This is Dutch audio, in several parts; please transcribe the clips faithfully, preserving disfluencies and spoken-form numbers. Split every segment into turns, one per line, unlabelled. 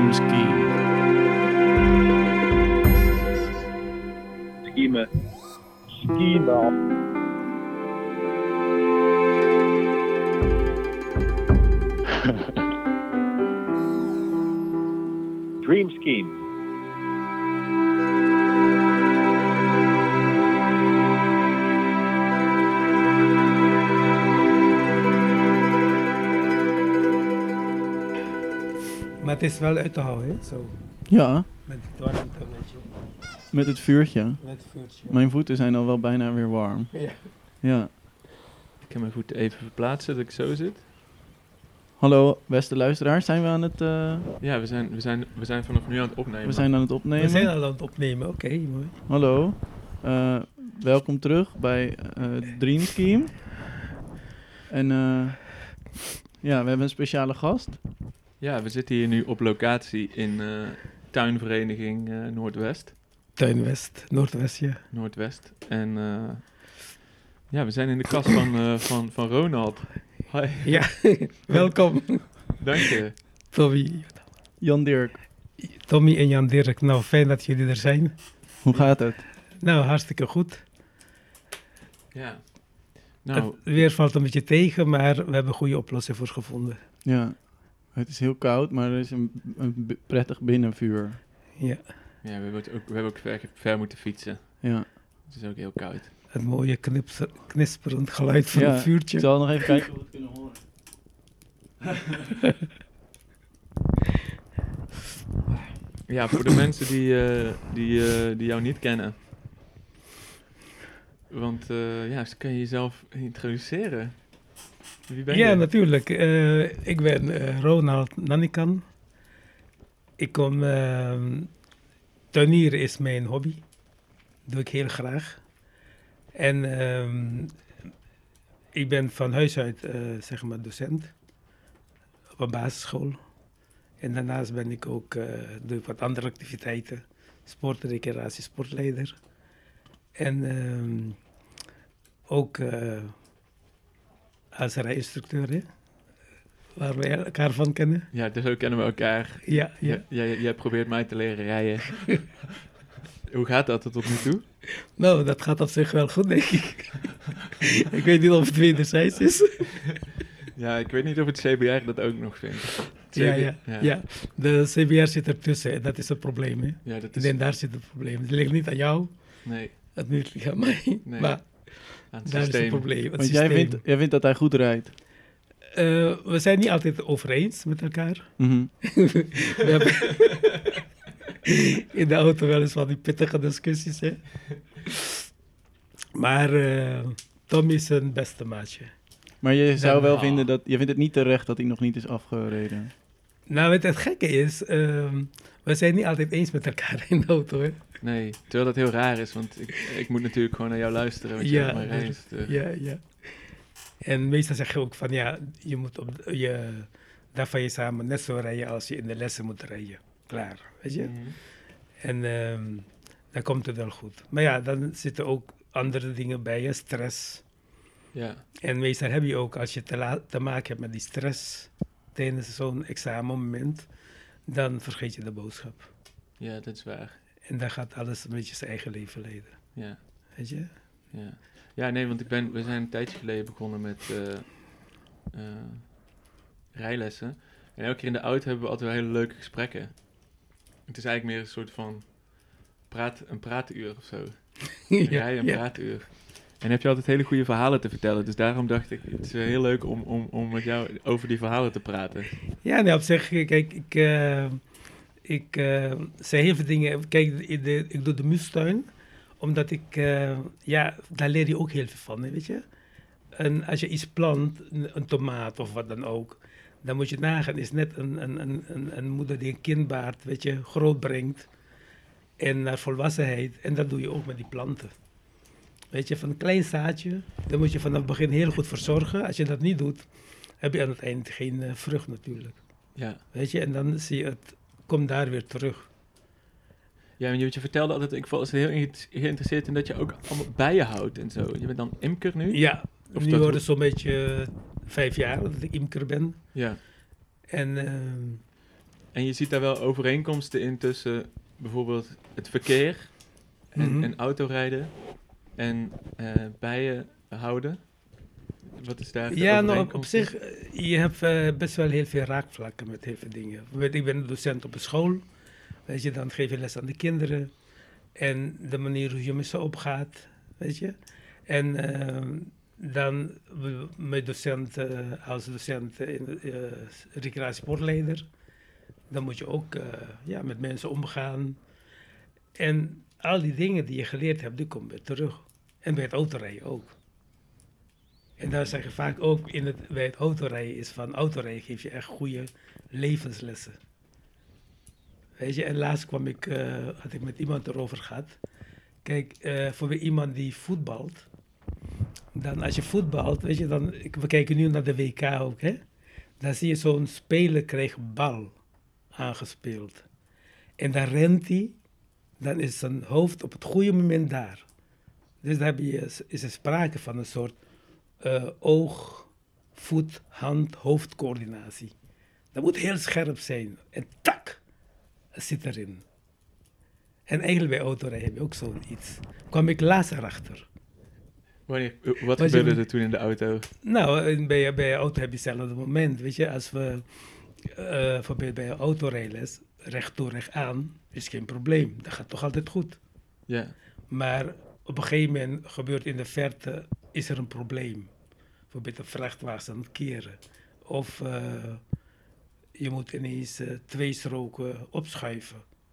Dream Scheme.
Scheme. Scheme. Dream Scheme.
Maar het is wel uit te houden, hè? Zo.
Ja,
Met het warmte, weet je.
met het vuurtje.
Met het vuurtje.
Mijn voeten zijn al wel bijna weer warm.
Ja.
Ja.
Ik kan mijn voeten even verplaatsen dat ik zo zit.
Hallo, beste luisteraars, zijn we aan het... Uh,
Ja, we zijn, we, zijn, we zijn vanaf nu aan het opnemen.
we zijn aan het opnemen.
We zijn al aan het opnemen, oké, okay, mooi.
Hallo, uh, welkom terug bij uh, Dream Scheme. En uh, ja, we hebben een speciale gast.
Ja, we zitten hier nu op locatie in uh, tuinvereniging uh, Noordwest.
Tuinwest, Noordwest, ja.
Noordwest. En uh, ja, we zijn in de kast van, uh, van, van Ronald. Hi.
Ja, welkom.
Dank je.
Tommy.
Jan Dirk.
Tommy en Jan Dirk, nou fijn dat jullie er zijn.
Hoe gaat het?
Nou, hartstikke goed.
Ja. Nou,
het weer valt een beetje tegen, maar we hebben een goede oplossing voor gevonden.
Ja, het is heel koud, maar er is een, een b- prettig binnenvuur.
Ja.
Ja, we hebben, het ook, we hebben ook ver, ver moeten fietsen.
Ja.
Het is ook heel koud.
Het mooie knipser, knisperend geluid van
ja,
het vuurtje.
Ik zal nog even kijken of we het kunnen horen.
Ja, voor de mensen die, uh, die, uh, die jou niet kennen. Want uh, ja, kan je jezelf introduceren? Wie ben je?
Ja, natuurlijk. Uh, ik ben uh, Ronald Nanikan. Ik kom... Uh, tuinieren is mijn hobby. Doe ik heel graag. En um, ik ben van huis uit, uh, zeg maar, docent. Op een basisschool. En daarnaast ben ik ook, uh, doe ik wat andere activiteiten. Sport, recreatie, sportleider. En um, ook uh, als rijinstructeur, hè? Waar we elkaar van kennen.
Ja, dus zo kennen we elkaar.
Ja, ja.
Jij, jij probeert mij te leren rijden. Hoe gaat dat er tot nu toe?
Nou, dat gaat op zich wel goed, denk ik. Ik weet niet of het wederzijds is.
Ja, ik weet niet of het C B R dat ook nog vindt. C B R,
Ja, ja, ja. ja, de C B R zit ertussen en dat is het probleem. Hè?
Ja, dat is...
En daar zit het probleem. Het ligt niet aan jou,
nee.
het ligt aan mij,
Nee.
maar
aan het
daar
systeem.
is het probleem. Het
Want
systeem.
jij vindt, jij vindt dat hij goed rijdt?
Uh, we zijn niet altijd over eens met elkaar.
Mm-hmm.
We hebben in de auto wel eens van die pittige discussies. Hè? Maar uh, Tom is een beste maatje.
Maar je zou wel
oh.
vinden dat... Je vindt het niet terecht dat hij nog niet is afgereden?
Nou, het, het gekke is... Uh, we zijn niet altijd eens met elkaar in de auto, hè?
Nee, terwijl dat heel raar is, want ik, ik moet natuurlijk gewoon naar jou luisteren. Want
ja,
je mijn reis, uh.
ja, ja. En meestal zeg je ook van, ja, je moet op je dag van je samen net zo rijden als je in de lessen moet rijden. Klaar, weet je?
Mm-hmm.
En um, dan komt het wel goed. Maar ja, dan zitten ook andere dingen bij je, stress.
Ja.
En meestal heb je ook, als je te, la- te maken hebt met die stress tijdens zo'n examenmoment, dan vergeet je de boodschap.
Ja, dat is waar.
En dan gaat alles een beetje zijn eigen leven leiden.
Ja.
Weet je?
Ja. Ja, nee, want ik ben, we zijn een tijdje geleden begonnen met uh, uh, rijlessen. En elke keer in de auto hebben we altijd wel hele leuke gesprekken. Het is eigenlijk meer een soort van praat, een praatuur of zo. Een
ja,
rij- en
ja.
praatuur. En heb je altijd hele goede verhalen te vertellen. Dus daarom dacht ik, het is wel heel leuk om, om, om met jou over die verhalen te praten.
Ja, nee, op zich, kijk, ik, uh, ik uh, zei heel veel dingen. Kijk, de, de, ik doe de moestuin, omdat ik, uh, ja, daar leer je ook heel veel van, hè, weet je. En als je iets plant, een, een tomaat of wat dan ook, dan moet je nagaan, is net een, een, een, een moeder die een kind baart, weet je, groot brengt en naar volwassenheid. En dat doe je ook met die planten. Weet je, van een klein zaadje, daar moet je vanaf het begin heel goed voor zorgen. Als je dat niet doet, heb je aan het eind geen uh, vrucht natuurlijk.
Ja.
Weet je, en dan zie je het, komt daar weer terug.
Ja, je, je vertelde altijd, ik was heel geïnteresseerd in dat je ook allemaal bijen houdt en zo. Je bent dan imker nu?
Ja,
Of
nu
dat
wordt het zo'n beetje uh, vijf jaar dat ik imker ben.
Ja.
En uh,
En je ziet daar wel overeenkomsten in tussen bijvoorbeeld het verkeer en,
Mhm.
en autorijden en eh, bijen houden. Wat is daar de
Ja, nou, op, op
overeenkomst in?
zich, eh, je hebt eh, best wel heel veel raakvlakken met heel veel dingen. Bijvoorbeeld, ik ben een docent op een school. Weet je, dan geef je les aan de kinderen. En de manier hoe je met ze opgaat, weet je. En eh, dan, we- mijn docent, eh, als docent in de uh, recreatiesportleider, dan moet je ook eh, ja, met mensen omgaan. En al die dingen die je geleerd hebt, die komen weer terug. En bij het autorijden ook. En daar zeg je vaak ook in het, bij het autorijden is van autorijden geef je echt goede levenslessen. Weet je, en laatst kwam ik, eh, had ik met iemand erover gehad. Kijk, eh, voor weer iemand die voetbalt, dan als je voetbalt, weet je, dan, ik, we kijken nu naar de W K ook, hè. Dan zie je zo'n speler krijgt bal aangespeeld. En dan rent hij, dan is zijn hoofd op het goede moment daar. Dus dan heb je, is er sprake van een soort uh, oog, voet, hand, hoofdcoördinatie. Dat moet heel scherp zijn. En tak, het zit erin. En eigenlijk bij autorijden heb je ook zoiets. Kwam ik laatst erachter.
Wanneer, eh, wat
Was je-
gebeurde er toen in de auto?
Nou, in- bij, bij auto heb je hetzelfde moment. Weet je, als we uh, bijvoorbeeld bij een autorijles recht toe, recht aan, is geen probleem. Dat gaat toch altijd goed.
Ja,
Maar op een gegeven moment gebeurt in de verte, is er een probleem. Bijvoorbeeld een vrachtwagen aan het keren. Of uh, je moet ineens uh, twee stroken opschuiven.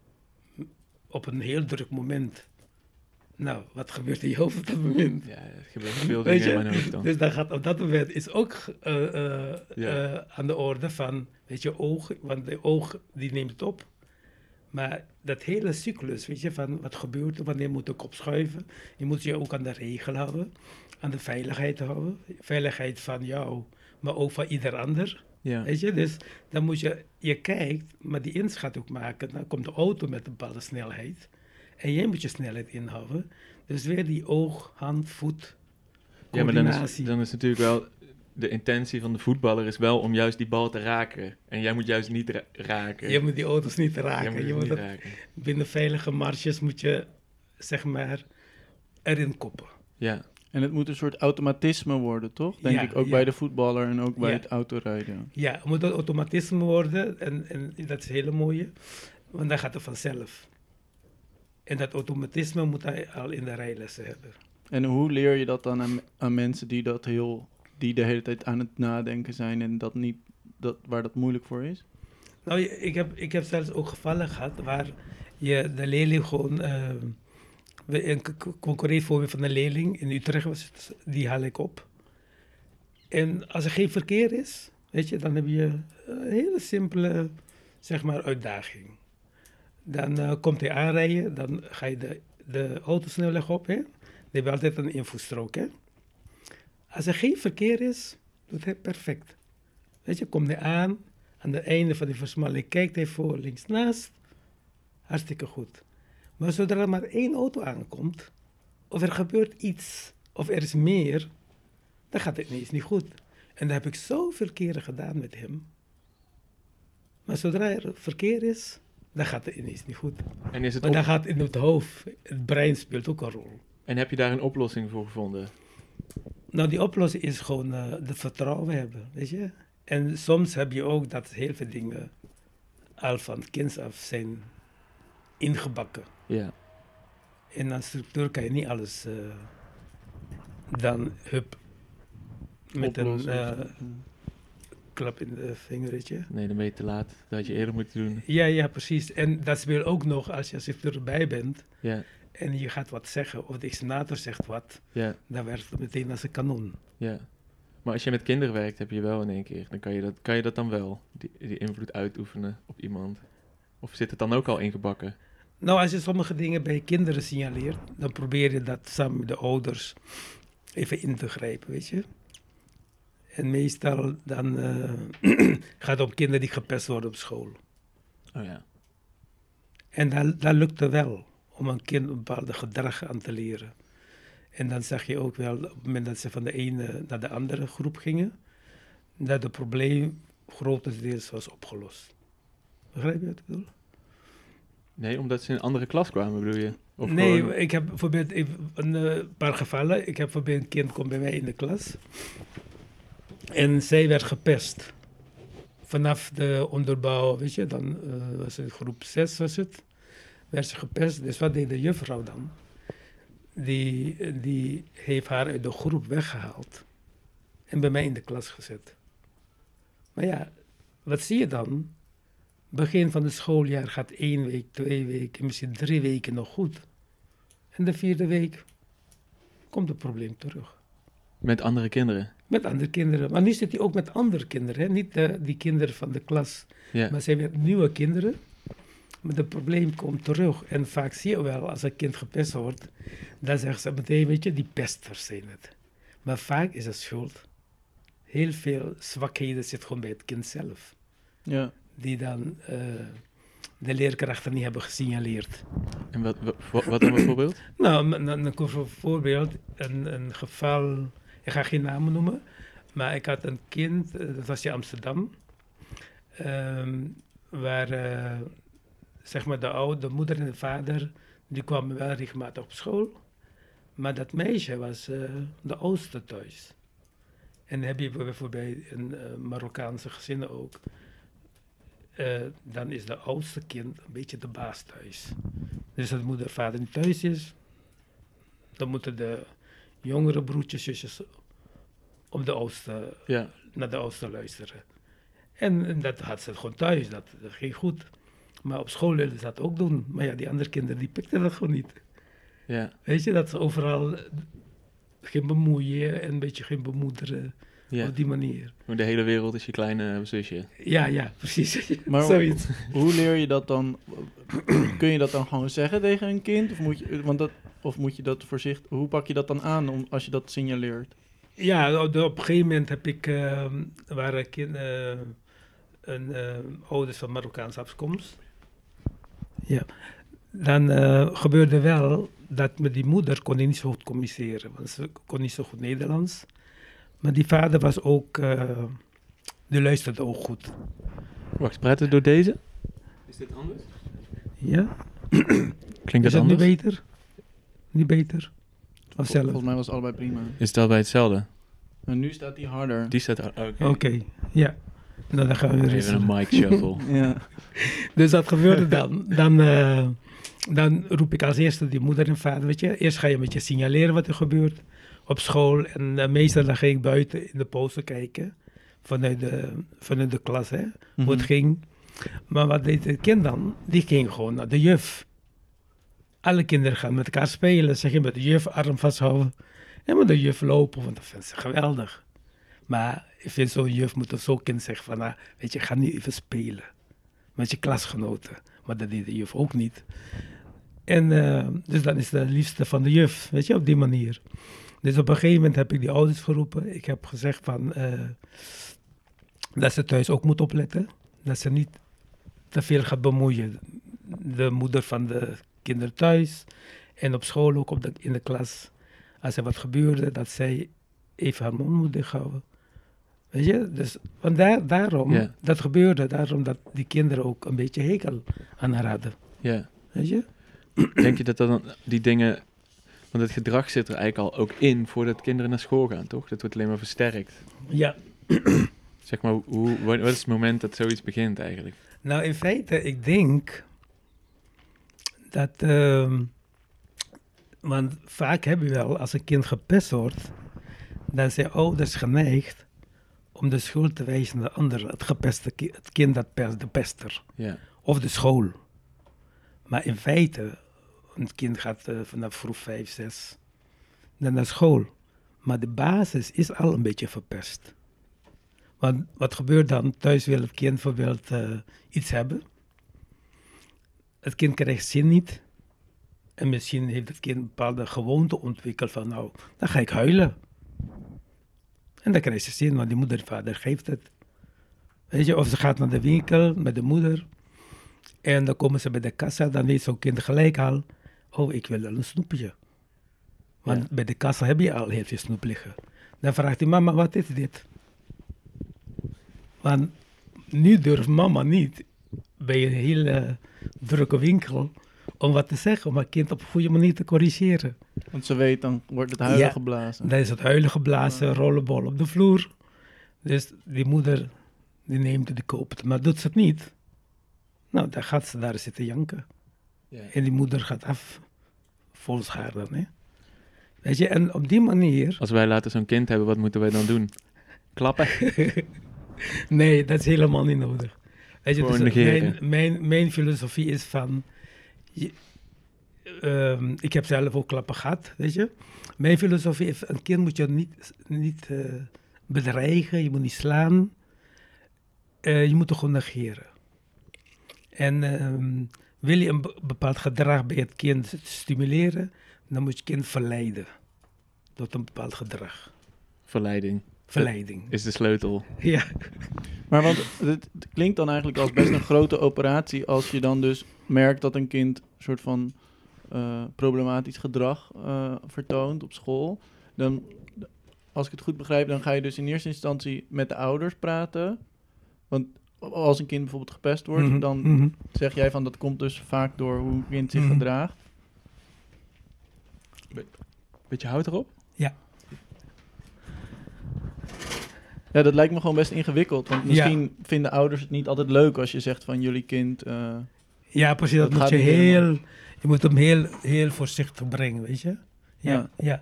Op een heel druk moment. Nou, wat gebeurt in je hoofd op dat moment?
ja er gebeuren veel
Weet
dingen in
je?
mijn hoofd dan.
Dus dan gaat op dat moment is ook uh, uh,
Ja.
uh, aan de orde van, weet je, oog, want de oog die neemt het op. Maar dat hele cyclus, weet je, van wat gebeurt er, wanneer moet ik opschuiven? Je moet je ook aan de regel houden, aan de veiligheid houden. Veiligheid van jou, maar ook van ieder ander.
Ja.
Weet je, dus dan moet je, je kijkt, maar die inschatting ook maken. Dan komt de auto met een bepaalde snelheid. En jij moet je snelheid inhouden. Dus weer die oog, hand, voet,
Ja, maar dan is,
coördinatie.
dan is natuurlijk wel... De intentie van de voetballer is wel om juist die bal te raken. En jij moet juist niet ra- raken.
Je moet die auto's niet raken.
Jij moet
je
het
moet
niet
het,
raken.
binnen veilige marges moet je, zeg maar, erin koppen.
Ja,
En het moet een soort automatisme worden, toch? Denk
Ja,
ik ook
ja.
bij de voetballer en ook bij
Ja.
het autorijden.
Ja, het moet een automatisme worden en, en dat is een hele mooie, want dan gaat het vanzelf. En dat automatisme moet hij al in de rijlessen hebben.
En hoe leer je dat dan aan, aan mensen die dat heel, die de hele tijd aan het nadenken zijn en dat niet, dat, waar dat moeilijk voor is?
Nou, je- ik heb, ik heb zelfs ook gevallen gehad waar je de leerling gewoon... Uh, een c- c- concreet voorbeeld van een leerling in Utrecht was het, die haal ik op. En als er geen verkeer is, weet je, dan heb je een hele simpele, zeg maar, uitdaging. Dan uh, komt hij aanrijden, dan ga je de, de autosnelweg op, hè. Dan heb je altijd een invoegstrook, hè. Als er geen verkeer is, doet hij perfect. Weet je, komt hij aan, aan het einde van die versmalling kijkt hij voor, links naast, hartstikke goed. Maar zodra er maar één auto aankomt, of er gebeurt iets, of er is meer, dan gaat het ineens niet goed. En dat heb ik zoveel keren gedaan met hem. Maar zodra er verkeer is, dan gaat het ineens niet goed.
en, is het
Maar
op-
dan gaat in het hoofd, het brein speelt ook een rol.
en heb je daar een oplossing voor gevonden?
Nou, die oplossing is gewoon uh, de vertrouwen hebben, weet je. En soms heb je ook dat heel veel dingen al van kinds af zijn ingebakken.
Ja.
In een structuur kan je niet alles uh, dan hup met een
Oplossen.
uh, klap in de vinger, weet je.
Nee, dan ben je te laat. Dat had je eerder moeten doen.
Ja, ja, precies. En dat speelt ook nog als je, als je erbij bent
Ja,
en je gaat wat zeggen, of de examinator zegt wat,
ja,
dan werkt het meteen als een kanon.
ja. Maar als je met kinderen werkt, heb je wel in één keer. Dan kan je dat, kan je dat dan wel, die, die invloed uitoefenen op iemand. Of zit het dan ook al ingebakken?
Nou, als je sommige dingen bij kinderen signaleert, dan probeer je dat samen met de ouders even in te grijpen, weet je. En meestal dan uh, gaat het om kinderen die gepest worden op school.
Oh ja.
En dan, dan lukt het wel om een kind een bepaalde gedrag aan te leren. En dan zag je ook wel, op het moment dat ze van de ene naar de andere groep gingen, dat het probleem grotendeels was opgelost. Begrijp je wat ik bedoel?
Nee, omdat ze in een andere klas kwamen, bedoel je? Of
nee,
gewoon-
ik heb bijvoorbeeld ik- een eh, paar gevallen. Ik heb bijvoorbeeld een kind komt bij mij in de klas. En zij werd gepest. Vanaf de onderbouw, weet je, dan eh, was het groep zes was het. Werd ze gepest. Dus wat deed de juffrouw dan? Die, die heeft haar uit de groep weggehaald. En bij mij in de klas gezet. Maar ja, wat zie je dan? Begin van het schooljaar gaat één week, twee weken, misschien drie weken nog goed. En de vierde week komt het probleem terug.
Met andere kinderen?
Met andere kinderen. Maar nu zit hij ook met andere kinderen. Hè? Niet de, die kinderen van de klas.
Ja.
Maar zijn weer nieuwe kinderen. Maar het probleem komt terug. En vaak zie je wel, als een kind gepest wordt, dan zeggen ze meteen, weet je, die pesters zijn het. Maar vaak is het schuld. Heel veel zwakheden zitten gewoon bij het kind zelf.
Ja.
Die dan uh, de leerkrachten niet hebben gesignaleerd.
En wat, wat, wat dan bijvoorbeeld?
Nou, dan voor voorbeeld een, een geval, ik ga geen namen noemen, maar ik had een kind, dat was in Amsterdam, um, waar uh, zeg maar de oude, de moeder en de vader, die kwamen wel regelmatig op school, maar dat meisje was uh, de oudste thuis. En dan heb je bijvoorbeeld in uh, Marokkaanse gezinnen ook. Uh, dan is de oudste kind een beetje de baas thuis. Dus als de moeder en vader niet thuis is, dan moeten de jongere broertjes, zusjes op de oudste,
ja.
naar de oudste luisteren. En, en dat had ze gewoon thuis, dat, dat ging goed. Maar op school wilden ze dat ook doen. Maar ja, die andere kinderen die pikten dat gewoon niet.
Ja.
Weet je, dat ze overal geen bemoeien en een beetje geen bemoederen.
Ja.
Op die manier.
De hele wereld is je kleine zusje.
Ja, ja, precies.
Maar
zoiets.
Hoe leer je dat dan? Kun je dat dan gewoon zeggen tegen een kind? Of moet je, want dat, of moet je dat voorzichtig... Hoe pak je dat dan aan om, als je dat signaleert?
Ja, op, op een gegeven moment heb ik... Uh, waren kind, uh, een uh, ouders van Marokkaanse afkomst. Ja. Dan uh, gebeurde wel dat met die moeder kon ik niet zo goed communiceren. Want ze kon niet zo goed Nederlands. Maar die vader was ook, uh, die luisterde ook goed.
Wacht, praat het door deze? Is dit anders?
Ja.
Klinkt
is
dat
het
anders?
niet beter? Niet beter? Of zelf?
Volgens mij was het allebei prima.
Is het allebei hetzelfde?
En nu staat die harder.
Die staat... Oké,
okay. okay, ja. Nou, dan gaan we weer
even een mic shuffle.
Ja.
Dus dat gebeurde dan. Dan, uh, dan roep ik als eerste die moeder en vader, weet je. Eerst ga je een beetje signaleren wat er gebeurt op school. En uh, meestal dan ging ik buiten in de poster kijken. Vanuit de, vanuit de klas, hè. Mm-hmm. Hoe het ging. Maar wat deed het kind dan? Die ging gewoon naar de juf. Alle kinderen gaan met elkaar spelen. Ze gingen met de juf arm vasthouden. En met de juf lopen, want dat vinden ze geweldig. Maar ik vind zo'n juf moet of zo'n kind zeggen van, nou, weet je, ga nu even spelen. Met je klasgenoten. Maar dat deed de juf ook niet. En uh, dus dan is het liefste van de juf, weet je, op die manier. Dus op een gegeven moment heb ik die ouders geroepen. Ik heb gezegd van, uh, dat ze thuis ook moet opletten. Dat ze niet te veel gaat bemoeien. De moeder van de kinderen thuis. En op school ook op de, in de klas. Als er wat gebeurde, dat zij even haar mond moet dichthouden. Weet je, dus want daar, daarom,
yeah.
dat gebeurde, daarom dat die kinderen ook een beetje hekel aan haar hadden.
Ja. Yeah.
Weet je?
Denk je dat dan die dingen, want het gedrag zit er eigenlijk al ook in voordat kinderen naar school gaan, toch? Dat wordt alleen maar versterkt.
Ja.
Zeg maar, hoe, wat is het moment dat zoiets begint eigenlijk?
Nou, in feite, ik denk dat, uh, want vaak heb je wel, als een kind gepest wordt, dan zijn ouders geneigd om de schuld te wijzen naar de ander, het gepeste ki- het kind dat pest, de pester.
Ja.
Of de school. Maar in feite, een kind gaat uh, vanaf vroeg vijf, zes, dan naar school. Maar de basis is al een beetje verpest. Want wat gebeurt dan? Thuis wil het kind bijvoorbeeld uh, iets hebben. Het kind krijgt zin niet. En misschien heeft het kind een bepaalde gewoonte ontwikkeld van, nou, dan ga ik huilen. En dan krijgt ze zin, want die moeder en vader geeft het. Weet je, of ze gaat naar de winkel met de moeder. En dan komen ze bij de kassa, dan weet zo'n kind gelijk al, oh, ik wil wel een snoepje. Want ja. bij de kassa heb je al heel veel snoep liggen. Dan vraagt hij, mama, wat is dit? Want nu durft mama niet bij een hele drukke winkel om wat te zeggen, om een kind op een goede manier te corrigeren.
Want ze weet, dan wordt het huilen
Ja.
geblazen.
Dan is het huilen geblazen, rollenbol op de vloer. Dus die moeder, die neemt het, die koopt het, maar doet ze het niet. Nou, dan gaat ze daar zitten janken.
Ja.
En die moeder gaat af, vol schaar dan, hè. Weet je, en op die manier...
Als wij later zo'n kind hebben, wat moeten wij dan doen? Klappen?
Nee, dat is helemaal niet nodig. Weet je,
Gewoon
dus
negeren.
mijn, mijn, mijn filosofie is van... Je, ehm, ik heb zelf ook klappen gehad, weet je. Mijn filosofie is, een kind moet je niet, niet eh, bedreigen, je moet niet slaan. Eh, je moet het gewoon negeren. En ehm, wil je een be- bepaald gedrag bij het kind stimuleren, dan moet je het kind verleiden tot een bepaald gedrag.
Verleiding
Verleiding.
is de sleutel.
Ja.
Maar want het, het klinkt dan eigenlijk als best een grote operatie als je dan dus merkt dat een kind een soort van eh, problematisch gedrag eh, vertoont op school. Dan, als ik het goed begrijp, dan ga je dus in eerste instantie met de ouders praten. Want als een kind bijvoorbeeld gepest wordt,
Mhm,
dan
mhm.
zeg jij van dat komt dus vaak door hoe een kind zich
Mhm.
gedraagt.
Beetje hout erop?
Ja, dat lijkt me gewoon best ingewikkeld. Want
Ja.
misschien vinden ouders het niet altijd leuk als je zegt van jullie kind... eh,
Ja, precies. Dat,
Dat
moet
gaat
je
niet
heel...
helemaal.
Je moet hem heel, heel voorzichtig brengen, weet je? Ja,
Ja.
ja.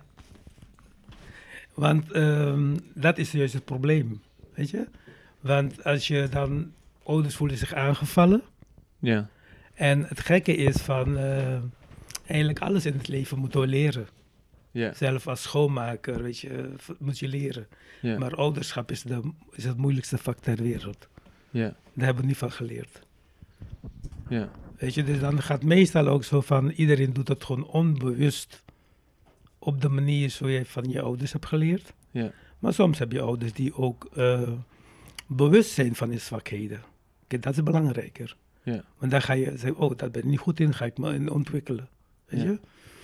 Want ehm, dat is juist het probleem, weet je? Want als je dan... Ouders voelen zich aangevallen.
Ja.
En het gekke is van... eh, eigenlijk alles in het leven moeten we leren.
Ja.
Zelf als schoonmaker, weet je, v- moet je leren.
Ja.
Maar ouderschap is, de, is het moeilijkste vak ter wereld.
Ja.
Daar hebben we niet van geleerd.
Ja.
Weet je, dus dan gaat meestal ook zo van, iedereen doet het gewoon onbewust op de manier zoals je van je ouders hebt geleerd.
Ja.
Maar soms heb je ouders die ook eh, bewust zijn van hun zwakheden. Kijk, dat is belangrijker.
Ja.
Want dan ga je zeggen, oh, dat ben ik niet goed in, ga ik me in ontwikkelen. Weet
Ja.
je?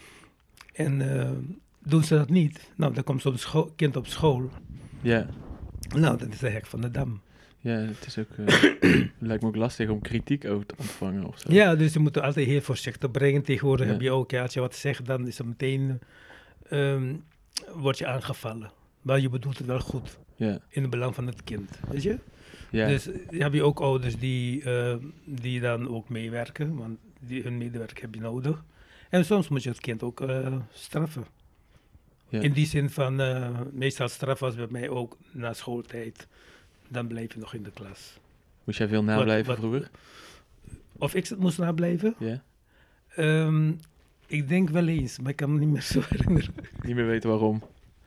En eh, doen ze dat niet, nou, dan komt zo'n scho- kind op school.
Ja.
Nou, dat is de hek van de dam.
Ja, het is ook... eh, lijkt me ook lastig om kritiek over te ontvangen of zo.
Ja, dus je moet er altijd heel voorzichtig brengen. Tegenwoordig
Ja.
heb je ook, ja, als je wat zegt, dan is er meteen, ehm word je aangevallen. Maar je bedoelt het wel goed,
Ja.
in het belang van het kind, weet je?
Ja.
Dus eh, heb je ook ouders die, eh, die dan ook meewerken, want die, hun medewerker heb je nodig. En soms moet je het kind ook eh, straffen.
Ja.
In die zin van, eh, meestal straf was bij mij ook na schooltijd, dan blijf je nog in de klas.
Moest jij veel nablijven
wat-
vroeger?
Of ik moest nablijven?
Ja.
Ehm, ik denk wel eens, maar ik kan me niet meer zo herinneren.
Niet meer weten waarom.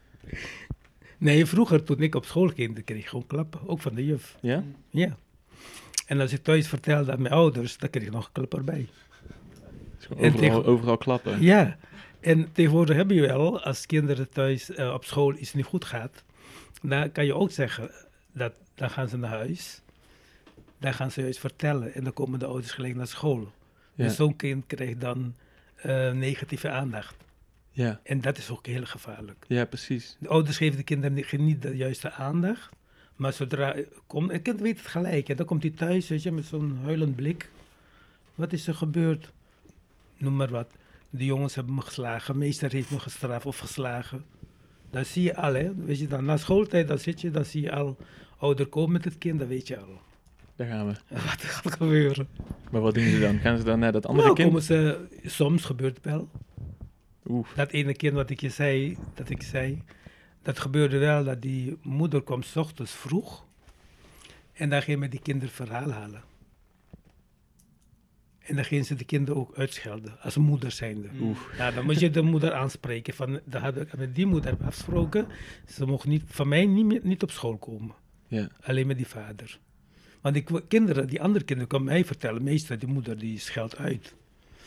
Nee, vroeger toen ik op school ging, dan kreeg ik gewoon klappen, ook van de juf.
Ja?
Ja. En als ik thuis vertelde aan mijn ouders, dan kreeg ik nog een klap erbij.
Het is gewoon
En
overal,
tegen-
overal klappen.
Ja, en tegenwoordig heb je wel, als kinderen thuis eh, op school iets niet goed gaat, dan kan je ook zeggen, dat, dan gaan ze naar huis, dan gaan ze juist vertellen en dan komen de ouders gelijk naar school.
Ja.
Dus zo'n kind krijgt dan eh, negatieve aandacht.
Ja.
En dat is ook heel gevaarlijk.
Ja, precies.
De ouders geven de kinderen niet, niet de juiste aandacht. Maar zodra komt, een kind weet het gelijk. En dan komt hij thuis, weet je, met zo'n huilend blik. Wat is er gebeurd? Noem maar wat. De jongens hebben me geslagen, meester heeft me gestraft of geslagen. Dan zie je al, hè. Weet je, dan na schooltijd, dan zit je, dan zie je al ouder komen met het kind, dan weet je al.
Daar gaan we.
Wat er gaat gebeuren.
Maar wat doen ze dan? Gaan ze dan naar dat andere
Nou,
kind?
komen ze, soms gebeurt het wel.
Oeh.
Dat ene kind wat ik je zei, dat ik zei, dat gebeurde wel, dat die moeder kwam 's ochtends vroeg en dan ging met die kinderen verhaal halen. En dan gingen ze de kinderen ook uitschelden, als moeder zijnde.
Oeh.
Nou, dan moet je de moeder aanspreken. Van, dan had ik met die moeder afgesproken, ze mocht niet, van mij niet, meer- niet op school komen.
Ja.
Alleen met die vader. Want die k- kinderen, die andere kinderen, kwamen mij vertellen, meestal die moeder die scheldt uit.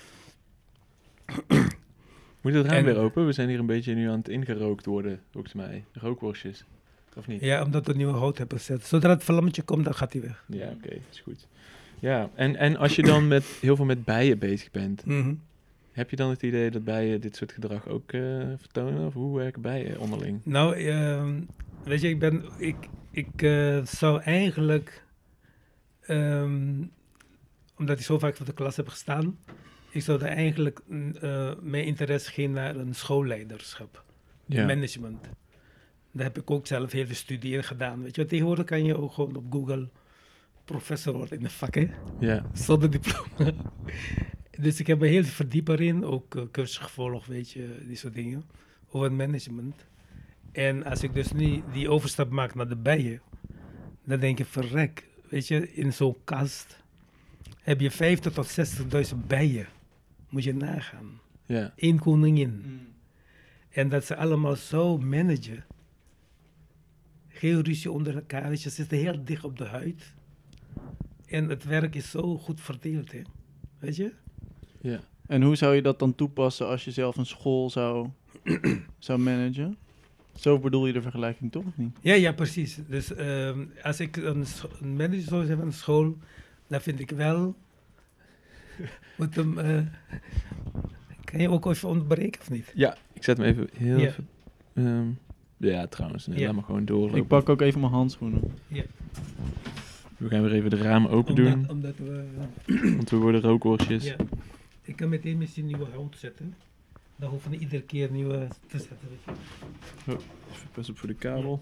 Moet het raam
En-
weer open? We zijn hier een beetje nu aan het ingerookt worden, volgens mij. Rookworstjes. Of niet?
Ja, omdat we nieuwe hout hebben gezet. Zodra het vlammetje komt, dan gaat hij weg.
Ja, oké. is goed. Ja, en, en als je dan met, heel veel met bijen bezig bent,
Mhm.
heb je dan het idee dat bijen dit soort gedrag ook eh, vertonen? Of hoe werken bijen onderling?
Nou, ehm, weet je, ik ben, ik, ik eh, zou eigenlijk ehm, omdat ik zo vaak voor de klas heb gestaan, ik zou daar eigenlijk uh, mijn interesse gaan naar een schoolleiderschap,
Ja.
management. Daar heb ik ook zelf heel veel studie in gedaan. Weet je, tegenwoordig kan je ook gewoon op Google professor worden in de vak, hè?
Ja.
Zonder diploma. Dus ik heb me heel verdiept erin, ook uh, cursus gevolgd, weet je, die soort dingen, over management. En als ik dus nu die overstap maak naar de bijen, dan denk je, verrek, weet je, in zo'n kast heb je vijftig tot zestigduizend bijen. Moet je nagaan.
Ja.
Eén koningin. En dat ze allemaal zo managen. Geen ruzie onder elkaar, weet je, ze zitten heel dicht op de huid. En het werk is zo goed verdeeld, hè. Weet je?
Ja.
En hoe zou je dat dan toepassen als je zelf een school zou, zou managen? Zo bedoel je de vergelijking toch, of niet?
Ja, ja, precies. Dus um, als ik een, scho- een manager zou zijn van een school, dan vind ik wel... Moet hem... Uh, kan je ook even onderbreken, of niet?
Ja, ik zet me even heel
Ja.
even... ehm, ja, trouwens, nee,
Ja.
laat maar gewoon doorlopen.
Ik pak ook even mijn handschoenen.
We gaan weer even de ramen open doen,
Omdat, omdat we...
want we worden rookoortjes.
Ja. Ik kan meteen misschien nieuwe hout zetten. Dan hoeven we niet iedere keer nieuwe te zetten. Weet je.
Even pas op voor de kabel.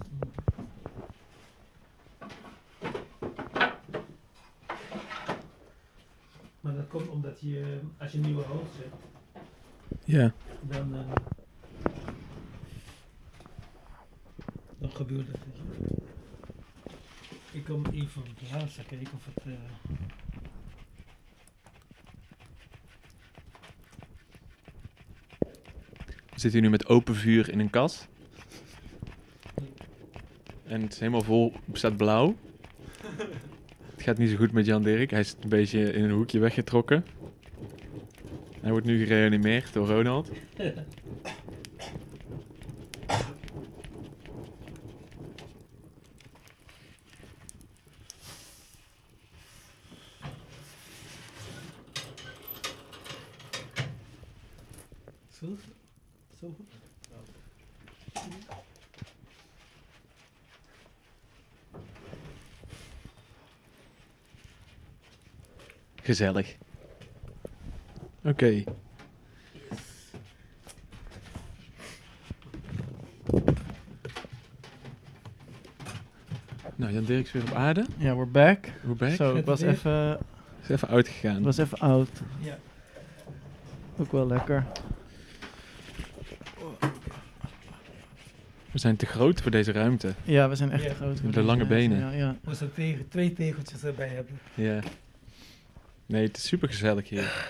Maar dat komt omdat je, als je nieuwe hout zet,
Ja.
dan, uh, dan gebeurt dat. Weet je. Ik kan even blazen, kijken of het... Uh,
We zitten hier nu met open vuur in een kast. En het is helemaal vol, het staat blauw. Het gaat niet zo goed met Jan Dirk. Hij is een beetje in een hoekje weggetrokken. Hij wordt nu gereanimeerd door Ronald.
Zo? Zo goed?
Gezellig. Oké. Okay. Nou, Jan Dirk is weer op aarde.
Ja, we're back.
Hoe ben je?
Zo, ik was
Weer?
even,
Is even oud gegaan.
was even oud.
Ja.
Ook wel lekker.
We zijn te groot voor deze ruimte.
Ja, we zijn echt
Ja.
te groot. voor
De
deze
lange
mensen.
benen.
Ja, ja.
We moeten tegen, twee tegeltjes erbij hebben.
Ja. Nee, het is super gezellig hier.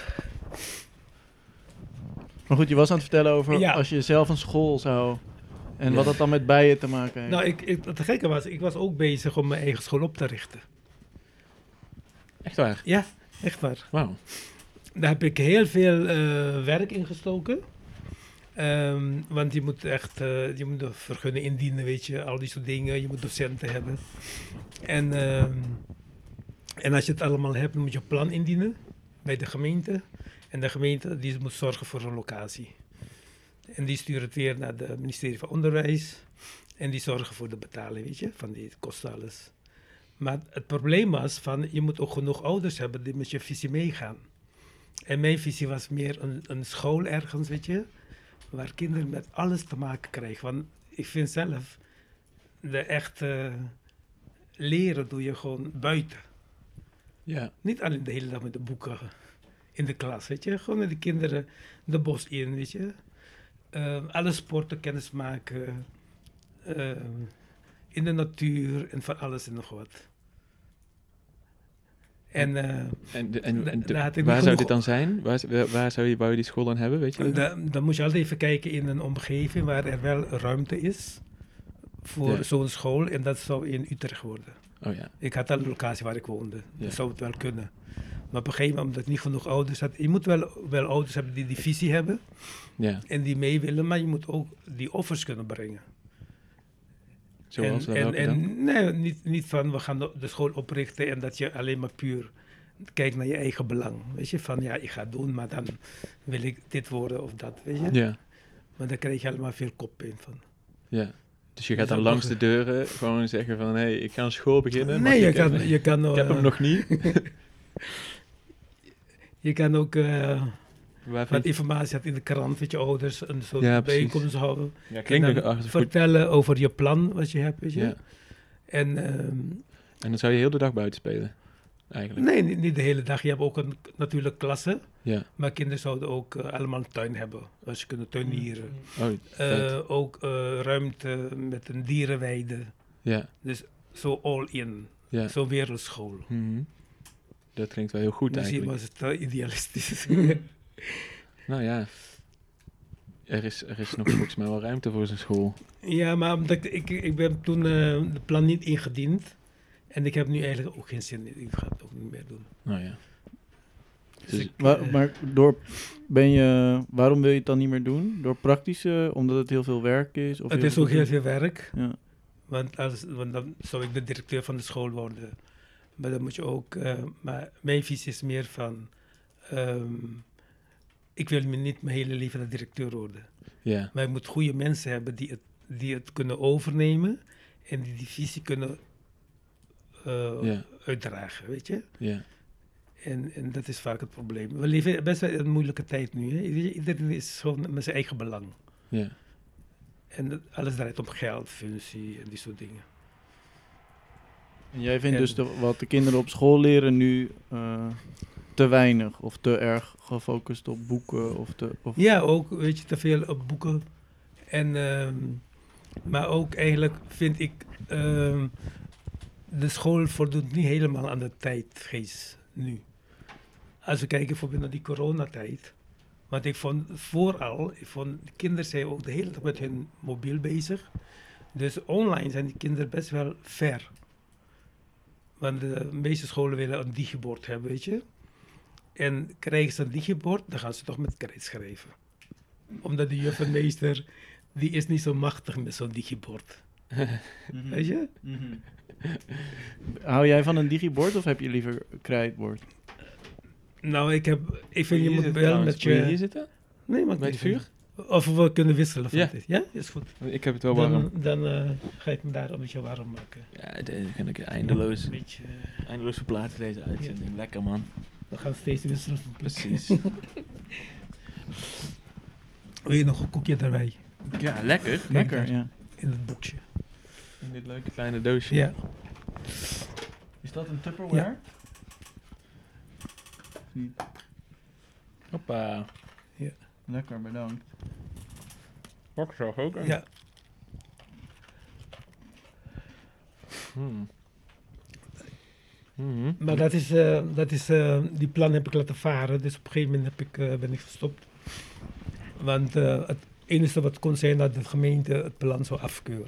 Maar goed, je was aan het vertellen over
Ja.
als je zelf een school zou... En
Ja.
wat dat dan met bijen te maken heeft.
Nou, ik, ik, het gekke was, ik was ook bezig om mijn eigen school op te richten.
Echt waar?
Ja, echt waar.
Wauw.
Daar heb ik heel veel uh, werk in gestoken. Um, want je moet echt, uh, je moet de vergunning indienen, weet je, al die soort dingen. Je moet docenten hebben. En, um, en als je het allemaal hebt, dan moet je een plan indienen bij de gemeente. En de gemeente die moet zorgen voor een locatie. En die sturen het weer naar het ministerie van Onderwijs. En die zorgen voor de betaling, weet je, van die kosten alles. Maar het probleem was van, je moet ook genoeg ouders hebben die met je visie meegaan. En mijn visie was meer een, een school ergens, weet je, waar kinderen met alles te maken krijgen. Want ik vind zelf, de echte leren doe je gewoon buiten.
Ja.
Niet alleen de hele dag met de boeken in de klas, weet je. Gewoon met de kinderen de bos in, weet je. Uh, alle sporten kennis maken. Uh, in de natuur en van alles en nog wat. En, uh,
En, de, en, en de,
daar had ik
waar
niet
zou
genoeg-
dit dan zijn? Waar, waar, waar zou je, wou je die school dan hebben, weet je? dat?
Da- dan moet je altijd even kijken in een omgeving waar er wel ruimte is voor
Ja.
zo'n school. En dat zou in Utrecht worden.
Oh ja.
Ik had al een locatie waar ik woonde.
Ja.
Dat zou het wel kunnen. Maar op een gegeven moment, omdat ik niet genoeg ouders had... Je moet wel, wel ouders hebben die die visie hebben
Ja.
en die mee willen, maar je moet ook die offers kunnen brengen.
Zoals
en,
welke
en,
dan?
en nee, niet, niet van we gaan de, de school oprichten en dat je alleen maar puur kijkt naar je eigen belang. Weet je, van ja, ik ga het doen, maar dan wil ik dit worden of dat, weet je.
Ja.
Maar daar krijg je allemaal veel koppijn van.
Ja. Dus je
Dat
gaat dan
is ook
langs
nog-
de deuren gewoon zeggen van... Hé, hey, ik ga een school beginnen. mag
Nee, je
ik
kan,
even-
je kan...
Ik heb
eh,
hem nog niet.
Je kan ook uh,
Waar
wat
vind je-
informatie had in de krant met je ouders. Een soort
Ja, precies.
bijeenkomst houden.
Ja,
En
klinkt
dan
ook als goed.
vertellen over je plan wat je hebt, weet je.
Ja.
En ehm,
En dan zou je heel de dag buiten spelen, eigenlijk.
nee, niet, niet de hele dag. Je hebt ook een, natuurlijk klassen.
Ja.
Maar kinderen zouden ook uh, allemaal een tuin hebben. Als ze kunnen tuinieren.
Oh,
Uh,
vet.
ook uh, ruimte met een dierenweide.
Ja.
Dus zo all in.
Ja.
Zo'n wereldschool.
Mhm. Dat klinkt wel heel goed
Misschien
eigenlijk.
was het uh, idealistisch.
Nou ja. Er is, er is nog volgens mij wel ruimte voor zo'n school.
Ja, maar omdat ik, ik, ik ben toen uh, de plan niet ingediend. En ik heb nu eigenlijk ook geen zin in. Ik ga het ook niet meer doen.
Nou ja.
Dus
Dus-
ik,
Wa-
uh,
maar door, ben je, waarom wil je het dan niet meer doen? Door praktische, omdat het heel veel werk is? Of
het
heel
is ook
veel-
heel veel werk.
Ja.
Want, als, want dan zou ik de directeur van de school worden. Maar dan moet je ook... Uh, maar mijn visie is meer van... Um, ik wil me niet mijn hele leven de directeur worden.
Ja.
Maar je moet goede mensen hebben die het, die het kunnen overnemen. En die die visie kunnen uh,
Ja.
uitdragen, weet je.
Ja.
En, en dat is vaak het probleem. We leven best wel in een moeilijke tijd nu. Hè? Iedereen is gewoon met zijn eigen belang.
Ja.
En dat- alles draait om geld, functie en die soort dingen.
En jij vindt
En-
dus de, wat de kinderen op school leren nu uh, te weinig of te erg gefocust op boeken of te... Of
Ja, ook, weet je, te veel op boeken. En, ehm, maar ook eigenlijk vind ik... ehm, de school voldoet niet helemaal aan de tijdgeest nu. Als we kijken bijvoorbeeld naar die coronatijd. Want ik vond vooral, ik vond, de kinderen zijn ook de hele tijd met hun mobiel bezig. Dus online zijn die kinderen best wel ver. Want de meeste scholen willen een digibord hebben, weet je. En krijgen ze een digibord, dan gaan ze toch met krijt schrijven. Omdat de juf en meester, die is niet zo machtig met zo'n digibord.
Mhm.
Weet je?
Mhm. Hou jij van een digibord of heb je liever krijtbord?
Nou, ik heb, ik vind je
Hier
moet
zitten
wel
trouwens.
met
Wil je hier
je...
zitten?
Nee, maar
Bij het vuur?
Of we kunnen wisselen van
Ja.
dit. Ja, is goed.
Ik heb het wel warm.
Dan, dan eh, ga ik me daar een beetje warm maken.
Ja, dan kan ik eindeloos,
Een beetje, eh,
eindeloos verplaatsen deze uitzending. Lekker man.
we gaan steeds wisselen van plek.
Precies.
Wil je nog een koekje erbij?
Ja, lekker.
Lekker, ja.
In het boekje.
In dit leuke kleine doosje.
Ja.
Is dat een Tupperware?
Ja.
Hoppa.
Lekker, bedankt.
Pak zo ook.
Ja.
Hmm. Mhm.
Maar dat is, eh, dat is eh, die plan heb ik laten varen. Dus op een gegeven moment heb ik, eh, ben ik gestopt. Want eh, het enige wat kon zijn dat de gemeente het plan zou afkeuren.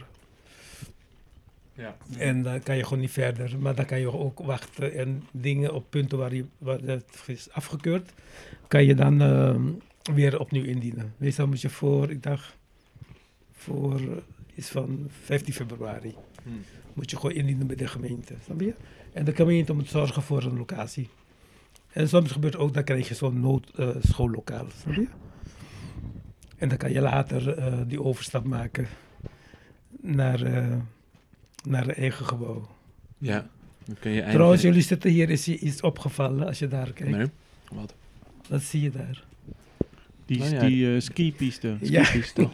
Ja.
En dan kan je gewoon niet verder. Maar dan kan je ook wachten en dingen op punten waar, je, waar het is afgekeurd, kan je dan eh, weer opnieuw indienen. Meestal moet je voor, ik dacht, voor eh, iets van vijftien februari,
Hmm.
moet je gewoon indienen bij de gemeente. Snap je? En de gemeente moet zorgen voor een locatie. En soms gebeurt ook, dan krijg je zo'n noodschoollokaal. Uh, snap je? En dan kan je later uh, die overstap maken naar, uh, naar een eigen gebouw.
Ja. Dan kun je
Trouwens,
eindigen.
jullie zitten hier, is je iets opgevallen als je daar kijkt?
Nee. Wat?
Wat zie je daar?
Die,
Nou ja.
die uh, skipiste.
Ja,
Skipies toch?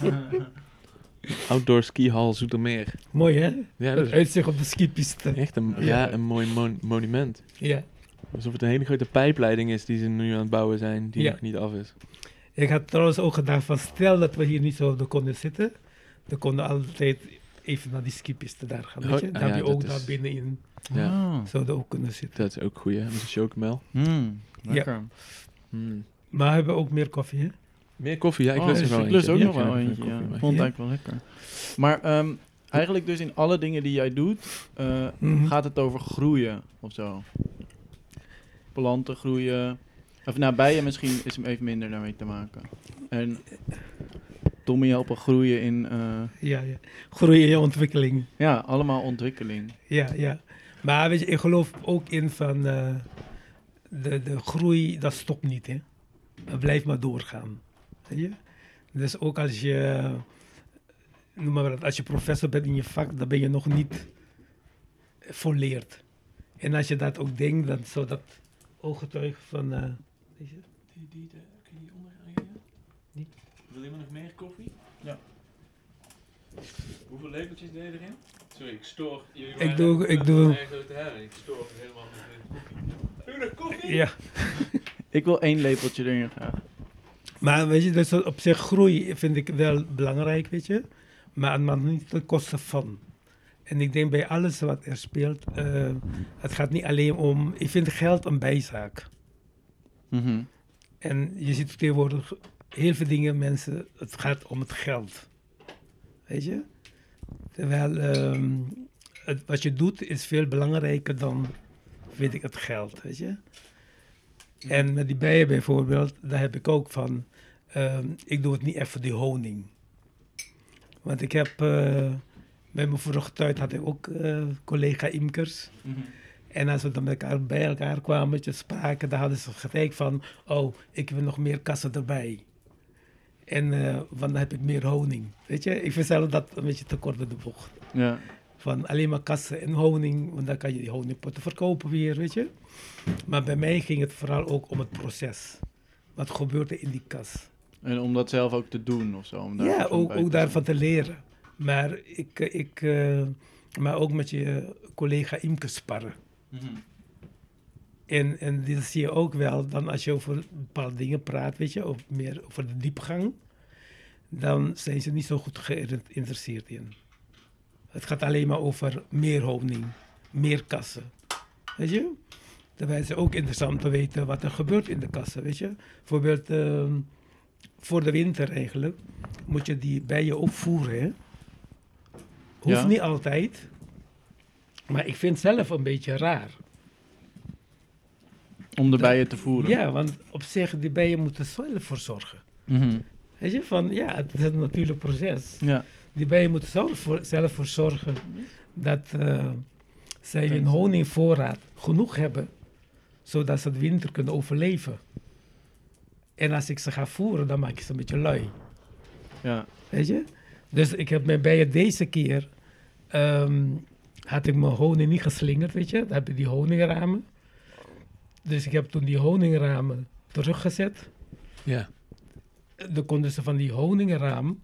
Outdoor skihal Zoetermeer.
mooi hè?
Ja, dat
Het
is
uitzicht op de skipiste.
echt een, ja, een mooi mon- monument.
Ja.
Alsof het een hele grote pijpleiding is die ze nu aan het bouwen zijn, die
Ja.
nog niet af is.
Ik had trouwens ook gedacht van, stel dat we hier niet zouden konden zitten, dan konden we altijd even naar die skipiste daar gaan, weet
Oh,
je?
ah
Dan
ja,
heb je
dat
ook
is-
daar binnenin,
Ja.
Ah.
zouden we ook kunnen zitten.
Dat is ook goed, hè? Met een chocomel.
Hmm, lekker.
Hmm.
Maar we hebben ook meer koffie, hè?
Meer koffie, ja, ik
Oh,
lust
dus
er wel
ik lust
eentje.
ook
Ja,
nog wel
ik ga
eentje.
even
Ja.
koffie
Ik vond
Ja.
het eigenlijk wel lekker. Maar ehm, eigenlijk dus in alle dingen die jij doet, eh,
Mhm.
gaat het over groeien of zo. Planten groeien. Of nou, bijen misschien is hem even minder daarmee te maken. En Tommy helpen groeien in, eh,
Ja, ja. Groei in je ontwikkeling.
ja, allemaal ontwikkeling.
Ja, ja. Maar weet je, ik geloof ook in van eh, de, de groei, dat stopt niet, hè. Dat blijft maar doorgaan. Weet je? Dus ook als je, noem maar wat, als je professor bent in je vak, dan ben je nog niet volleerd. En als je dat ook denkt, dan zou dat ooggetuigen van, eh, Deze.
Die, die, de, kun je die onder... Oh, ja, ja.
Die.
Wil iemand nog meer koffie?
Ja.
Hoeveel lepeltjes deed je erin? Sorry, ik stoor. Jullie
Ik
waren
doe-
net
ik
terug
doe-
om ergens over te hebben. Ik stoor helemaal met de koffie. Doe je nog koffie?
Ja.
Ik wil één lepeltje erin graag.
Maar weet je, dus op zich groei vind ik wel belangrijk, weet je. Maar het mag niet ten koste van. En ik denk bij alles wat er speelt, uh, het gaat niet alleen om... Ik vind geld een bijzaak.
Mhm.
En je ziet tegenwoordig heel veel dingen, mensen, het gaat om het geld. Weet je? Terwijl um, het, wat je doet is veel belangrijker dan, weet ik, het geld, weet je? En met die bijen bijvoorbeeld, daar heb ik ook van, um, ik doe het niet echt voor die honing. Want ik heb, uh, bij mijn vorige tijd had ik ook uh, collega-imkers.
Mm-hmm.
En als we dan met elkaar bij elkaar kwamen, te spraken, dan hadden ze gelijk van, oh, ik wil nog meer kassen erbij. En uh, want dan heb ik meer honing. Weet je, ik vind zelf dat een beetje te kort door de bocht.
Ja.
Van alleen maar kassen en honing, want dan kan je die honingpotten verkopen weer, weet je. Maar bij mij ging het vooral ook om het proces. Wat gebeurt er in die kas?
En om dat zelf ook te doen of zo? Om daar
Ja,
van
ook,
bij
ook
te
daarvan
zijn.
te leren. Maar, ik, ik, uh, maar ook met je collega imkers sparren.
Mm-hmm.
En, en dit zie je ook wel, dan als je over bepaalde dingen praat, weet je, of meer over de diepgang, dan zijn ze niet zo goed geïnteresseerd in. Het gaat alleen maar over meer honing, meer kassen, weet je. Terwijl het is ook interessant te weten wat er gebeurt in de kassen, weet je. Bijvoorbeeld, uh, voor de winter eigenlijk, moet je die bijen ook voeren, hè. Hoeft
Ja.
niet altijd, maar ik vind het zelf een beetje raar.
Om de bijen te voeren.
Ja, want op zich, die bijen moeten zelf voor zorgen.
Mm-hmm.
Weet je, van ja, het is een natuurlijk proces.
Ja.
Die bijen moeten zelf voor, zelf voor zorgen dat uh, zij hun honingvoorraad genoeg hebben, zodat ze de winter kunnen overleven. En als ik ze ga voeren, dan maak ik ze een beetje lui.
Ja.
Weet je? Dus ik heb mijn bijen deze keer, um, had ik mijn honing niet geslingerd, weet je. Dan heb je die honingramen. Dus ik heb toen die honingramen teruggezet.
Ja.
Dan konden ze van die honingraam,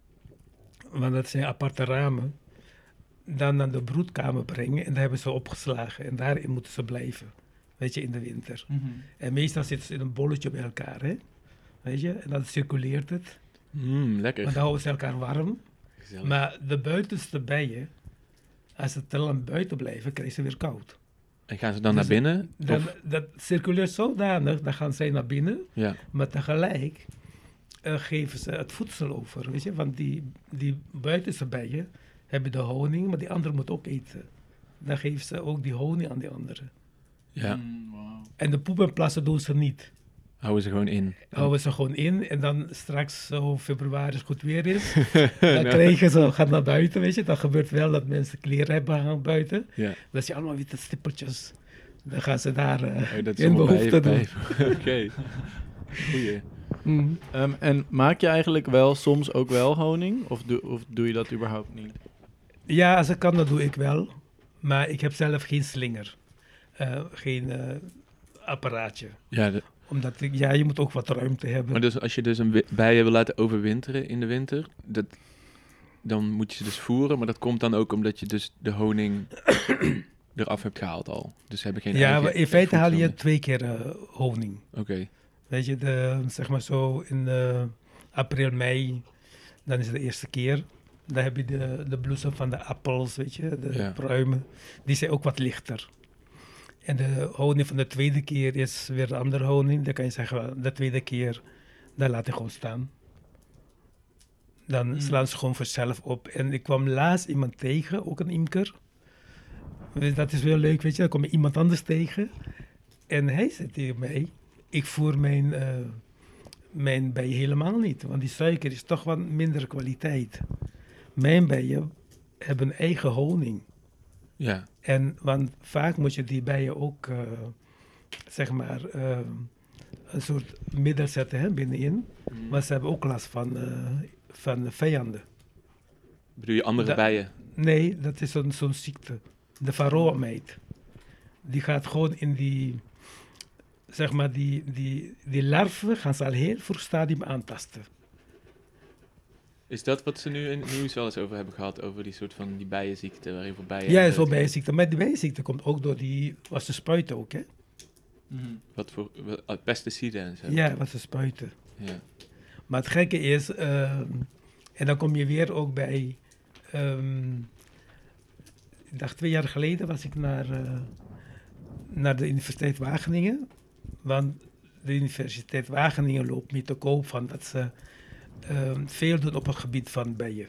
want dat zijn aparte ramen, dan naar de broedkamer brengen en daar hebben ze opgeslagen. En daarin moeten ze blijven, weet je, in de winter.
Mm-hmm.
En meestal zitten ze in een bolletje bij elkaar, hè. Weet je, en dan circuleert het.
Mm, lekker.
Want dan houden ze elkaar warm.
Gezellig.
Maar de buitenste bijen, als ze te lang buiten blijven, krijgen ze weer koud.
En gaan ze dan
Dus
naar binnen?
Dan,
Of-
dat circuleert zodanig, dan gaan zij naar binnen.
Ja.
Maar tegelijk uh, geven ze het voedsel over, weet je. Want die, die buitenste bijen hebben de honing, maar die anderen moeten ook eten. Dan geven ze ook die honing aan die anderen.
Ja.
Mm, wow.
En de poep en plassen doen ze niet.
Houden ze gewoon in.
Houden ze gewoon in en dan straks zo februari als het goed weer is, dan krijgen ze, gaan naar buiten, weet je. Dan gebeurt wel dat mensen kleren hebben hangen buiten.
Ja.
Dan zie je allemaal witte stippertjes. Dan gaan ze daar uh,
Oh, dat is
in
allemaal
behoefte doen.
bij- bij- Oké. Goeie.
Mm.
Um, en maak je eigenlijk wel soms ook wel honing? Of, doe- of doe je dat überhaupt niet?
Ja, als het kan, dat doe ik wel. Maar ik heb zelf geen slinger. Uh, geen uh, apparaatje.
Ja, de-
Omdat ik, ja, je moet ook wat ruimte hebben.
maar dus als je dus een wi- bijen wil laten overwinteren in de winter, dat, dan moet je ze dus voeren. Maar dat komt dan ook omdat je dus de honing eraf hebt gehaald al. Dus ze hebben geen
ja,
eigen
maar in feite haal je
voedsel
twee keer uh, honing.
meer. Oké.
Weet je, de, zeg maar zo in uh, april, mei, dan is het de eerste keer. Dan heb je de, de bloesem van de appels, weet je, de
Ja.
pruimen. Die zijn ook wat lichter. En de honing van de tweede keer is weer de andere honing. Dan kan je zeggen, de tweede keer, dan laat ik gewoon staan. Dan
Mm.
slaan ze gewoon vanzelf op. En ik kwam laatst iemand tegen, ook een imker. Dus dat is wel leuk, weet je. Dan kom je iemand anders tegen. En hij zei tegen mij, ik voer mijn, uh, mijn bijen helemaal niet. Want die suiker is toch wat minder kwaliteit. Mijn bijen hebben eigen honing.
Ja.
En want vaak moet je die bijen ook, uh, zeg maar, uh, een soort middel zetten hè, binnenin.
Mm.
Maar ze hebben ook last van, uh, van vijanden.
Bedoel je andere
Da-
bijen?
Nee, dat is zo'n zo'n ziekte. De varroa-meid. Die gaat gewoon in die, zeg maar, die, die, die larven gaan ze al heel vroeg stadium aantasten.
Is dat wat ze nu in het nieuws wel eens over hebben gehad? Over die soort van die bijenziekte, waar heel veel bijen...
Ja,
dood
zo
gaan?
bijenziekte. Maar die bijenziekte komt ook door die, wat ze spuiten ook, hè?
Wat voor wat- uh, pesticiden en zo.
Ja, wat ze spuiten.
Ja.
Maar het gekke is, ehm, en dan kom je weer ook bij, ehm, ik dacht twee jaar geleden was ik naar, eh, naar de Universiteit Wageningen. Want de Universiteit Wageningen loopt mee te koop van dat ze ehm, veel doen op het gebied van bijen.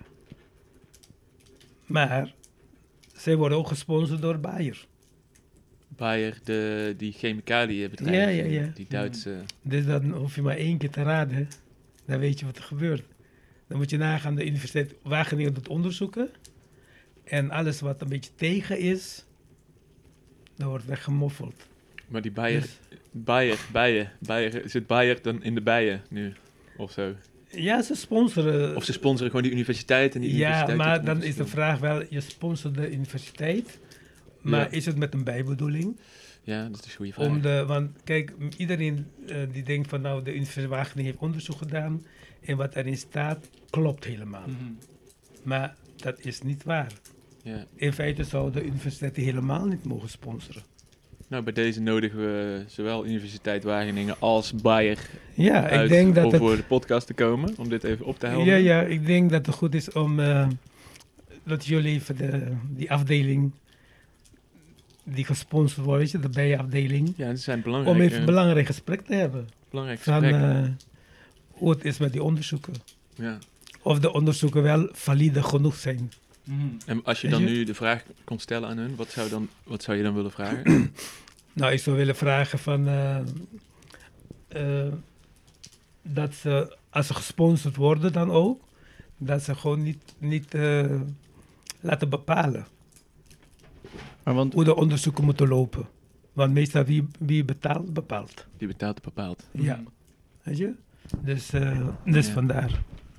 Maar zij worden ook gesponsord door Bayer.
Bayer, de, die chemicaliënbedrijf,
Ja, ja, ja.
die Duitse...
Dus dan hoef je maar één keer te raden, dan weet je wat er gebeurt. Dan moet je nagaan, de Universiteit Wageningen doet onderzoeken. En alles wat een beetje tegen is, dat wordt weggemoffeld.
Maar die Bayer,
Dus-
Bayer, bijen, Bayer, zit Bayer dan in de bijen nu? Of zo?
Ja, ze sponsoren.
Of ze sponsoren gewoon die universiteit en die
ja,
universiteit...
maar
doet
dan
ons
is de
dan.
vraag wel, je sponsort de universiteit. Maar
Ja.
is het met een bijbedoeling?
Ja, dat is een goede vraag.
Om de, want kijk, m- iedereen eh, die denkt van nou, de Universiteit Wageningen heeft onderzoek gedaan. En wat erin staat, klopt helemaal. Maar dat is niet waar.
Ja.
In feite zou de universiteit die helemaal niet mogen sponsoren.
Nou, bij deze nodigen we zowel Universiteit Wageningen als Bayer
Ja,
uit
ik denk dat
om
het...
voor de podcast te komen, om dit even op te
Ja,
helderen.
ja, ik denk dat het goed is om... eh, dat jullie even de, die afdeling... die gesponsord wordt, weet je, de bijenafdeling...
Ja, dat zijn
om
belangrijke,
even een belangrijk gesprek te hebben.
belangrijke
Van
gesprekken.
eh, hoe het is met die onderzoeken.
Ja.
Of de onderzoeken wel valide genoeg zijn.
En als je
Weet
dan
je?
nu de vraag kon stellen aan hun, wat zou, dan, wat zou je dan willen vragen?
Nou, ik zou willen vragen van... eh, eh, dat ze, als ze gesponsord worden dan ook... dat ze gewoon niet, niet eh, laten bepalen
Maar want,
hoe de onderzoeken moeten lopen. Want meestal wie, wie betaalt, bepaalt.
Die betaalt het bepaald.
Ja, weet je? Dus, eh, dus
Ja.
vandaar.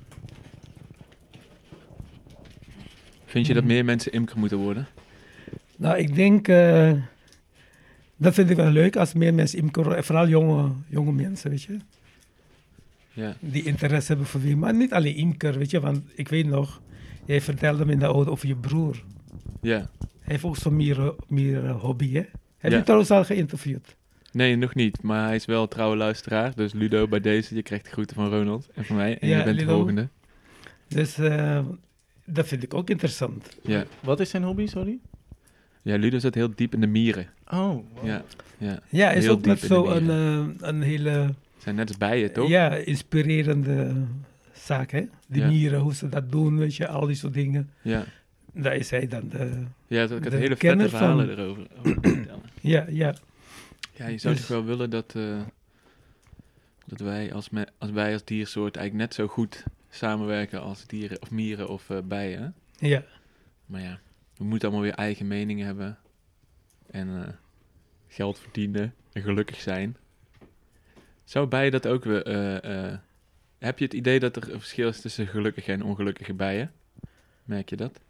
Vind je dat
Hmm.
meer mensen imker moeten worden?
Nou, ik denk... eh, dat vind ik wel leuk als meer mensen imker worden. Vooral jonge, jonge mensen, weet je?
Ja.
Die interesse hebben voor wie. Maar niet alleen imker, weet je? Want ik weet nog... Jij vertelde me in de auto over je broer.
Ja.
Hij heeft ook zo'n mieren, mieren hobby, hè? Heb je
Ja.
hem trouwens al geïnterviewd?
Nee, nog niet. Maar hij is wel een trouwe luisteraar. Dus Ludo, bij deze, je krijgt de groeten van Ronald en van mij. En
Ja,
je bent de
Ludo.
volgende.
Dus eh, dat vind ik ook interessant.
Ja.
wat is zijn hobby, sorry?
Ja, Ludo zit heel diep in de mieren.
Oh, wow.
Ja. Ja.
Ja, is
Heel
ook net
diep in de
zo een,
mieren.
eh, een hele
Zijn net als bijen, toch?
ja, inspirerende zaak, hè? Die
Ja.
mieren, hoe ze dat doen, weet je, al die soort dingen.
Ja.
Daar is hij dan de...
Ja, ik had
De
hele vette
kenner
verhalen
van-
erover over te vertellen.
Ja, ja.
Ja, je zou
Dus-
toch wel willen dat, eh, dat wij als, me, als wij als diersoort eigenlijk net zo goed samenwerken als dieren of mieren of eh, bijen. hè?
Ja,
Maar ja, we moeten allemaal weer eigen meningen hebben. En eh, geld verdienen en gelukkig zijn. Zou bijen dat ook weer... eh, eh, heb je het idee dat er een verschil is tussen gelukkige en ongelukkige bijen? Merk je dat?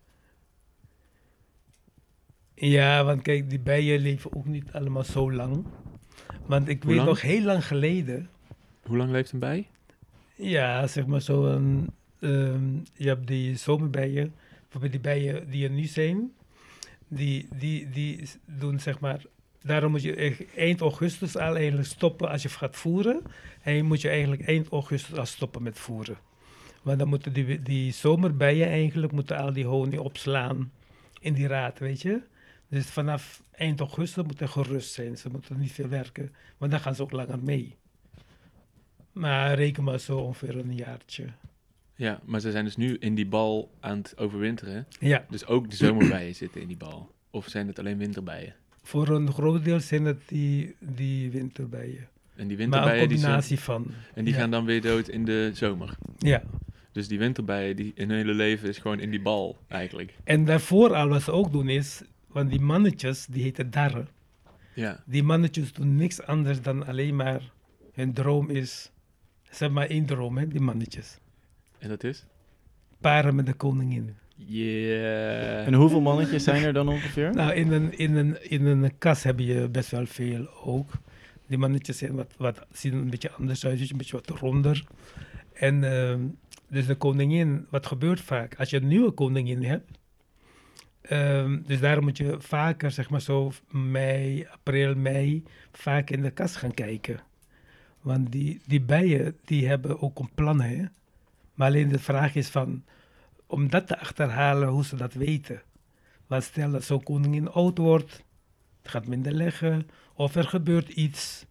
ja, want kijk, die bijen leven ook niet allemaal zo lang. Want ik
Hoe
weet
lang?
nog heel lang geleden...
Hoe lang leeft een bij?
Ja, zeg maar zo een... ehm, je hebt die zomerbijen, bijvoorbeeld die bijen die er nu zijn, die, die, die s- doen zeg maar... Daarom moet je echt eind augustus al eigenlijk stoppen als je gaat voeren. En je moet je eigenlijk eind augustus al stoppen met voeren. Want dan moeten die, die zomerbijen eigenlijk moeten al die honing opslaan in die raad, weet je. Dus vanaf eind augustus moet er gerust zijn. Ze moeten niet veel werken, want dan gaan ze ook langer mee. Maar reken maar zo ongeveer een jaartje.
Ja, maar ze zijn dus nu in die bal aan het overwinteren.
Ja,
Dus ook de zomerbijen zitten in die bal. Of zijn het alleen winterbijen?
voor een groot deel zijn het die, die winterbijen.
En die
Maar een
winterbijen die, zijn,
combinatie van.
en die
ja.
gaan dan weer dood in de zomer.
Ja,
Dus die winterbijen, die, hun hele leven is gewoon in die bal eigenlijk.
en daarvoor al wat ze ook doen is, want die mannetjes, die heten darren.
Ja,
Die mannetjes doen niks anders dan alleen maar, hun droom is, ze hebben maar één droom, hè, die mannetjes.
en dat is?
Paren met de koningin.
Yeah.
En hoeveel mannetjes zijn er dan ongeveer?
Nou, in een, in een, in een kas heb je best wel veel ook. Die mannetjes zijn wat, wat, zien een beetje anders uit, dus een beetje wat ronder. En ehm, dus de koningin, wat gebeurt vaak? Als je een nieuwe koningin hebt, ehm, dus daarom moet je vaker, zeg maar zo mei, april, mei, vaak in de kast gaan kijken. Want die, die bijen, die hebben ook een plan, hè. Maar alleen de vraag is van, om dat te achterhalen, hoe ze dat weten. Want stel dat zo'n koningin oud wordt, het gaat minder leggen, of er gebeurt iets,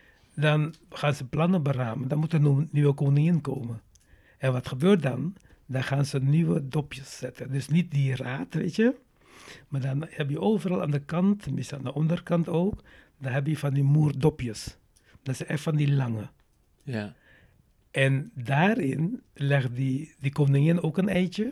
dan gaan ze plannen beramen. Dan moet er een nieuwe koningin komen. En wat gebeurt dan? Dan gaan ze nieuwe dopjes zetten. Dus niet die raad, weet je. Maar dan heb je overal aan de kant, tenminste aan de onderkant ook, dan heb je van die moerdopjes. Dat is echt van die lange.
Ja.
En daarin legt die, die koningin ook een eitje.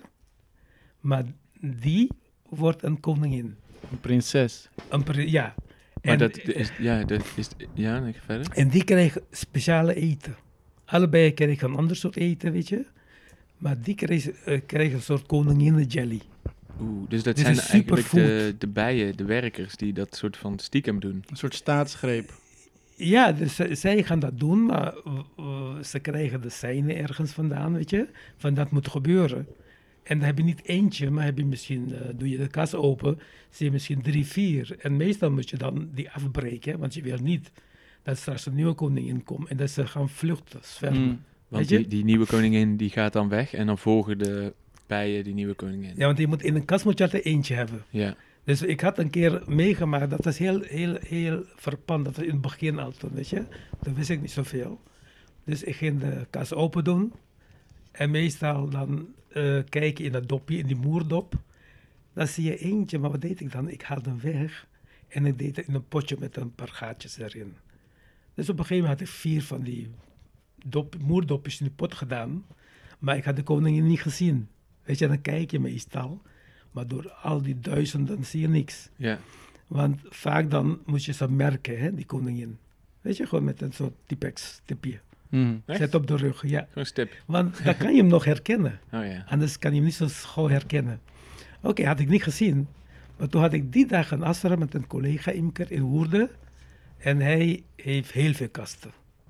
Maar die wordt een koningin.
Een prinses.
Een pri- ja.
Maar
En,
dat is, ja, dat is, ja, dan ga ik verder.
en die krijgen speciale eten. Allebei krijgen een ander soort eten, weet je. Maar die krijgen, uh, krijgen een soort koninginnen jelly.
Oeh, dus dat
Dit
zijn
is
eigenlijk de,
superfood.
de bijen, de werkers, die dat soort van stiekem doen.
Een soort staatsgreep.
Ja, dus z- zij gaan dat doen, maar uh, uh, ze krijgen de seinen ergens vandaan, weet je. Van dat moet gebeuren. En dan heb je niet eentje, maar heb je misschien, uh, doe je de kas open, zie je misschien drie, vier. En meestal moet je dan die afbreken, want je wil niet dat straks een nieuwe koningin komt en dat ze gaan vluchten, zwermen.
Mm.
Want
Weet je?
die, die nieuwe koningin die gaat dan weg en dan volgen de bijen die nieuwe koningin.
Ja, want je moet in een kas moet je altijd eentje hebben.
Ja.
Dus ik had een keer meegemaakt, dat was heel, heel, heel verpand. Dat was in het begin al toen, weet je. Toen wist ik niet zoveel. Dus ik ging de kas open doen. En meestal dan uh, kijk je in dat dopje, in die moerdop. Dan zie je eentje, maar wat deed ik dan? Ik haalde hem weg. En ik deed het in een potje met een paar gaatjes erin. Dus op een gegeven moment had ik vier van die dop, moerdopjes in die pot gedaan. Maar ik had de koningin niet gezien. Weet je, dan kijk je meestal. Maar door al die duizenden zie je niks.
Ja.
Want vaak dan moet je ze merken, hè, die koningin. Weet je, gewoon met een soort Tipex tipje.
Mm.
Echt?
Zet op de rug, ja.
Gewoon stip.
Want dan kan je hem nog herkennen.
Oh ja.
Anders kan je hem niet zo gauw herkennen. Oké, had ik niet gezien. Maar toen had ik die dag een afspraak met een collega-imker in Woerden. En hij heeft heel veel kasten.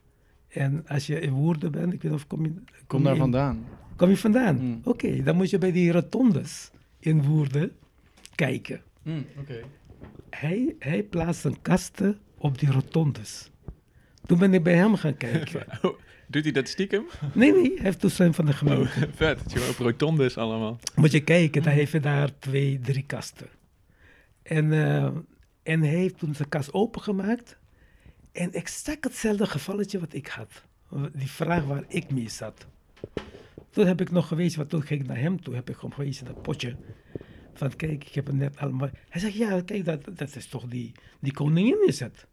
En als je in Woerden bent, ik weet niet of kom je...
Kom
je
daar
in-
vandaan.
Kom je vandaan?
Mm.
Oké, dan moet je bij die rotondes in Woerden kijken.
Mm, Oké.
Hij, hij plaatste kasten op die rotondes. Toen ben ik bij hem gaan kijken.
Oh, doet hij dat stiekem?
Nee, nee, hij heeft toestemming van de gemeente.
Oh, vet. Het is gewoon op rotondes allemaal.
Moet je kijken, dan heeft hij daar twee, drie kasten. En, eh, en hij heeft toen zijn kast opengemaakt. En exact hetzelfde gevalletje wat ik had. Die vraag waar ik mee zat. Toen heb ik nog gewezen, want toen ging ik naar hem toe, heb ik gewoon gewezen dat potje. Van kijk, ik heb het net allemaal... Hij zegt, ja, kijk, dat, dat is toch die, die koningin is het.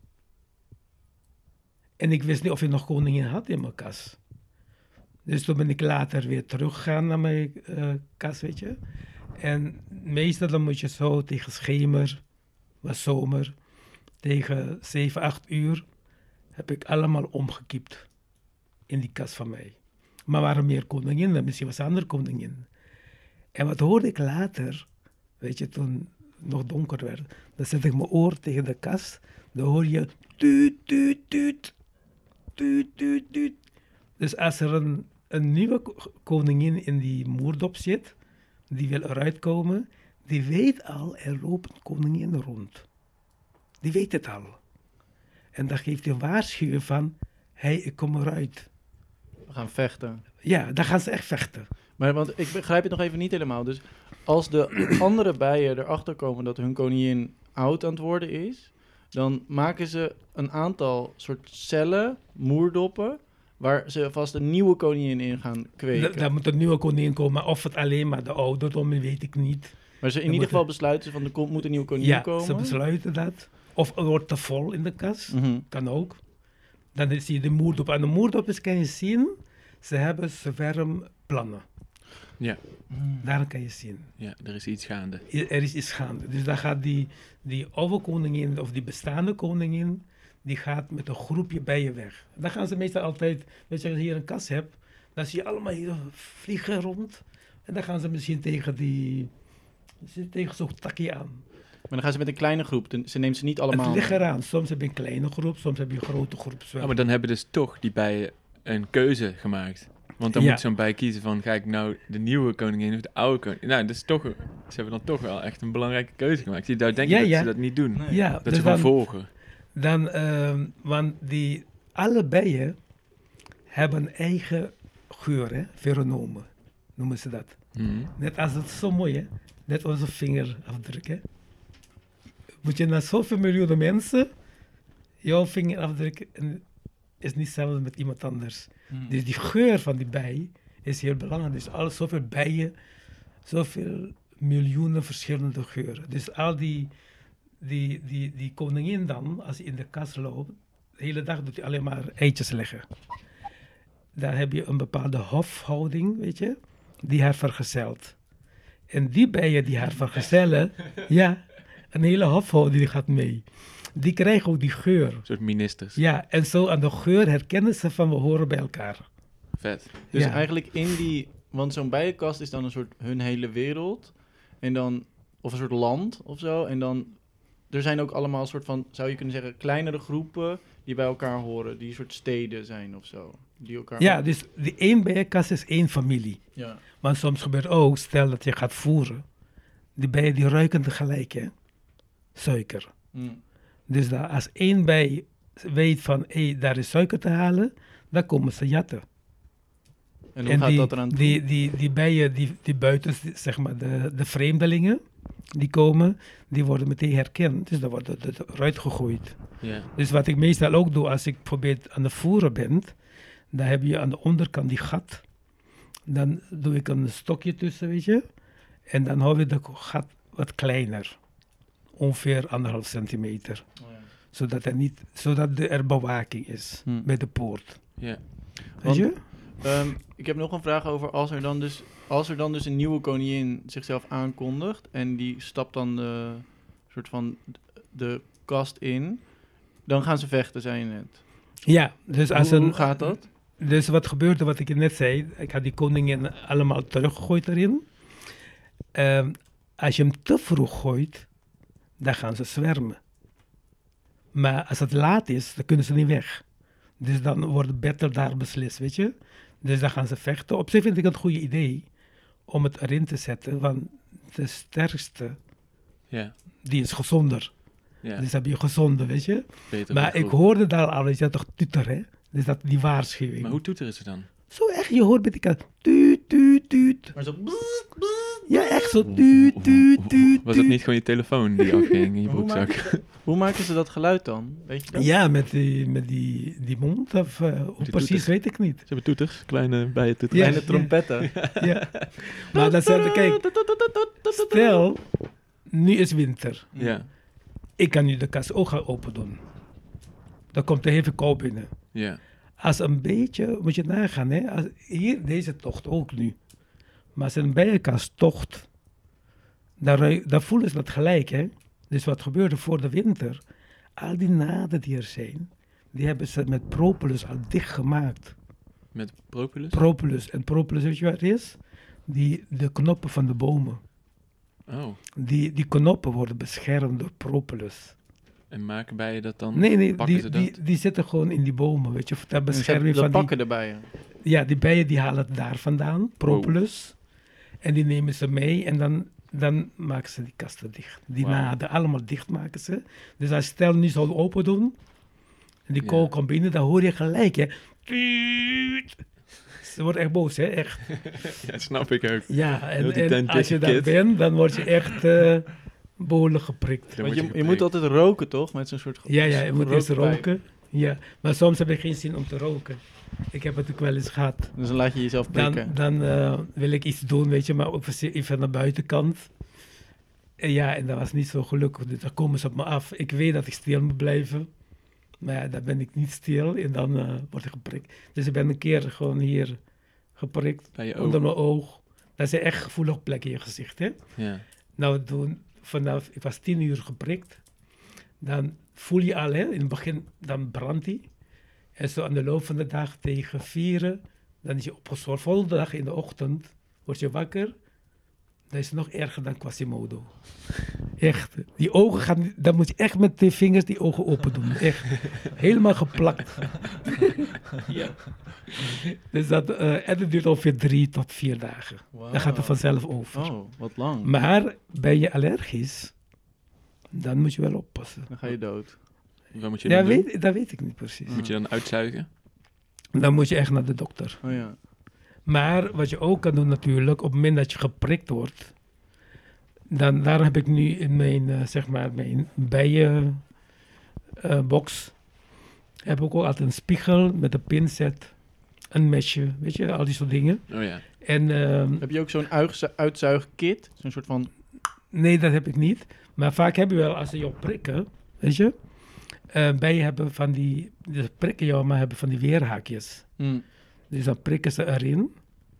En ik wist niet of hij nog koningin had in mijn kas. Dus toen ben ik later weer teruggegaan naar mijn uh, kas, weet je. En meestal dan moet je zo tegen schemer, was zomer, tegen zeven, acht uur, heb ik allemaal omgekiept in die kas van mij. Maar waren meer koninginnen, misschien was een andere koningin. En wat hoorde ik later, weet je, toen het nog donker werd, dan zet ik mijn oor tegen de kast, dan hoor je tuut, tuut, tuut, tuut, tuut, tuut. Dus als er een, een nieuwe ko- koningin in die moerdop zit, die wil eruit komen, die weet al, er loopt een koningin rond. Die weet het al. En dan geeft hij een waarschuwing van, hé, hey, ik kom eruit.
We gaan vechten.
Ja, dan gaan ze echt vechten.
Maar want ik begrijp het nog even niet helemaal. Dus als de andere bijen erachter komen dat hun koningin oud aan het worden is, dan maken ze een aantal soort cellen, moerdoppen, waar ze vast een nieuwe koningin in gaan kweken.
Da- Daar moet een nieuwe koningin komen. Of het alleen maar de ouderdom is, weet ik niet.
maar ze in
dan
ieder
moet
geval
er-
besluiten van er komt, moet een nieuwe koningin
Ja,
komen.
ze besluiten dat. Of er wordt te vol in de kas.
Mhm.
Kan ook. Dan zie je de moerdop. Aan de moerdopjes kan je zien, ze hebben zwermplannen.
Ja.
Daar kan je zien.
Ja, er is iets gaande.
Er is iets gaande. Dus dan gaat die, die oude koningin of die bestaande koningin, die gaat met een groepje bijen weg. Dan gaan ze meestal altijd, weet je, als je hier een kas hebt, dan zie je allemaal hier vliegen rond. En dan gaan ze misschien tegen die, tegen zo'n takje aan.
Maar dan gaan ze met een kleine groep. dan- Ze neemt ze niet allemaal
Het ligt
mee.
eraan. Soms heb je een kleine groep, soms heb je een grote groep
Oh,
zwemmen.
maar dan hebben dus toch die bijen een keuze gemaakt. Want dan
Ja.
moet zo'n bij kiezen van, ga ik nou de nieuwe koningin of de oude koningin? Nou, dat is toch, ze hebben dan toch wel echt een belangrijke keuze gemaakt. Je zou denken
Ja,
dat
ja.
ze dat niet doen.
Nee.
Ja,
Dat
dus
ze gewoon
dan,
volgen.
dan ehm, want die, alle bijen hebben een eigen geur, hè? Pheromonen noemen ze dat.
Mhm.
Net als het zo mooi, hè? Net onze vingerafdruk, hè? Moet je naar zoveel miljoenen mensen, jouw vingerafdruk en is niet hetzelfde met iemand anders.
Hmm.
Dus die geur van die bij is heel belangrijk. Dus al zoveel bijen, zoveel miljoenen verschillende geuren. Dus al die, die, die, die koningin dan, als hij in de kast loopt, de hele dag doet hij alleen maar eitjes leggen. Dan heb je een bepaalde hofhouding, weet je, die haar vergezelt. En die bijen die haar vergezellen, ja, een hele hofhouding die gaat mee. Die krijgen ook die geur.
Een soort ministers.
Ja, en zo aan de geur herkennen ze van we horen bij elkaar.
Vet.
Dus
Ja.
eigenlijk in die... Want zo'n bijenkast is dan een soort hun hele wereld. En dan... Of een soort land of zo. En dan... Er zijn ook allemaal een soort van... Zou je kunnen zeggen... Kleinere groepen die bij elkaar horen. Die een soort steden zijn of zo. Die elkaar...
Ja, dus die één bijenkast is één familie.
Ja.
Maar soms gebeurt ook, stel dat je gaat voeren. Die bijen die ruiken tegelijk, hè. Suiker.
Mm.
Dus dat als één bij weet van, hé, daar is suiker te halen, dan komen ze jatten.
En hoe gaat
die,
dat eraan toe?
die, die, die bijen, die, die buiten, die- zeg maar, de, de vreemdelingen, die komen, die worden meteen herkend. Dus dan wordt het het eruit gegooid.
Ja.
Dus wat ik meestal ook doe, als ik probeer aan het voeren ben, dan heb je aan de onderkant die gat. Dan doe ik een stokje tussen, weet je. En dan hou je dat gat wat kleiner. Ongeveer anderhalf centimeter.
Oh, ja.
Zodat er, niet, zodat er er bewaking is
Hm.
bij de poort.
Ja.
Weet
Want-
je?
Ehm, ik heb nog een vraag over als er dan dus... Als er dan dus een nieuwe koningin zichzelf aankondigt... En die stapt dan de... soort van de kast in... Dan gaan ze vechten, zei je net.
Ja, dus als
hoe,
een,
hoe gaat dat?
Dus wat gebeurde, wat ik je net zei, ik had die koningin allemaal teruggegooid erin. Ehm, als je hem te vroeg gooit, dan gaan ze zwermen. Maar als het laat is, dan kunnen ze niet weg. Dus dan wordt het beter daar beslist, weet je. Dus dan gaan ze vechten. Op zich vind ik het een goede idee om het erin te zetten, want de sterkste,
Ja.
die is gezonder.
Ja.
Dus heb je gezonde, weet je.
Beter
Maar
dan
ik
groep.
hoorde daar al, is dat toch tuter, hè. Dus dat die waarschuwing.
Maar hoe toeteren ze dan?
Zo echt, je hoort met die kat. Tuut, tuut, tuut.
Maar zo...
Ja, echt zo. Tuut, tuut, tuut.
Was dat niet gewoon je telefoon die afging in je
Maar hoe,
broekzak?
maken ze, hoe maken ze dat geluid dan? Weet je dat?
Ja, met die, met die, die mond. Of, uh, hoe
die
precies
toeter.
weet ik niet.
Ze hebben toeters, kleine bijentoeters.
Ja.
Kleine trompetten.
Ja. Maar dan zeg ik, kijk, stel, nu is winter.
Ja.
Ik kan nu de kast ook gaan open doen. Dan komt er heel veel kou binnen.
Ja.
Als een beetje, moet je nagaan, hè. Als, hier, deze tocht ook nu. Maar als een bijenkast tocht, dan, rui- dan voelen ze dat gelijk, hè. Dus wat gebeurde voor de winter? Al die naden die er zijn, die hebben ze met propolis al dichtgemaakt.
Met propolis?
Propolis. En propolis, weet je wat het is? Die, de knoppen van de bomen.
Oh.
Die, die knoppen worden beschermd door propolis.
En maken bijen dat dan?
Nee, nee,
pakken
die,
ze dat?
die, die zitten gewoon in die bomen, weet je. Ter
En ze
bescherming
dat
van die...
pakken erbij. Ja.
Ja, die bijen die halen het daar vandaan, propolis. En die nemen ze mee en dan, dan maken ze die kasten dicht. Die
Wauw.
naden allemaal dicht maken ze. Dus als je stel nu zou open doen, en die
Ja.
kool komt binnen, dan hoor je gelijk, hè. Tuut. Ze wordt echt boos, hè, echt.
Ja, snap ik ook.
Ja, en,
Heel die
en
tent
als je
dicht
daar
gekit.
bent, dan word je echt eh behoorlijk geprikt.
Dan
Want
word
je,
je
je moet
geprikt.
altijd roken, toch? Met zo'n soort... ge-
Ja, ja, je moet eerst
rookpijp.
roken. Ja, maar soms heb ik geen zin om te roken. Ik heb het ook wel eens gehad.
Dus dan laat je jezelf prikken.
Dan, dan eh, wil ik iets doen, weet je, maar ook even aan de buitenkant. En ja, en dat was niet zo gelukkig. Dus dan komen ze op me af. Ik weet dat ik stil moet blijven. Maar ja, dan ben ik niet stil en dan eh, word ik geprikt. Dus ik ben een keer gewoon hier geprikt,
Bij je
onder
ogen.
mijn oog. Dat is een echt gevoelig plek in je gezicht, hè.
Ja.
Nou, toen, vanaf, ik was tien uur geprikt. Dan voel je al, hè, in het begin, dan brandt hij. En zo aan de loop van de dag tegen vieren, dan is je opgezorgd. Volgende dag in de ochtend word je wakker. Dat is nog erger dan Quasimodo. Echt. Die ogen gaan... niet- Dan moet je echt met de vingers die ogen open doen. Echt. Helemaal geplakt. Ja. Dus dat, eh, en het duurt ongeveer drie tot vier dagen.
Wow.
Dan gaat het vanzelf over.
Oh, wat lang.
Maar ben je allergisch, dan moet je wel oppassen.
Dan ga je dood.
Wat moet je
Ja,
dan doen?
weet, dat weet ik niet precies.
Moet je dan uitzuigen?
Dan moet je echt naar de dokter.
Oh ja.
Maar wat je ook kan doen natuurlijk, op het moment dat je geprikt wordt, dan daarom heb ik nu in mijn, eh, zeg maar, mijn bijenbox, eh, box, heb ik ook altijd een spiegel met een pincet, een mesje, weet je, al die soort dingen.
Oh ja.
En ehm,
Heb je ook zo'n uitzu- uitzuigkit? Zo'n soort van...
nee, dat heb ik niet. Maar vaak heb je wel, als ze je prikken, weet je, eh bijen hebben van die, ze prikken jou, maar hebben van die weerhaakjes.
Hm.
Dus dan prikken ze erin.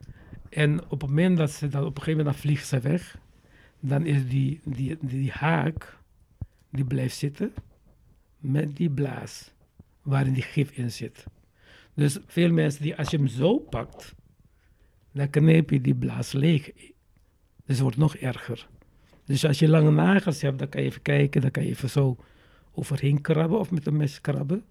En op het moment dat ze dan, op een gegeven moment dan vliegen ze weg, dan is die, die, die haak, die blijft zitten met die blaas waarin die gif in zit. Dus veel mensen, die, als je hem zo pakt, dan knijp je die blaas leeg. Dus het wordt nog erger. Dus als je lange nagels hebt, dan kan je even kijken, dan kan je even zo overheen krabben of met een mes krabben.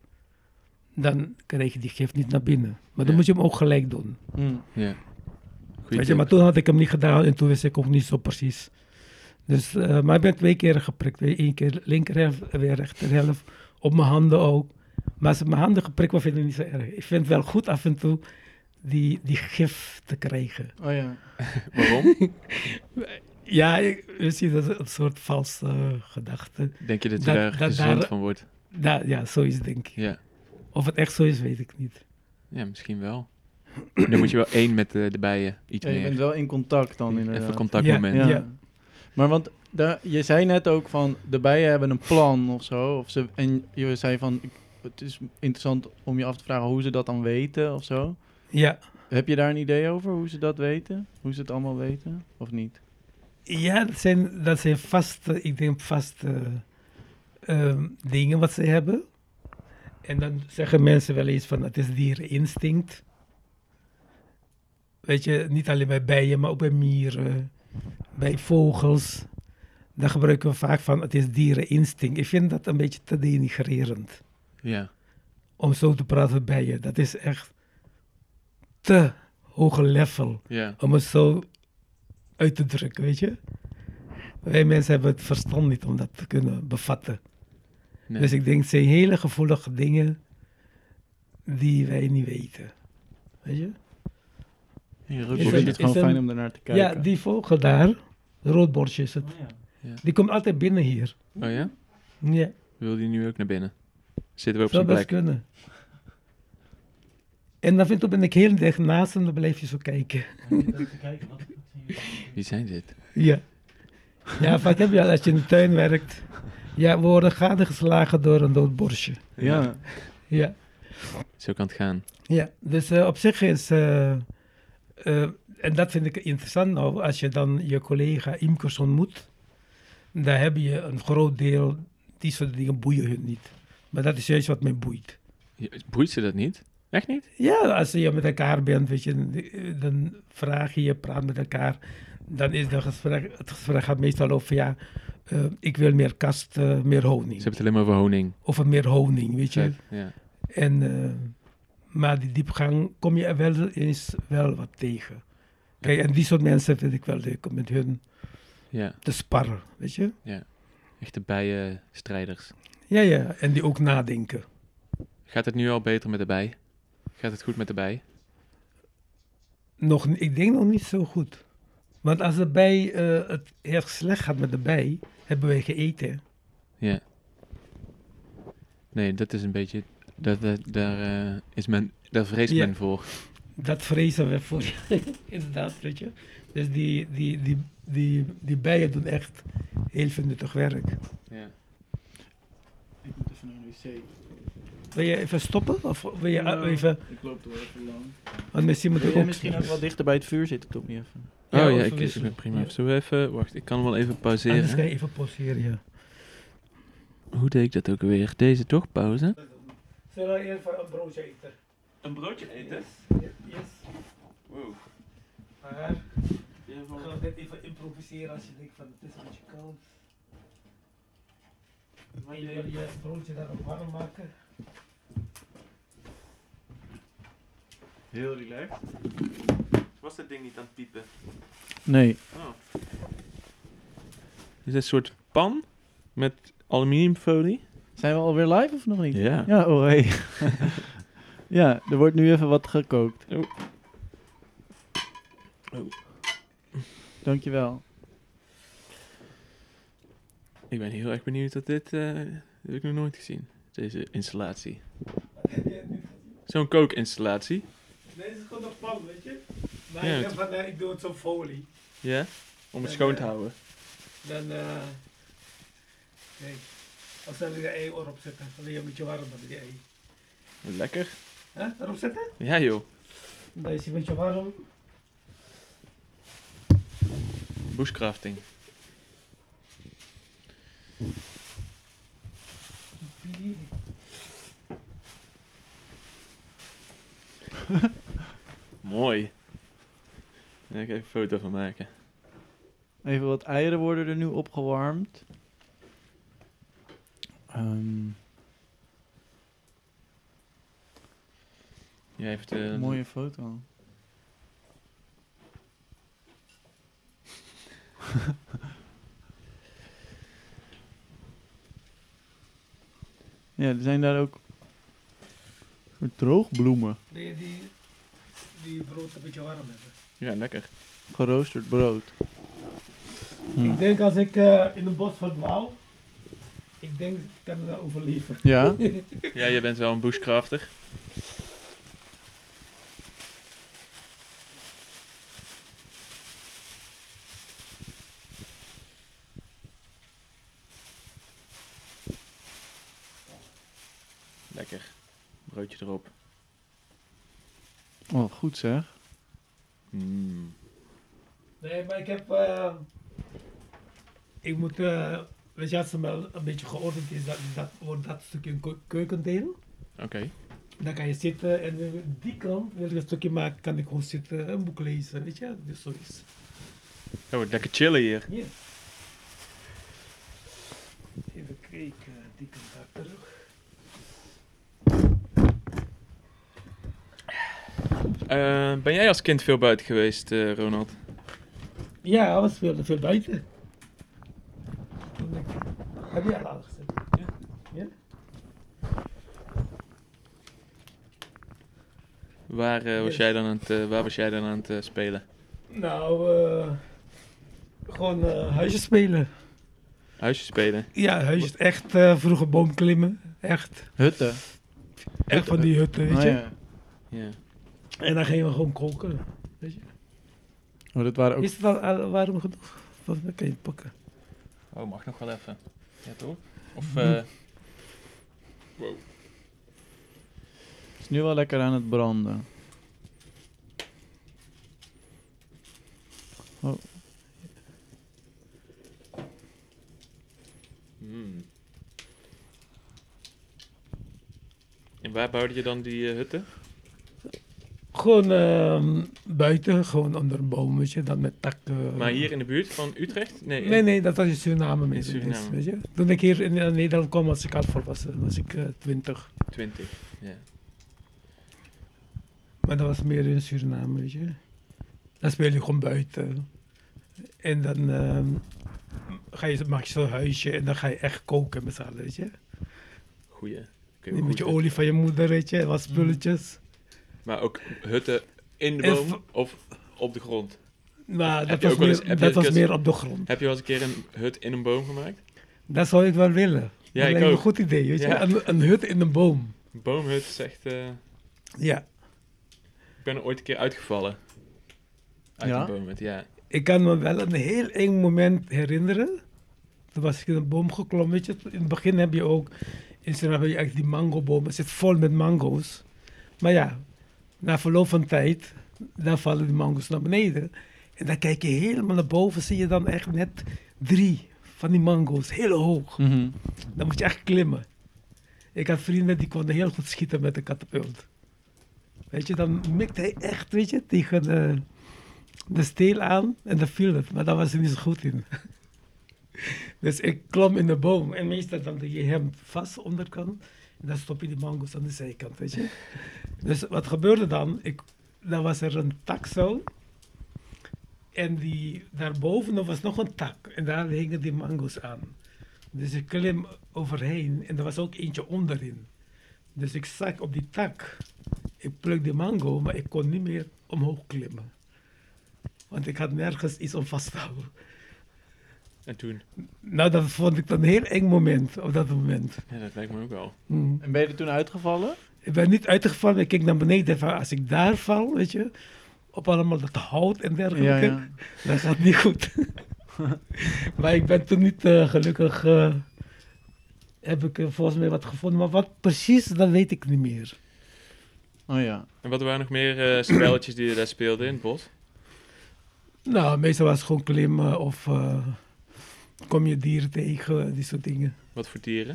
Dan krijg je die gif niet naar binnen. Maar dan
Ja.
moet je hem ook gelijk doen.
Hm.
Ja. Goeie
Weet je,
tip.
maar toen had ik hem niet gedaan en toen wist ik ook niet zo precies. Dus, eh, maar ik ben twee keer geprikt. Weer één keer linkerhelft, weer rechterhelft. Op mijn handen ook. Maar als ze mijn handen geprikt worden, vind ik het niet zo erg. Ik vind het wel goed af en toe die, die gif te krijgen.
Oh ja.
Waarom?
Ja, ik, je ziet dat is een soort valse eh, gedachte.
Denk je dat je
Dat-
daar
dat
gezond
daar-
van wordt?
Da, ja, zoiets denk ik.
Ja.
Of het echt zo is, weet ik niet.
Ja, misschien wel. Dan moet je wel één met de, de bijen. Iets
Ja, je
meer.
bent wel in contact dan inderdaad.
Even contactmoment.
Ja.
Ja. Maar want daar, je zei net ook van de bijen hebben een plan of zo. Of ze, en je zei van ik, het is interessant om je af te vragen hoe ze dat dan weten of zo.
Ja,
Heb je daar een idee over hoe ze dat weten? Hoe ze het allemaal weten of niet?
ja dat, zijn, dat zijn vaste, ik denk vaste ehm, dingen wat ze hebben. En dan zeggen mensen wel eens van het is diereninstinct. Weet je, niet alleen bij bijen, maar ook bij mieren, bij vogels. Dan gebruiken we vaak van het is diereninstinct. Ik vind dat een beetje te denigrerend.
Ja.
Om zo te praten bij je. Dat is echt te hoge level
Ja.
om het zo uit te drukken, weet je. Wij mensen hebben het verstand niet om dat te kunnen bevatten.
Nee.
Dus ik denk, het zijn hele gevoelige dingen die wij niet weten. Weet je?
Hier,
Is
Ik
er-
vind
roodborstje.
het gewoon
is er-
fijn om daarnaar te kijken.
Ja, die vogel daar, roodborstje is het.
Oh, ja.
Die komt altijd binnen hier.
Oh ja?
Ja,
Wil die nu ook naar binnen? Zitten we op
zou
zijn
best
plek?
kunnen. En af en toe ben ik heel dicht naast hem, dan blijf je zo kijken.
Wie zijn dit?
Ja. Ja, vaak heb je al als je in de tuin werkt. Ja, we worden gadegeslagen door een dood borstje.
Ja.
Ja.
Zo kan het gaan.
Ja, dus eh, op zich is, eh, eh, en dat vind ik interessant nou, als je dan je collega imkers ontmoet, dan heb je een groot deel, die soort dingen boeien hun niet. Maar dat is juist wat mij boeit.
Je- Boeit ze dat niet? Echt niet?
Ja, als je met elkaar bent, weet je, dan vraag je, je praat met elkaar, dan is de gesprek, het gesprek gaat meestal over, ja, eh, ik wil meer kast, eh, meer
Ze
honing.
hebben het alleen maar over honing.
Of meer honing, weet je.
Vet, Ja.
En, eh, maar die diepgang kom je er wel eens wel wat tegen. Kijk, en die soort mensen vind ik wel leuk om met hun
Ja.
te sparren, weet je.
Echte bijenstrijders.
Ja, ja, en die ook nadenken.
Gaat het nu al beter met de bij? Gaat het goed met de bij?
Nog, ni- ik denk nog niet zo goed. Want als de bij eh, het erg slecht gaat met de bij, hebben wij geëten.
Ja. Nee, dat is een beetje... Dat, dat, daar, eh, is men, daar vreest
Ja.
men voor.
Dat vrezen we voor. Inderdaad, weet je. Dus die, die, die, die, die bijen doen echt heel veel nuttig werk.
Ja.
Ik moet even naar de wc.
Wil je even stoppen? Of wil je
Nou,
even...
Ik loop er wel even lang.
Want misschien moet
Wil
ik
jij
ook...
misschien ook wat dichter bij het vuur zitten, Tommy, even?
Ja,
oh ja,
of
ik, ik
wisselen.
ben prima.
Ja.
Zullen we even... Wacht, ik kan wel even
Anders kan
pauzeren.
je even pauzeren, ja.
Hoe deed ik dat ook weer? Deze toch? Pauze?
Zullen we even een broodje eten?
Een broodje eten?
Yes.
Wow.
Maar we gaan dit even improviseren als je denkt van het is een beetje koud. En je wil je broodje daarop warm maken.
Heel relaxed. Was dat ding niet aan het piepen?
Nee.
Oh. Is dit een soort pan met aluminiumfolie?
Zijn we alweer live of nog niet?
Ja.
Ja, oh hey. Ja, er wordt nu even wat gekookt.
Oh. Oh.
Dankjewel.
Ik ben heel erg benieuwd dat dit... Uh, dat heb ik nog nooit gezien. Deze installatie. Zo'n kookinstallatie.
Nee, het is gewoon een pan, weet je. Maar
Ja,
ik,
het-
heb van, uh, ik doe het zo folie.
Ja? Om het
En,
schoon te
eh,
houden.
Dan, eh... nee. Als dan weer de ei erop zetten, dan weer een beetje warm met die ei.
Lekker.
Huh? Erop zetten?
Ja joh.
Dan is hij een beetje warm.
Bushcrafting. Mooi. Daar ga ik even een foto van maken.
Even wat eieren worden er nu opgewarmd. Ehm
Jij heeft uh,
een mooie foto. Ja, er zijn daar ook soort droogbloemen.
Die, die, die brood een beetje warm hebben.
Ja, lekker.
Geroosterd brood. Hm.
Ik denk als ik uh, in een bos verdwaal, ik denk ik kan dat overleven.
Ja?
Ja, je bent wel een bushcrafter. Lekker. Broodje erop.
Oh, goed zeg.
Mm.
Nee, maar ik heb, uh, ik moet, uh, weet je, als het wel een beetje geordend is, dat, dat wordt dat stukje een keu- keukendeel.
Oké. Okay.
Dan kan je zitten en uh, die kant wil ik een stukje maken, kan ik gewoon zitten, een boek lezen, weet je, dus zoiets.
Het wordt lekker chillen hier.
Ja. Even kijken, die kant daar terug.
Uh, ben jij als kind veel buiten geweest, uh, Ronald?
Ja, we speelden veel buiten. Toen ik- Heb je al aangezet?
Ja.
Ja?
Waar, uh, was, jij dan aan het, uh, waar was jij dan aan het uh, spelen?
Nou, uh, gewoon uh, huisjes spelen.
Huisjes spelen?
Ja, huisjes. Echt uh, vroeger boomklimmen. Echt.
Hutten.
Echt van die hutten, weet
Oh,
je.
ja.
Ja.
En dan gingen we gewoon koken. Weet je.
Oh, dat waren ook...
Is het al, al warm genoeg? Volgens mij kan je het pakken.
Oh, mag nog wel even. Ja, toch? Of, uh... wow.
Het is nu wel lekker aan het branden. Oh.
Mm. En waar bouwde je dan die uh, hutten?
Gewoon uh, buiten, gewoon onder een boom, weet je, dan met takken.
Maar hier in de buurt van Utrecht? Nee, in-
Nee, nee, dat was in Suriname.
In
mensen,
Suriname.
dus, weet je. Toen ik hier in uh, Nederland kwam, was ik al volwassen, was ik uh, twintig.
twintig, ja.
Maar dat was meer in Suriname, weet je. Dan speel je gewoon buiten. En dan uh, ga je, maak je zo'n huisje en dan ga je echt koken met z'n allen, weet je.
Goeie. Kun je
Een
goed
beetje
doen.
olie van je moeder, weet je, wat spulletjes.
Maar ook hutten in de
En
boom
v-
of op de grond?
Maar
Heb
dat
je
was,
ook wel eens-
meer,
heb je
dat was
ook eens-
meer op de grond.
Heb je wel eens een keer een hut in een boom gemaakt?
Dat zou ik wel willen.
Ja,
dat
ik
lijkt me een
ook.
goed idee, weet je.
Ja.
Een, een hut in een boom.
Een boomhut is echt... Uh...
Ja.
Ik ben er ooit een keer uitgevallen. Uit
Ja?
een boomhut, ja.
Ik kan me wel een heel eng moment herinneren. Toen was ik in een boom geklommen, weet je. In het begin heb je ook... In Suriname heb je echt die mangoboom. Het zit vol met mango's. Maar ja, na verloop van tijd... Dan vallen die mango's naar beneden. En dan kijk je helemaal naar boven. Zie je dan echt net drie van die mango's. Heel hoog.
Mhm.
Dan moet je echt klimmen. Ik had vrienden die konden heel goed schieten met een katapult. Weet je, dan mikt hij echt, weet je, tegen de, de steel aan en dan viel het. Maar daar was hij niet zo goed in. Dus ik klom in de boom. En meestal dan doe je hem vast onderkant. En dan stop je die mango's aan de zijkant, weet je. Dus wat gebeurde dan? Ik, dan was er een tak zo. En die, daarboven was nog een tak. En daar hingen die mango's aan. Dus ik klim overheen. En er was ook eentje onderin. Dus ik zak op die tak. Ik pluk die mango, maar ik kon niet meer omhoog klimmen. Want ik had nergens iets om vast te houden.
En toen?
Nou, dat vond ik een heel eng moment op dat moment.
Ja, dat lijkt me ook wel.
Mm.
En ben je er toen uitgevallen?
Ik ben niet uitgevallen, ik keek naar beneden. Van, als ik daar val, weet je, op allemaal dat hout en dergelijke,
Ja, ja.
dat gaat niet goed. Maar ik ben toen niet uh, gelukkig, uh, heb ik uh, volgens mij wat gevonden. Maar wat precies, dat weet ik niet meer.
Oh ja.
En wat waren nog meer uh, spelletjes die je daar speelde in het bos?
Nou, meestal was het gewoon klimmen of uh, kom je dieren tegen, die soort dingen.
Wat voor dieren?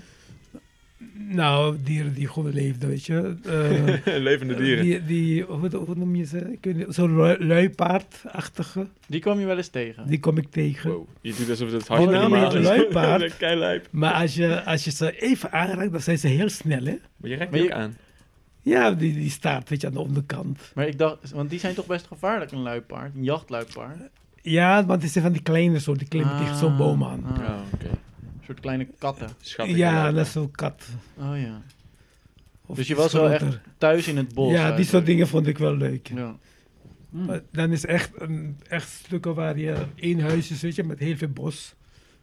Nou, dieren die gewoon leefden, weet je. Uh,
Levende dieren.
Die, die hoe, hoe noem je ze? Ik weet niet, zo'n lu- luipaardachtige,
Die kwam je wel eens tegen?
die kom ik tegen.
Wow. Je doet alsof het
Oh,
hartstikke
nou,
normaal
maar
is.
een luipaard.
Keilijp.
Maar als je, als je ze even aanraakt, dan zijn ze heel snel, hè?
Maar je raakt
Maar
die
je-
ook aan.
Ja, die, die staart, weet je, aan de onderkant.
Maar ik dacht, want die zijn toch best gevaarlijk, een luipaard, een jachtluipaard.
Ja, want het zijn van die kleine soort, die klimmen tegen zo'n boom aan.
Ah,
Oh, oké.
Een soort kleine katten.
Schattig.
Ja,
inderdaad.
dat is zo'n kat.
Oh ja.
Of
Dus je
iets
was wel
groter.
echt thuis in het bos.
Ja, die
eigenlijk.
soort dingen vond ik wel leuk.
Ja. Hm.
Maar dan is echt een echt stukken waar je één huis is, weet je, met heel veel bos.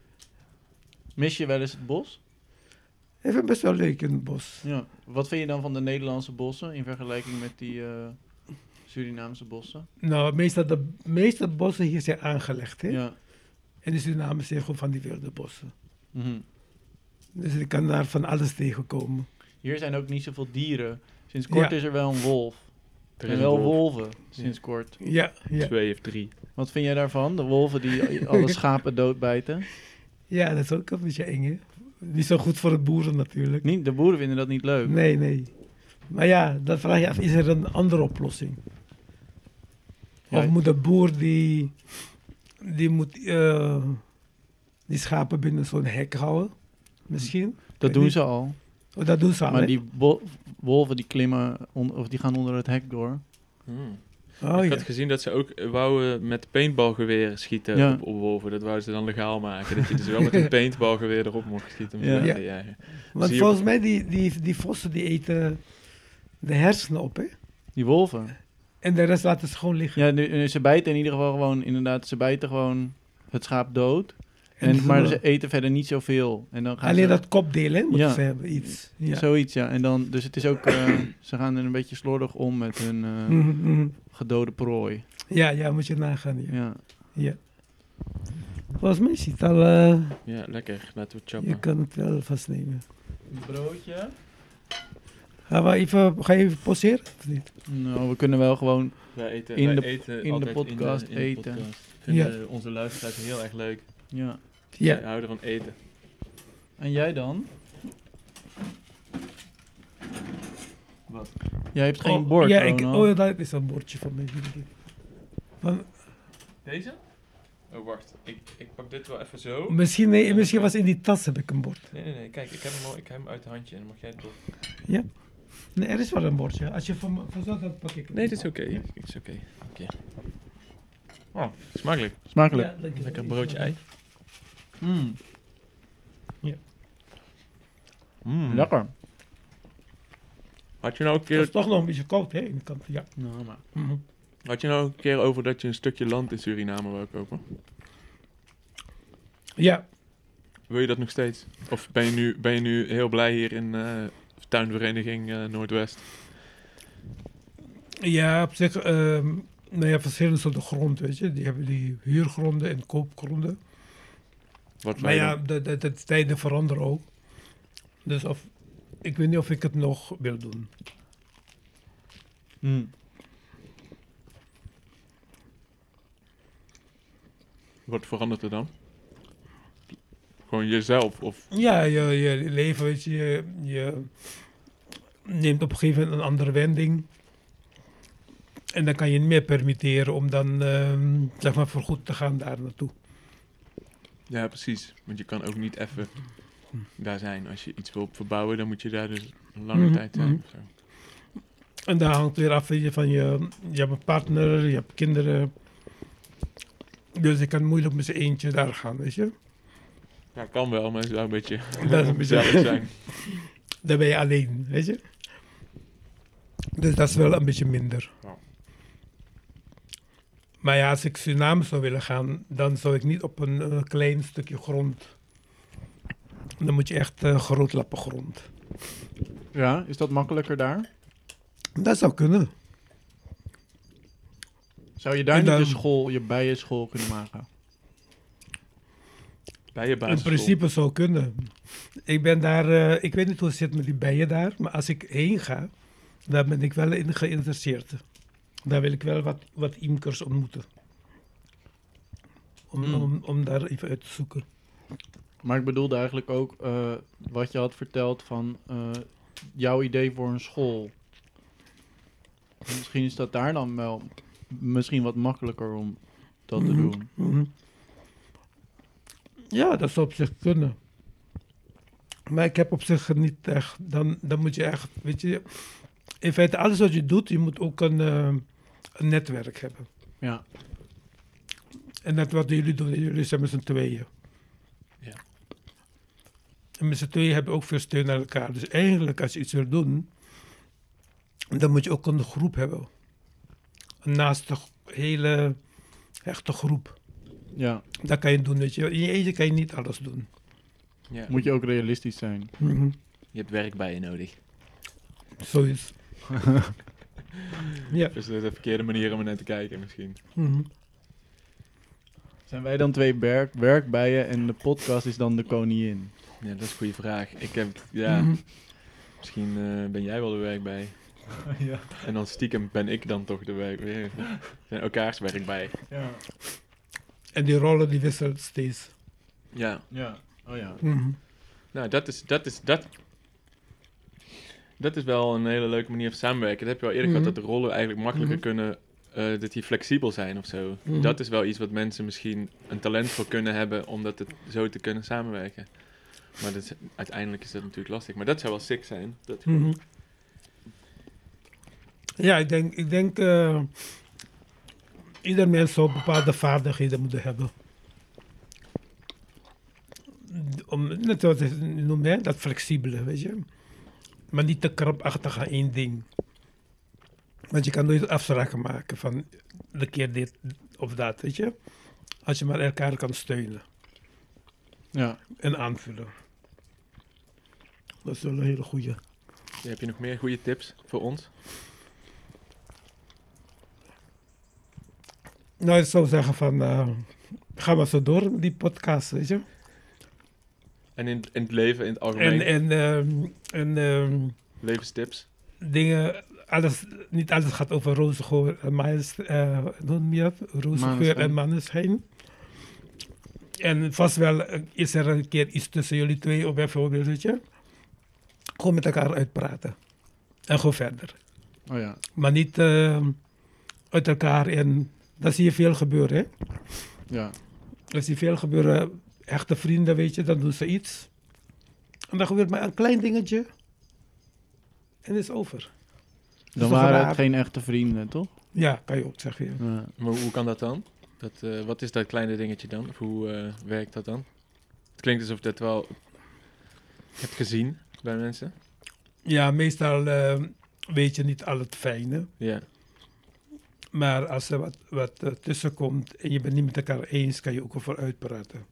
Mis je wel eens het bos?
Ik vind het best wel leuk in het bos.
Ja. Wat vind je dan van de Nederlandse bossen in vergelijking met die eh, Surinaamse bossen?
Nou, meestal de meeste bossen hier zijn aangelegd, hè.
Ja.
En de Surinamers zijn gewoon van die wilde bossen.
Mhm.
Dus ik kan daar van alles tegenkomen.
Hier zijn ook niet zoveel dieren. Sinds kort
Ja.
is er wel een wolf.
Er
En
is
wel
een wolf.
wolven, sinds kort.
Ja, ja.
Twee of drie.
Wat vind jij daarvan? De wolven die alle schapen doodbijten?
Ja, dat is ook een beetje eng, hè. Niet zo goed voor het boeren natuurlijk.
Niet, de boeren vinden dat niet leuk.
Nee, nee. Maar ja, dan vraag je af, is er een andere oplossing?
Ja.
Of moet de boer die, die moet eh, die schapen binnen zo'n hek houden? Misschien?
Dat
weet
doen
niet.
ze al.
Oh, dat doen ze al,
Maar
hè?
die wo- wolven die klimmen, on- of die gaan onder het hek door.
Hmm.
Oh,
ik
ja.
had gezien dat ze ook eh, wouden met paintballgeweren schieten
Ja.
op, op wolven. Dat wouden ze dan legaal maken. Dat je dus wel met een paintballgeweer erop mocht schieten. om ze
Ja.
weg
Ja.
te jagen.
Want
zie je
volgens
ook-
mij, die, die, die vossen die eten de hersenen op, hè?
Die wolven.
En de rest laten ze gewoon liggen.
Ja, nu, nu, ze bijten in ieder geval gewoon, inderdaad, ze bijten gewoon het schaap dood. En,
En
maar
ze-
ze eten verder niet zoveel. En dan gaan
Alleen
ze,
dat kopdeel, hè, moeten
Ja.
ze hebben, iets. Ja.
Zoiets, ja. En dan, dus het is ook, eh, ze gaan er een beetje slordig om met hun eh,
Mhm, mhm.
gedode prooi.
ja, ja, moet je nagaan. Ja.
Ja.
Ja. Volgens mij is het al, eh,
Ja, lekker. Laten we
je
chappen.
kan het wel vastnemen.
Een broodje.
Gaan we even, ga je even poseren of niet?
Nou, we kunnen wel gewoon,
Wij eten,
In
wij
de-
eten
in de
altijd
podcast
in de, in de
eten.
podcast. Vinden onze luisteraars heel erg leuk.
ja.
Zij
Ja.
houden van eten.
En jij dan?
Wat?
Jij hebt geen
Oh,
bord,
Ja, ik,
Ronald.
oh, dat is een bordje van mij. Van,
Deze? Oh, wacht. Ik, ik pak dit wel even zo.
misschien, nee, misschien was in die tas heb ik een bord.
Nee, nee, nee. Kijk, ik heb hem, al, ik heb hem uit het handje en dan mag jij het door.
Ja. Nee, er is wel een bordje. Als je van me van zo, dan pak ik het.
Nee, dit is oké. Het is oké. Oké. Oh, smakelijk.
Smakelijk.
Ja, dankjewel.
Lekker broodje ei.
Mm.
Mm.
Lekker.
Had je nou een
Het
keer,
is toch nog een beetje koud, hè, in de kant. Ja.
Nou, maar.
Mhm.
had je nou een keer over dat je een stukje land in Suriname wou kopen?
Ja.
Wil je dat nog steeds? Of ben je nu, ben je nu heel blij hier in eh tuinvereniging eh, Noordwest?
Ja, op zich, ehm nou ja, verschillende soorten grond, weet je. Die hebben die huurgronden en koopgronden.
Wat
Maar
wij
ja,
dan-
de, de, de tijden veranderen ook. Dus of, ik weet niet of ik het nog wil doen.
Mm.
Wat verandert er dan? Gewoon jezelf? Of
Ja, je, je leven, weet je, je, je neemt op een gegeven moment een andere wending. En dan kan je niet meer permitteren om dan, ehm, zeg maar, voorgoed te gaan daar naartoe.
Ja, precies. Want je kan ook niet even daar zijn. Als je iets wil verbouwen, dan moet je daar dus een lange
Mhm,
tijd zijn.
mhm.
Of zo.
En daar hangt weer af van je, van je, je hebt een partner, je hebt kinderen. Dus ik kan moeilijk met z'n eentje daar gaan, weet je.
Ja, kan wel, maar het zou een beetje
Dat is een beetje-
gezellig zijn.
Dan ben je alleen, weet je. Dus dat is wel een beetje minder.
Ja.
Maar ja, als ik Suriname zou willen gaan, dan zou ik niet op een eh, klein stukje grond. Dan moet je echt uh, groot lappen grond.
Ja, is dat makkelijker daar?
Dat zou kunnen.
Zou je daar
En
niet
dan-
je school, je bijenschool kunnen maken?
Bij je
In
basisschool.
principe zou kunnen. Ik ben daar, eh, ik weet niet hoe het zit met die bijen daar, maar als ik heen ga, daar ben ik wel in geïnteresseerd. Daar wil ik wel wat, wat imkers ontmoeten. Om,
Hmm.
om, om daar even uit te zoeken.
Maar ik bedoelde eigenlijk ook eh, wat je had verteld van eh, jouw idee voor een school. Misschien is dat daar dan wel misschien wat makkelijker om dat te
Mhm.
doen.
Mhm. Ja, dat zou op zich kunnen. Maar ik heb op zich niet echt, dan, dan moet je echt, weet je, in feite alles wat je doet, je moet ook een, eh, een netwerk hebben.
Ja,
En dat wat jullie doen, jullie zijn met z'n tweeën.
Ja.
En met z'n tweeën hebben ook veel steun naar elkaar. Dus eigenlijk als je iets wil doen, dan moet je ook een groep hebben. Naast de hele echte groep.
ja.
Dat kan je doen, weet je. In je eentje kan je niet alles doen.
Ja.
Moet je ook realistisch zijn.
Je hebt werk bij je nodig.
Zoiets. Ja.
Dus dat is de verkeerde manier om er naar te kijken misschien.
Mhm.
Zijn wij dan twee werk, werkbijen en de podcast is dan de koningin?
Ja, dat is een goede vraag. Ik heb, ja,
Mhm.
misschien eh, ben jij wel de werk bij.
ja.
En dan stiekem ben ik dan toch de werk bij. We zijn elkaars werk bij.
Ja.
En die rollen die wisselen steeds.
Ja,
Ja. Oh ja.
Mhm.
nou dat is, dat is, dat... Dat is wel een hele leuke manier van samenwerken. Dat heb je al eerder
Mhm.
gehad, dat de rollen eigenlijk makkelijker
Mhm.
kunnen... eh, dat die flexibel zijn of zo.
Mhm.
Dat is wel iets wat mensen misschien een talent voor kunnen hebben... om dat het zo te kunnen samenwerken. Maar dat is, uiteindelijk is dat natuurlijk lastig. Maar dat zou wel sick zijn. Dat,
Mhm. Ja, ik denk, ik denk eh, ieder mens zou bepaalde vaardigheden moeten hebben. Om, net zoals je noemt, hè, dat flexibele, weet je. Maar niet te krampachtig aan één ding. Want je kan nooit afspraken maken van de keer dit of dat, weet je. Als je maar elkaar kan steunen
Ja.
en aanvullen. Dat is wel een hele goeie.
heb je nog meer goede tips voor ons?
Nou, ik zou zeggen van, eh, ga maar zo door met die podcast, weet je.
En in, in het leven, in het algemeen,
En, en, ehm, en ehm,
levenstips?
dingen, alles, niet alles gaat over roze geur en maneschijn, eh, hoe noem je dat? Roze geur
Maneschijn.
en maneschijn. En vast wel eh, is er een keer iets tussen jullie twee, of bijvoorbeeld, weet je. Gewoon met elkaar uitpraten. En gewoon verder.
Oh ja.
Maar niet eh, uit elkaar en dat zie je veel gebeuren, hè.
Ja.
Er zie je veel gebeuren, echte vrienden, weet je, dan doen ze iets. En dan gebeurt maar een klein dingetje. En is over.
Dan
toch
waren
raar?
het geen echte vrienden, toch?
Ja, kan je ook zeggen. Ja.
Ja.
Maar hoe kan dat dan? Dat, eh, wat is dat kleine dingetje dan? Of hoe eh, werkt dat dan? Het klinkt alsof je dat wel hebt gezien bij mensen.
Ja, meestal eh, weet je niet al het fijne.
Ja,
Maar als er wat, wat uh, tussen komt en je bent niet met elkaar eens, kan je ook over uitpraten.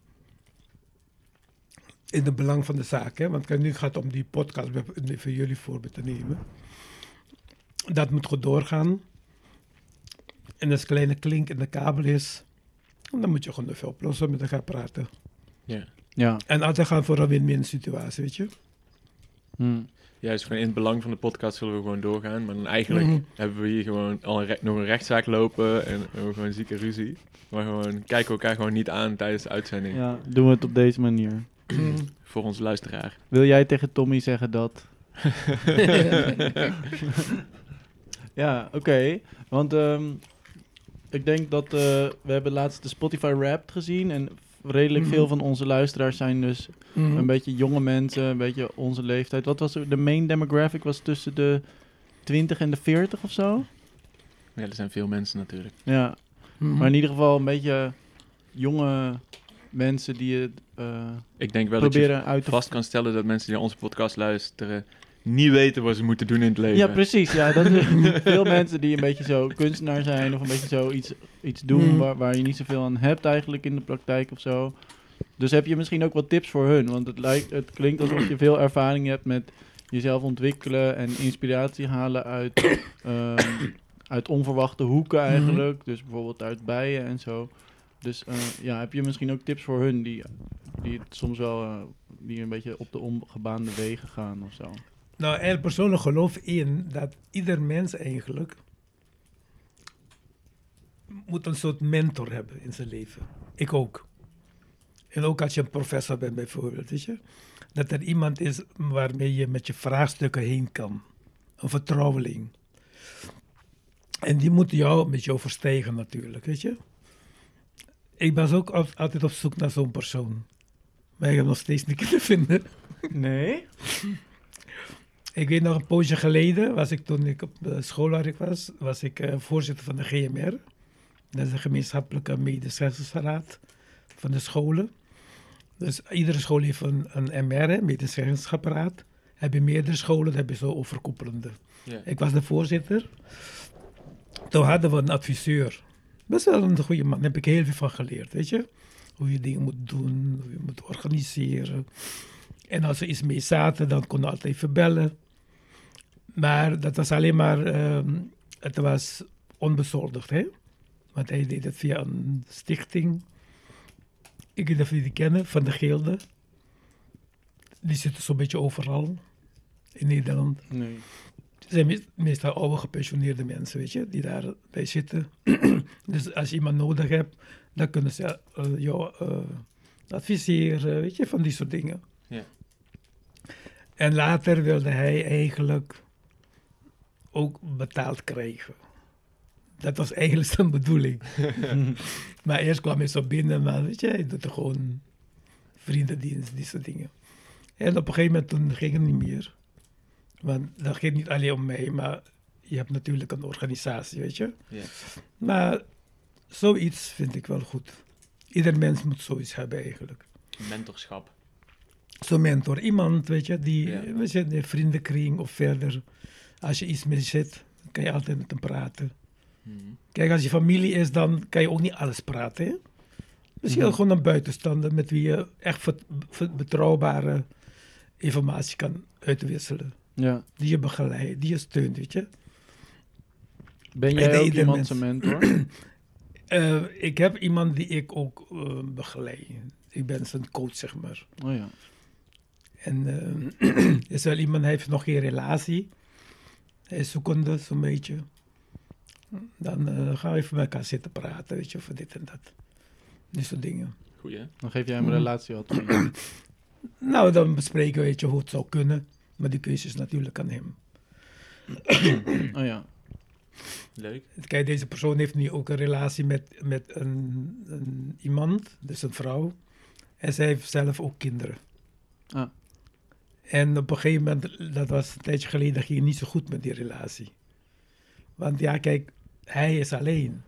In het belang van de zaak, hè? Want kijk, nu gaat het om die podcast bij- voor jullie voorbeeld te nemen. Dat moet goed doorgaan. En als een kleine klink in de kabel is, dan moet je gewoon even oplossen, met elkaar praten.
ja.
Ja.
En altijd gaan voor een win-win situatie, weet je.
Hm.
Ja, dus gewoon in het belang van de podcast zullen we gewoon doorgaan. Maar dan eigenlijk
Mhm.
hebben we hier gewoon al een re- nog een rechtszaak lopen en we hebben gewoon zieke ruzie. Maar gewoon kijken elkaar gewoon niet aan tijdens de uitzending.
Ja, doen we het op deze manier.
Voor onze luisteraar.
Wil jij tegen Tommy zeggen dat... Ja, oké. Want ehm, ik denk dat... eh, we hebben laatst de Spotify Wrapped gezien. En redelijk
Mhm.
veel van onze luisteraars zijn dus
Mhm.
een beetje jonge mensen. Een beetje onze leeftijd. Wat was er? De main demographic was tussen de twintig en de veertig of zo?
Ja, er zijn veel mensen natuurlijk.
Ja.
Mhm.
Maar in ieder geval een beetje jonge mensen die het eh,
Ik denk wel dat
proberen
je
uit te...
vast kan stellen dat mensen die naar onze podcast luisteren niet weten wat ze moeten doen in het leven.
Ja, precies. Ja, dat is veel mensen die een beetje zo kunstenaar zijn of een beetje zo iets, iets doen
Mhm.
waar, waar je niet zoveel aan hebt eigenlijk in de praktijk of zo. Dus heb je misschien ook wat tips voor hun? Want het, lijkt, het klinkt alsof je veel ervaring hebt met jezelf ontwikkelen en inspiratie halen uit, ehm, uit onverwachte hoeken eigenlijk. Dus bijvoorbeeld uit bijen en zo. Dus eh, ja, heb je misschien ook tips voor hun die, die het soms wel eh, die een beetje op de ongebaande wegen gaan of zo?
Nou, er persoonlijk geloof in dat ieder mens eigenlijk moet een soort mentor hebben in zijn leven. Ik ook. En ook als je een professor bent bijvoorbeeld, weet je. Dat er iemand is waarmee je met je vraagstukken heen kan. Een vertrouweling. En die moet jou met jou verstegen natuurlijk, weet je. Ik was ook al- altijd op zoek naar zo'n persoon. Maar ik heb nog steeds niet kunnen vinden.
Nee?
Ik weet nog een poosje geleden, was ik toen ik op de school waar ik was, was ik eh, voorzitter van de G M R. Dat is de gemeenschappelijke medezeggenschapsraad van de scholen. Dus iedere school heeft een, een M R, hè, medezeggenschapsraad. Heb je meerdere scholen, dan heb je zo overkoepelende.
Ja.
Ik was de voorzitter. Toen hadden we een adviseur. Best wel een goede man, daar heb ik heel veel van geleerd, weet je. Hoe je dingen moet doen, hoe je moet organiseren. En als er iets mee zaten, dan kon je altijd even bellen. Maar dat was alleen maar, ehm, het was onbezoldigd, hè. Want hij deed het via een stichting. Ik weet niet of jullie die kennen, Van de Gilde. Die zitten zo'n beetje overal in Nederland.
Nee.
Het zijn meest- meestal oude gepensioneerde mensen, weet je, die daarbij zitten. Dus als je iemand nodig hebt, dan kunnen ze eh, jou eh, adviseren, weet je, van die soort dingen.
Ja.
En later wilde hij eigenlijk ook betaald krijgen. Dat was eigenlijk zijn bedoeling. Maar eerst kwam hij zo binnen, maar weet je, hij doet er gewoon vriendendienst, die soort dingen. En op een gegeven moment toen ging het niet meer. Want dat ging niet alleen om mij, maar je hebt natuurlijk een organisatie, weet je.
Ja.
Maar zoiets vind ik wel goed. Ieder mens moet zoiets hebben eigenlijk.
Mentorschap.
Zo'n mentor, iemand, weet je, die,
Ja.
we zitten in een vriendenkring of verder. Als je iets mee zit, kan je altijd met hem praten.
Mhm.
Kijk, als je familie is, dan kan je ook niet alles praten, hè? Misschien
Mhm.
gewoon een buitenstander met wie je echt vert- vert- betrouwbare informatie kan uitwisselen.
Ja.
Die je begeleidt, die je steunt, weet je.
Ben
Ik
jij
denk
ook
ieder
iemand
mens.
zijn mentor?
Eh, ik heb iemand die ik ook eh, begeleid. Ik ben zijn coach, zeg maar.
Oh ja.
En eh, is wel iemand, hij heeft nog geen relatie. Hij is zoekende, zo'n beetje. Dan eh, gaan we even met elkaar zitten praten, weet je, over dit en dat. Die soort dingen.
Goeie, hè?
Dan geef jij hem een
Mhm.
relatieadvies.
Nou, dan bespreken we, weet je, hoe het zou kunnen. Maar die keuze is natuurlijk aan hem.
Oh ja.
Leuk.
Kijk, deze persoon heeft nu ook een relatie met, met een, een iemand, dus een vrouw. En zij heeft zelf ook kinderen.
Ah.
En op een gegeven moment, dat was een tijdje geleden, ging het niet zo goed met die relatie. Want ja, kijk, hij is alleen.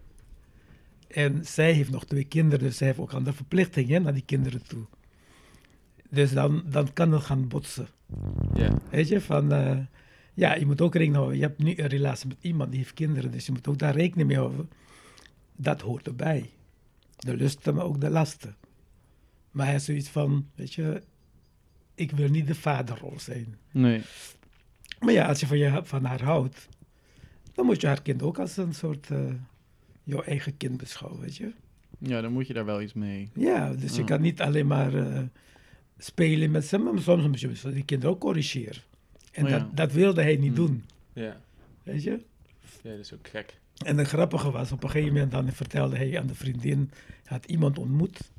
En zij heeft nog twee kinderen, dus zij heeft ook andere verplichtingen naar die kinderen toe. Dus dan, dan kan het gaan botsen.
Ja.
Weet je, van... eh, ja, je moet ook rekening houden. Je hebt nu een relatie met iemand die heeft kinderen, dus je moet ook daar rekening mee houden. Dat hoort erbij. De lusten, maar ook de lasten. Maar hij is zoiets van, weet je, ik wil niet de vaderrol zijn.
Nee.
Maar ja, als je van, je van haar houdt, dan moet je haar kind ook als een soort, eh, jouw eigen kind beschouwen, weet je.
Ja, dan moet je daar wel iets mee.
Ja, dus je
Ja.
kan niet alleen maar eh, spelen met ze, maar soms moet je die kinderen ook corrigeren. En
Oh ja.
dat, dat wilde hij niet
Hmm.
doen,
Ja.
weet je.
Ja, dat is ook gek.
En het grappige was, op een gegeven moment dan vertelde hij aan de vriendin, hij had iemand ontmoet.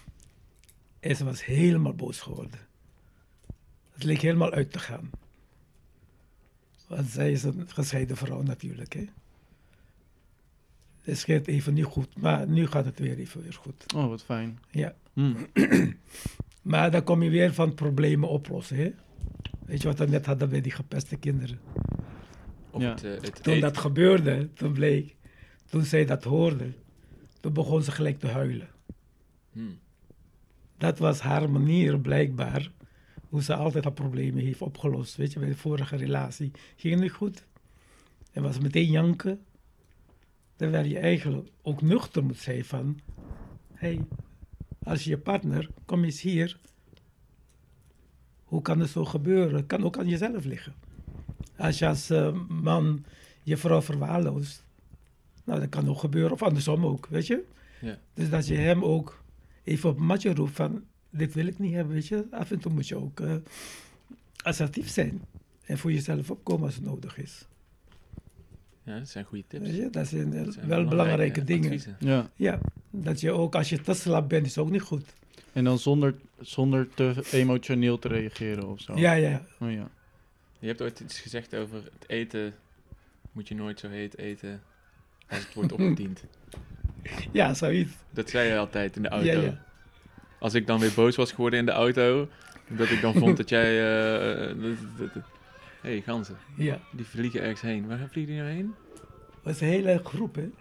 En ze was helemaal boos geworden. Het leek helemaal uit te gaan. Want zij is een gescheiden vrouw natuurlijk. Hè. Het gaat even niet goed, maar nu gaat het weer even weer goed.
Oh, wat fijn.
Ja.
Hm.
Maar dan kom je weer van problemen oplossen. Hè. Weet je wat we net hadden bij die gepeste kinderen?
Of
Ja.
het, eh, het
Toen
eten.
dat gebeurde, toen bleek, toen zij dat hoorde, toen begon ze gelijk te huilen.
Hmm.
Dat was haar manier blijkbaar, hoe ze altijd haar problemen heeft opgelost. Weet je, bij de vorige relatie ging het niet goed. En was meteen janken. Terwijl je eigenlijk ook nuchter moet zijn van, hé, hey, als je partner, kom eens hier. Hoe kan het zo gebeuren? Het kan ook aan jezelf liggen. Als je als uh, man je vrouw verwaarloost, nou dat kan ook gebeuren, of andersom ook, weet je.
Ja.
Dus dat je hem ook even op het matje roept van, dit wil ik niet hebben, weet je. Af en toe moet je ook uh, assertief zijn en voor jezelf opkomen als het nodig is.
Ja, dat zijn goede tips.
Weet je? Dat zijn, uh,
Dat zijn
wel belangrijke dingen.
adviezen.
Ja.
Ja, dat je ook als je te slap bent, is ook niet goed.
En dan zonder, zonder te emotioneel te reageren of zo.
Ja, ja.
Oh, ja.
Je hebt ooit iets gezegd over het eten. Moet je nooit zo heet eten als het wordt opgediend.
Ja, zoiets.
Dat zei je altijd in de auto.
Ja, ja.
Als ik dan weer boos was geworden in de auto, dat ik dan vond dat jij... eh, dat- dat- dat- Hé, hey, ganzen,
Ja.
die vliegen ergens heen. Waar vliegen die nou heen?
Dat is een hele groep, hè.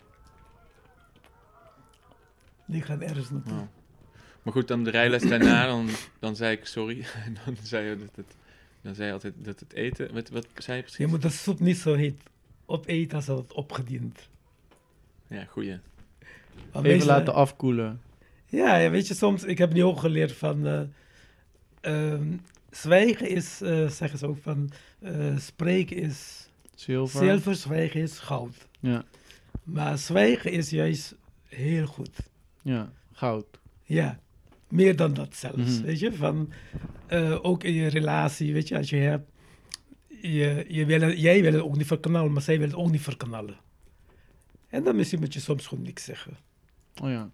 Die gaan ergens naartoe.
Oh. Maar goed, dan de rijles daarna, dan, dan zei ik sorry. En dan zei je dat het... Dan zei je altijd dat het eten... Wat, wat zei je precies?
Je moet de soep niet zo heet opeten als het wordt opgediend.
Ja, goeie.
Maar
Even
meestal-
laten afkoelen.
Ja, ja, weet je, soms, ik heb nu ook geleerd van, eh, ehm, zwijgen is, eh, zeggen ze ook van, eh, spreken is
Zilver.
zilver, zwijgen is goud.
Ja.
Maar zwijgen is juist heel goed.
Ja, goud.
Ja, meer dan dat zelfs,
Mhm.
weet je, van, eh, ook in je relatie, weet je, als je hebt, je, je wil, het- jij wil het ook niet verknallen, maar zij wil het ook niet verknallen. En dan misschien moet je soms gewoon niks zeggen.
Oh ja.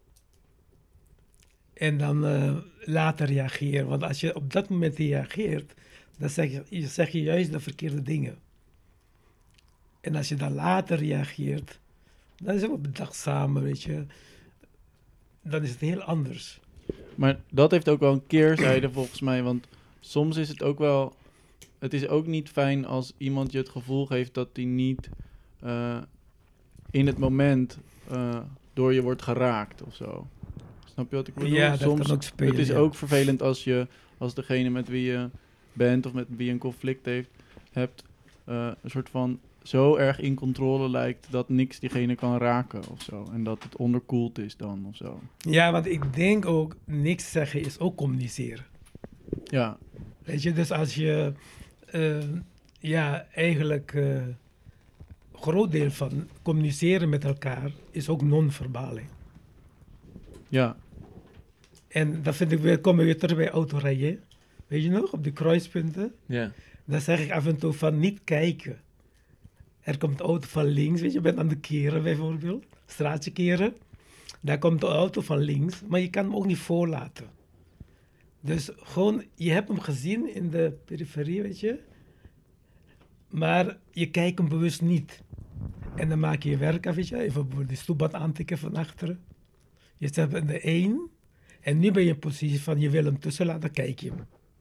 En dan eh, later reageren. Want als je op dat moment reageert, dan zeg je, je, zeg je juist de verkeerde dingen. En als je dan later reageert, dan is het wat bedachtzamer, weet je. Dan is het heel anders.
Maar dat heeft ook wel een keerzijde volgens mij, want soms is het ook wel... Het is ook niet fijn als iemand je het gevoel geeft dat hij niet eh, in het moment eh, door je wordt geraakt of zo. Snap je wat ik bedoel?
Ja, dat
soms,
kan ook spelen,
Het is
ja.
ook vervelend als je, als degene met wie je bent of met wie je een conflict heeft, hebt, eh, een soort van zo erg in controle lijkt dat niks diegene kan raken of zo. En dat het onderkoeld is dan of zo.
Ja, want ik denk ook, niks zeggen is ook communiceren.
Ja,
Weet je, dus als je, eh, ja, eigenlijk, eh, een groot deel van communiceren met elkaar is ook non-verbaal. hè.
ja,
En dan vind ik weer, komen we weer terug bij autorijden. Weet je nog, op die kruispunten.
Ja.
Dan zeg ik af en toe van niet kijken. Er komt een auto van links, weet je, je bent aan de keren bijvoorbeeld. Straatje keren. Daar komt de auto van links, maar je kan hem ook niet voorlaten. Dus gewoon, je hebt hem gezien in de periferie, weet je. Maar je kijkt hem bewust niet. En dan maak je je werk af, weet je. Even bijvoorbeeld die stoepband aantikken van achteren. Je zet hem in de één. En nu ben je in positie van je wil hem tussen laten, dan kijk je hem.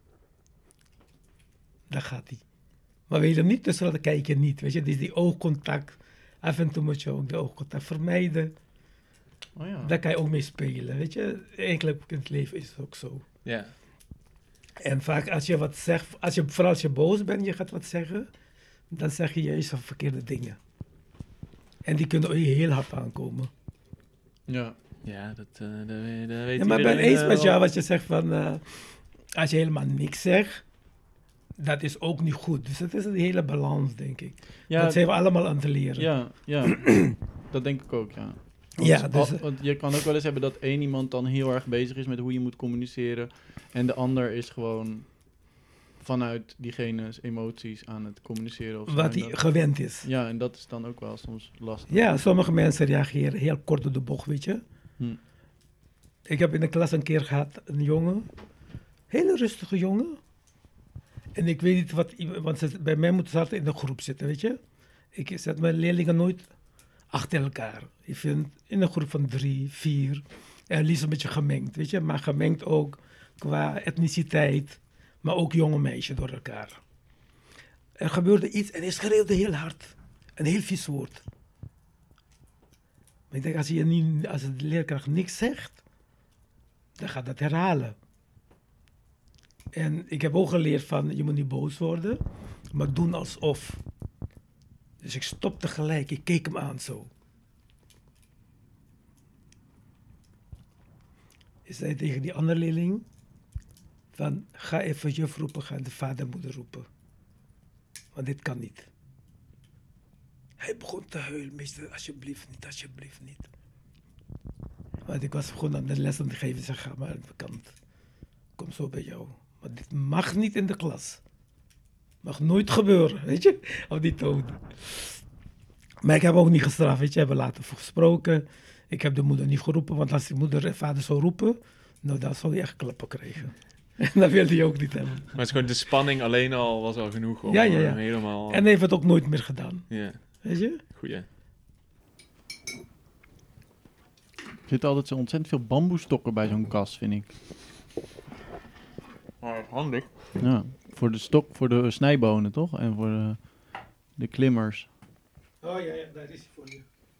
Daar gaat hij. Maar wil je hem niet tussen laten, kijk je niet. Weet je, dus die oogcontact. Af en toe moet je ook de oogcontact vermijden.
oh ja.
Daar kan je ook mee spelen. Weet je, eigenlijk in het leven is het ook zo.
Ja.
En vaak als je wat zegt, als je, vooral als je boos bent, je gaat wat zeggen, dan zeg je juist de verkeerde dingen. En die kunnen ook heel hard aankomen.
Ja.
Ja, dat, eh dat, weet- dat weet
Ja, maar ik ben
iedereen,
eens
eh,
met
wel.
jou wat je zegt van, eh, als je helemaal niks zegt, dat is ook niet goed. Dus het is een hele balans, denk ik.
Ja,
dat zijn we allemaal aan te leren.
Ja, ja. Dat denk ik ook, ja. Want,
Ja, dus-
al- want je kan ook wel eens hebben dat één iemand dan heel erg bezig is met hoe je moet communiceren en de ander is gewoon vanuit diegene's emoties aan het communiceren of zo.
Wat
En
hij
dat-
gewend is.
Ja, en dat is dan ook wel soms lastig.
Ja, sommige mensen reageren heel kort door de bocht, weet je.
Hm.
Ik heb in de klas een keer gehad een jongen, hele rustige jongen. En ik weet niet wat... iemand- Want ze, bij mij moeten ze altijd in een groep zitten, weet je. Ik zet mijn leerlingen nooit achter elkaar. Ik vind in een groep van drie, vier... En liefst een beetje gemengd, weet je. Maar gemengd ook qua etniciteit. Maar ook jonge meisjes door elkaar. Er gebeurde iets en hij schreeuwde heel hard. Een heel vies woord. Maar ik denk, als, je niet, als de leerkracht niks zegt... dan gaat dat herhalen. En ik heb ook geleerd van, je moet niet boos worden, maar doen alsof. Dus ik stopte gelijk, ik keek hem aan zo. Ik zei tegen die andere leerling, van ga even juf roepen, ga de vader en moeder roepen. Want dit kan niet. Hij begon te huilen, meester, alsjeblieft niet, alsjeblieft niet. Want ik was gewoon aan de les aan het geven, zeg, ga maar aan de kant. Kom zo bij jou. Maar dit mag niet in de klas. Mag nooit gebeuren, weet je? Op die toon. Maar ik heb ook niet gestraft, weet je. We hebben later gesproken. Ik heb de moeder niet geroepen, want als die moeder en vader zou roepen, nou, dan zou je echt klappen krijgen. En dat wilde je ook niet hebben.
Maar het is gewoon de spanning alleen al was al genoeg om
Ja, ja, ja.
hem helemaal...
En hij heeft het ook nooit meer gedaan,
Ja,
weet je?
goeie.
Er zitten altijd zo ontzettend veel bamboestokken bij zo'n kast, vind ik.
Maar handig.
Ja, voor de stok, voor de snijbonen, toch? En voor de, de klimmers.
Oh ja, ja, daar is hij voor je.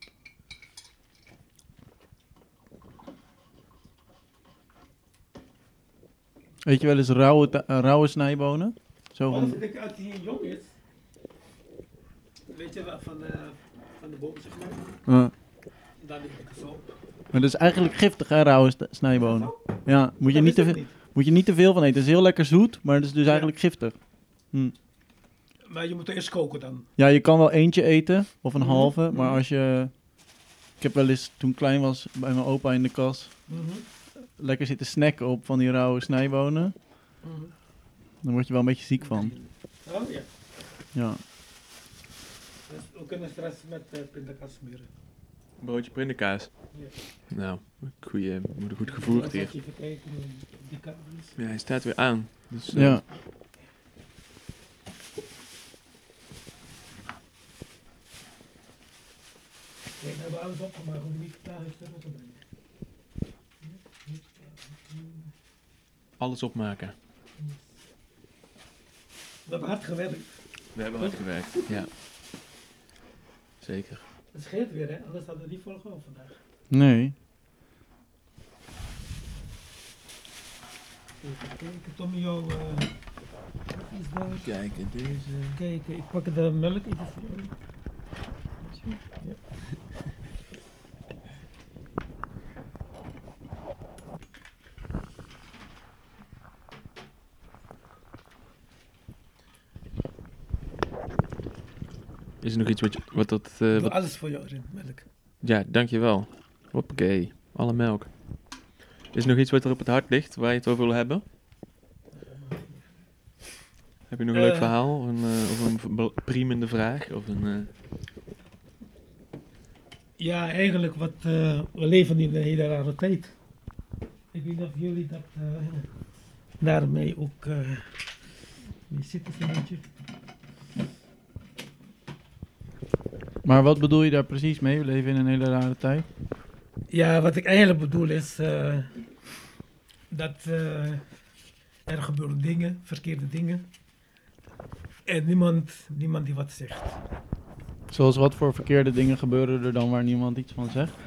Weet je wel eens rauwe, ta- eh, rauwe snijbonen? Zo
Als
van,
ik als hij jong is, weet je wel, van, uh, van de boom zeg maar,
ja.
dan ligt ik zo op.
Maar dat is eigenlijk giftig, hè, rauwe st- snijbonen. Ja, moet je,
Dat
niet te,
wist
ve-
ik
moet je niet te veel van eten. Het is heel lekker zoet, maar het is dus
Ja.
eigenlijk giftig. Hm.
Maar je moet er eerst koken dan.
Ja, je kan wel eentje eten, of een
Mhm,
halve, maar
mhm.
als je... Ik heb wel eens, toen ik klein was, bij mijn opa in de kas,
Mhm,
lekker zitten snacken op van die rauwe snijbonen.
mhm.
Dan word je wel een beetje ziek van.
Oh ja.
Ja.
Dus we kunnen straks met uh, pindakaas smeren.
Broodje pindakaas.
Ja.
Nou, goeie, moet goed gevoerd hier.
Even kijken, die kan dus.
Ja, hij staat weer aan. Dus, eh,
Ja.
We hebben alles opgemaakt om niet thuis terug te brengen.
alles opmaken.
We hebben hard gewerkt.
We hebben hard gewerkt, ja. Zeker.
Het scheelt weer, hè? Anders hadden we niet volgehouden vandaag.
Nee.
Even kijken, Tommy, jou, uh, wat is daar?
Kijken, deze...
Kijk, ik pak de melk even voor jou. Ja.
Is er nog iets wat, je, wat dat...
Ik
Uh,
doe
wat...
alles voor jou erin, melk.
Ja, dankjewel. Hoppakee, alle melk. Is er nog iets wat er op het hart ligt, waar je het over wil hebben? Heb je nog een leuk
Eh.
verhaal? Of een, uh, of een v- be- priemende vraag? Of een... Uh...
Ja, eigenlijk wat, uh, we leven in een hele rare tijd. Ik weet niet of jullie dat uh, daarmee ook uh, mee zitten een beetje.
Maar wat bedoel je daar precies mee? We leven in een hele rare tijd.
Ja, wat ik eigenlijk bedoel is uh, dat uh, er gebeuren dingen, verkeerde dingen. En niemand, niemand die wat zegt.
Zoals wat voor verkeerde dingen gebeuren er dan waar niemand iets van zegt?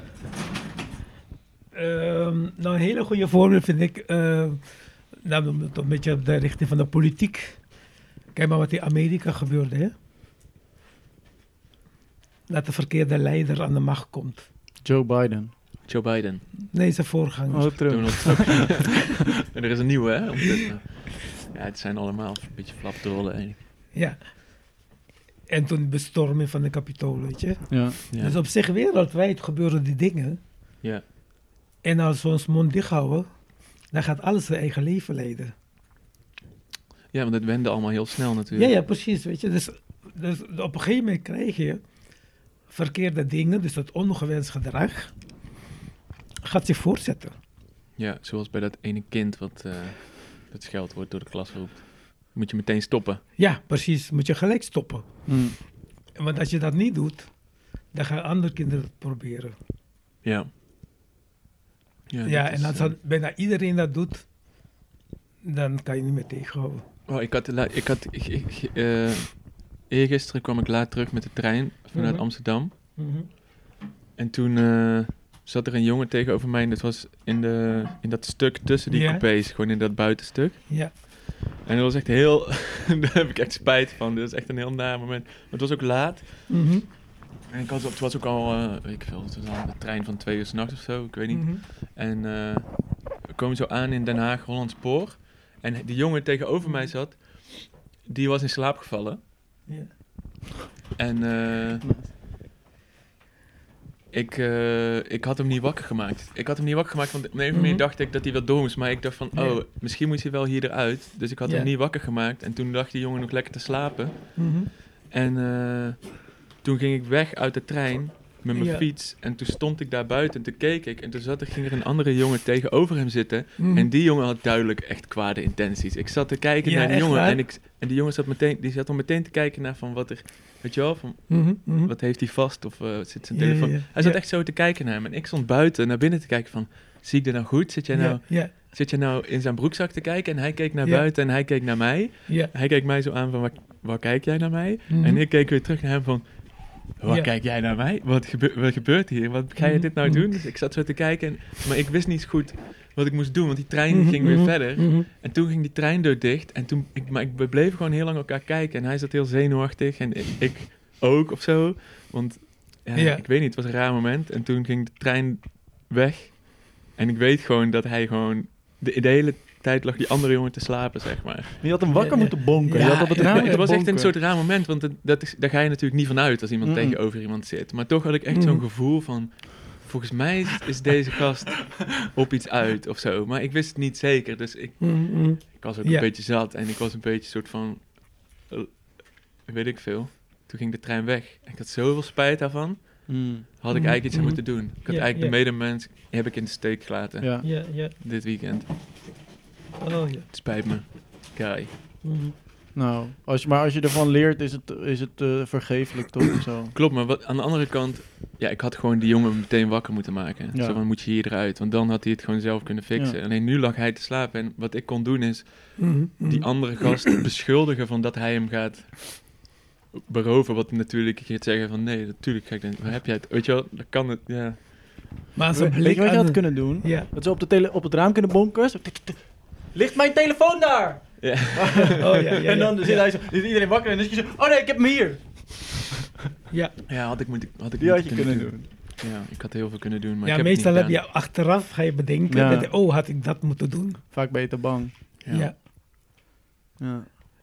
Um, nou, een hele goede voorbeeld vind ik, uh, nou, een beetje op de richting van de politiek. Kijk maar wat in Amerika gebeurde, hè. Dat de verkeerde leider aan de macht komt.
Joe Biden.
Joe Biden.
Nee, zijn voorganger.
Oh, Trump.
Donald Trump. En er is een nieuwe, hè? ondertussen. Ja, het zijn allemaal een beetje flapdrollen eigenlijk.
Ja. En toen de bestorming van de Capitool, weet je.
Ja.
Ja.
Dus op zich wereldwijd gebeuren die dingen.
Ja.
En als we ons mond dicht houden, dan gaat alles zijn eigen leven leiden.
ja, want het wende allemaal heel snel
Ja,
natuurlijk.
ja, precies, weet je. Dus, dus op een gegeven moment krijg je verkeerde dingen, dus dat ongewenst gedrag, gaat zich voortzetten.
Ja, zoals bij dat ene kind wat uh, het scheldwoord door de klas roept. moet je meteen stoppen.
Ja, precies. Moet je gelijk stoppen.
Mm.
Want als je dat niet doet, dan gaan andere kinderen het proberen.
Ja. Ja,
Ja,
dat
en
is,
als
eh,
dat bijna iedereen dat doet, dan kan je niet meer tegenhouden.
Oh, ik had, la- ik had ik, ik, eh, eergisteren kwam ik laat terug met de trein vanuit
Mhm.
Amsterdam. En toen eh, zat er een jongen tegenover mij en dat was in, de, in dat stuk tussen die
Ja.
coupés, gewoon in dat buitenstuk.
Ja.
En dat was echt heel, daar heb ik echt spijt van, dit is echt een heel naar moment. Maar het was ook laat
Mhm.
en ik had, het was ook al, eh, weet ik veel, het was al de trein van twee uur s'nachts of zo, ik weet niet.
Mhm.
En eh, we komen zo aan in Den Haag, Hollandspoor. En die jongen tegenover mij zat, die was in slaap gevallen.
Ja.
En eh, ik, eh, ik had hem niet wakker gemaakt. Ik had hem niet wakker gemaakt, want op een of andere manier
Mhm.
dacht ik dat hij wel door moest. Maar ik dacht van,
Ja.
oh, misschien moest hij wel hier eruit. Dus ik had
Ja.
hem niet wakker gemaakt. En toen lag die jongen nog lekker te slapen.
Mhm.
En eh, toen ging ik weg uit de trein met mijn
Ja.
fiets. En toen stond ik daar buiten en toen keek ik. En toen zat er, ging er een andere jongen tegenover hem zitten.
Mhm.
En die jongen had duidelijk echt kwade intenties. Ik zat te kijken
Ja,
naar die
echt
jongen.
waar?
En, ik, en die jongen zat meteen, die zat al meteen te kijken naar van wat er... Weet je wel, van
Mhm. Mhm.
wat heeft hij vast of eh, zit zijn
Ja,
telefoon.
ja, ja.
Hij zat
Ja.
echt zo te kijken naar hem. En ik stond buiten naar binnen te kijken van... Zie ik er nou goed? Zit jij nou,
Ja, ja,
zit jij nou in zijn broekzak te kijken? En hij keek naar
Ja.
buiten en hij keek naar mij.
ja.
Hij keek mij zo aan van... Waar, waar kijk jij naar mij?
Mhm.
En ik keek weer terug naar hem van... Waar
Ja.
kijk jij naar mij? Wat, gebe- wat gebeurt hier? Wat ga je
Mhm,
dit nou
mhm.
doen? Dus ik zat zo te kijken. En, maar ik wist niet goed wat ik moest doen. Want die trein
Mhm,
ging weer
mhm,
verder.
mhm.
En toen ging die treindeur dicht. En toen, ik, maar ik, we bleven gewoon heel lang elkaar kijken. En hij zat heel zenuwachtig. En ik, ik ook of zo. Want ja,
Ja.
ik weet niet, het was een raar moment. En toen ging de trein weg. En ik weet gewoon dat hij gewoon... De, de hele tijd lag die andere jongen te slapen, zeg maar.
Je had hem wakker
Ja, ja.
moeten bonken.
Ja,
je had op het
het,
raam
het
moeten
was echt een
bonken.
soort raar moment. Want het, dat is, daar ga je natuurlijk niet van uit als iemand
Mm-mm.
tegenover iemand zit. Maar toch had ik echt zo'n
Mhm.
gevoel van... Volgens mij is, is deze gast op iets uit of zo. Maar ik wist het niet zeker. Dus ik,
Mhm. Mhm.
ik was ook
Ja.
een beetje zat. En ik was een beetje soort van... eh, weet ik veel. Toen ging de trein weg. Ik had zoveel spijt daarvan.
Mm.
Had ik
Mhm,
eigenlijk iets aan
mhm.
moeten doen. Ik had
Ja,
eigenlijk de
ja.
medemens... heb ik in de steek gelaten.
Ja.
Ja, ja.
Dit weekend.
Oh, ja.
Het spijt me. Kai.
Mhm.
Nou, als je, maar als je ervan leert, is het, is het eh, vergeeflijk toch? of Zo.
Klopt, maar wat, aan de andere kant... Ja, ik had gewoon die jongen meteen wakker moeten maken.
Ja.
Zo van, moet je hier eruit? Want dan had hij het gewoon zelf kunnen fixen.
Ja.
Alleen nu lag hij te slapen. En wat ik kon doen is...
Mhm. Mhm.
die andere gast beschuldigen van dat hij hem gaat beroven. Wat natuurlijk, je gaat zeggen van... Nee, natuurlijk ga ik dat... Waar heb jij het? Weet je wel, dan kan het... Ja.
Maar als
We-
een
Weet
blik
je wat je
aan
had
de-
kunnen doen?
Ja.
Dat ze op, de tele, op het raam kunnen bonken. Zo, tik, tik, tik. Ligt mijn telefoon daar?
Ja.
Oh, ja, ja,
en dan
ja.
zit hij zo, zit iedereen wakker en dan is je zo... Oh nee, ik heb hem hier.
Ja,
ja, had ik moeten had ik
Die had je
moeten
kunnen doen.
Ja, ik had heel veel kunnen doen, maar
ja
ik heb
meestal
het
heb
niet
je achteraf, ga je bedenken,
Ja.
dat, oh, had ik dat moeten doen?
Vaak ben je te bang.
gedaan.
Ja,
Ja.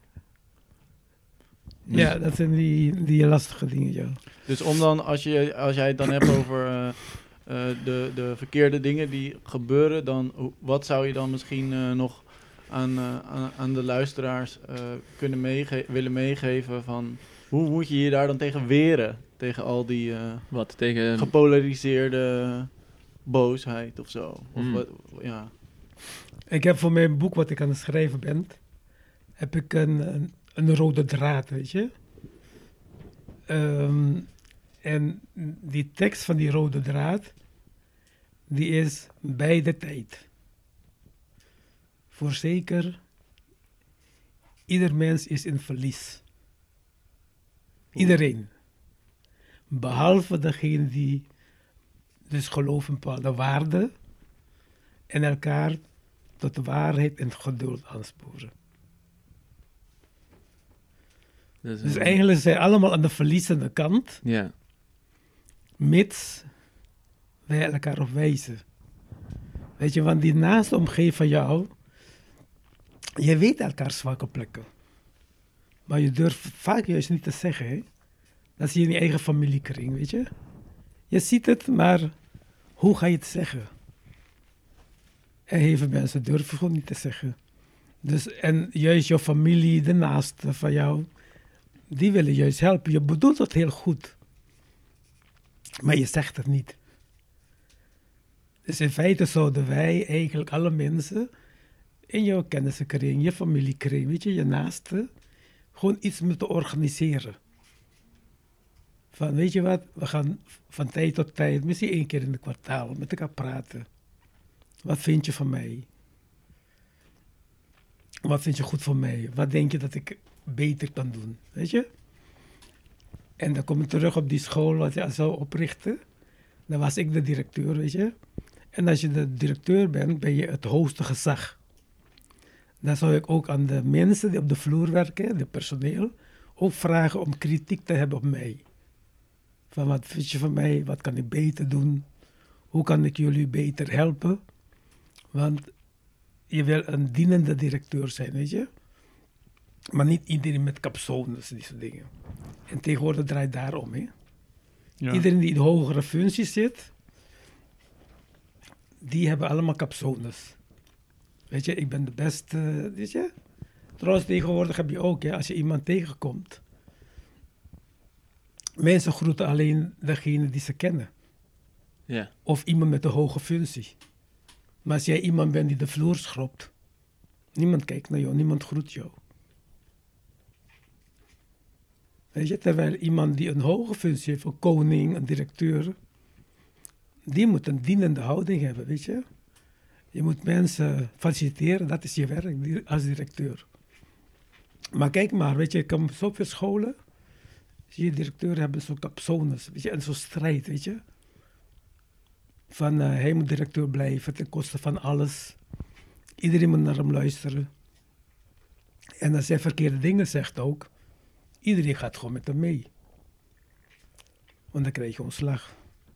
ja. dat zijn die, die lastige dingen, ja.
Dus om dan, als, je, als jij het dan hebt over eh, eh, de, de verkeerde dingen die gebeuren, dan hoe- wat zou je dan misschien eh, nog aan, eh, aan, aan de luisteraars eh, kunnen meege- willen meegeven van hoe moet je je daar dan tegen weren? Tegen al die eh,
Wat, tegen...
gepolariseerde boosheid of zo? Of
Hmm.
wat, ja.
Ik heb voor mijn boek, wat ik aan het schrijven ben, heb ik een, een, een rode draad, weet je. Ehm, en die tekst van die rode draad, die is bij de tijd. Voorzeker, ieder mens is in verlies. Iedereen. Behalve degene die dus gelooft in bepaalde waarden en elkaar tot de waarheid en geduld aansporen.
Dat is
Dus
een-
eigenlijk zijn we allemaal aan de verliezende kant,
Ja,
mits wij elkaar op wijzen. Weet je, want die naaste omgeving van jou, je weet elkaars zwakke plekken. Maar je durft vaak juist niet te zeggen, hè? Dat zie je in je eigen familiekring, weet je. Je ziet het, maar hoe ga je het zeggen? En heel veel mensen durven gewoon niet te zeggen. Dus, en juist jouw familie, de naasten van jou, die willen juist helpen. Je bedoelt het heel goed. Maar je zegt het niet. Dus in feite zouden wij eigenlijk alle mensen in jouw kennissenkring, je familiekring, weet je, je naaste, gewoon iets moeten organiseren. Van, weet je wat, we gaan van tijd tot tijd, misschien één keer in het kwartaal, met elkaar praten. Wat vind je van mij? Wat vind je goed voor mij? Wat denk je dat ik beter kan doen? Weet je? En dan kom ik terug op die school wat je zou oprichten. Dan was ik de directeur, weet je. En als je de directeur bent, ben je het hoogste gezag. Dan zou ik ook aan de mensen die op de vloer werken, de personeel, ook vragen om kritiek te hebben op mij. Van wat vind je van mij? Wat kan ik beter doen? Hoe kan ik jullie beter helpen? Want je wil een dienende directeur zijn, weet je. Maar niet iedereen met capsones, die soort dingen. En tegenwoordig draait het daarom, hè.
Ja.
Iedereen die in hogere functies zit, die hebben allemaal capsones. Weet je, ik ben de beste, weet je. Trouwens, tegenwoordig heb je ook, hè, als je iemand tegenkomt. Mensen groeten alleen degene die ze kennen.
Ja.
Of iemand met een hoge functie. Maar als jij iemand bent die de vloer schrobt, niemand kijkt naar jou, niemand groet jou. Weet je, terwijl iemand die een hoge functie heeft, een koning, een directeur, die moet een dienende houding hebben, weet je. Je moet mensen faciliteren, dat is je werk di- als directeur. Maar kijk maar, weet je, ik kom op zoveel scholen, zie je directeuren hebben zo'n capsones, weet je, en zo'n strijd, weet je. Van uh, hij moet directeur blijven ten koste van alles. Iedereen moet naar hem luisteren. En als hij verkeerde dingen zegt ook, iedereen gaat gewoon met hem mee. Want dan krijg je ontslag.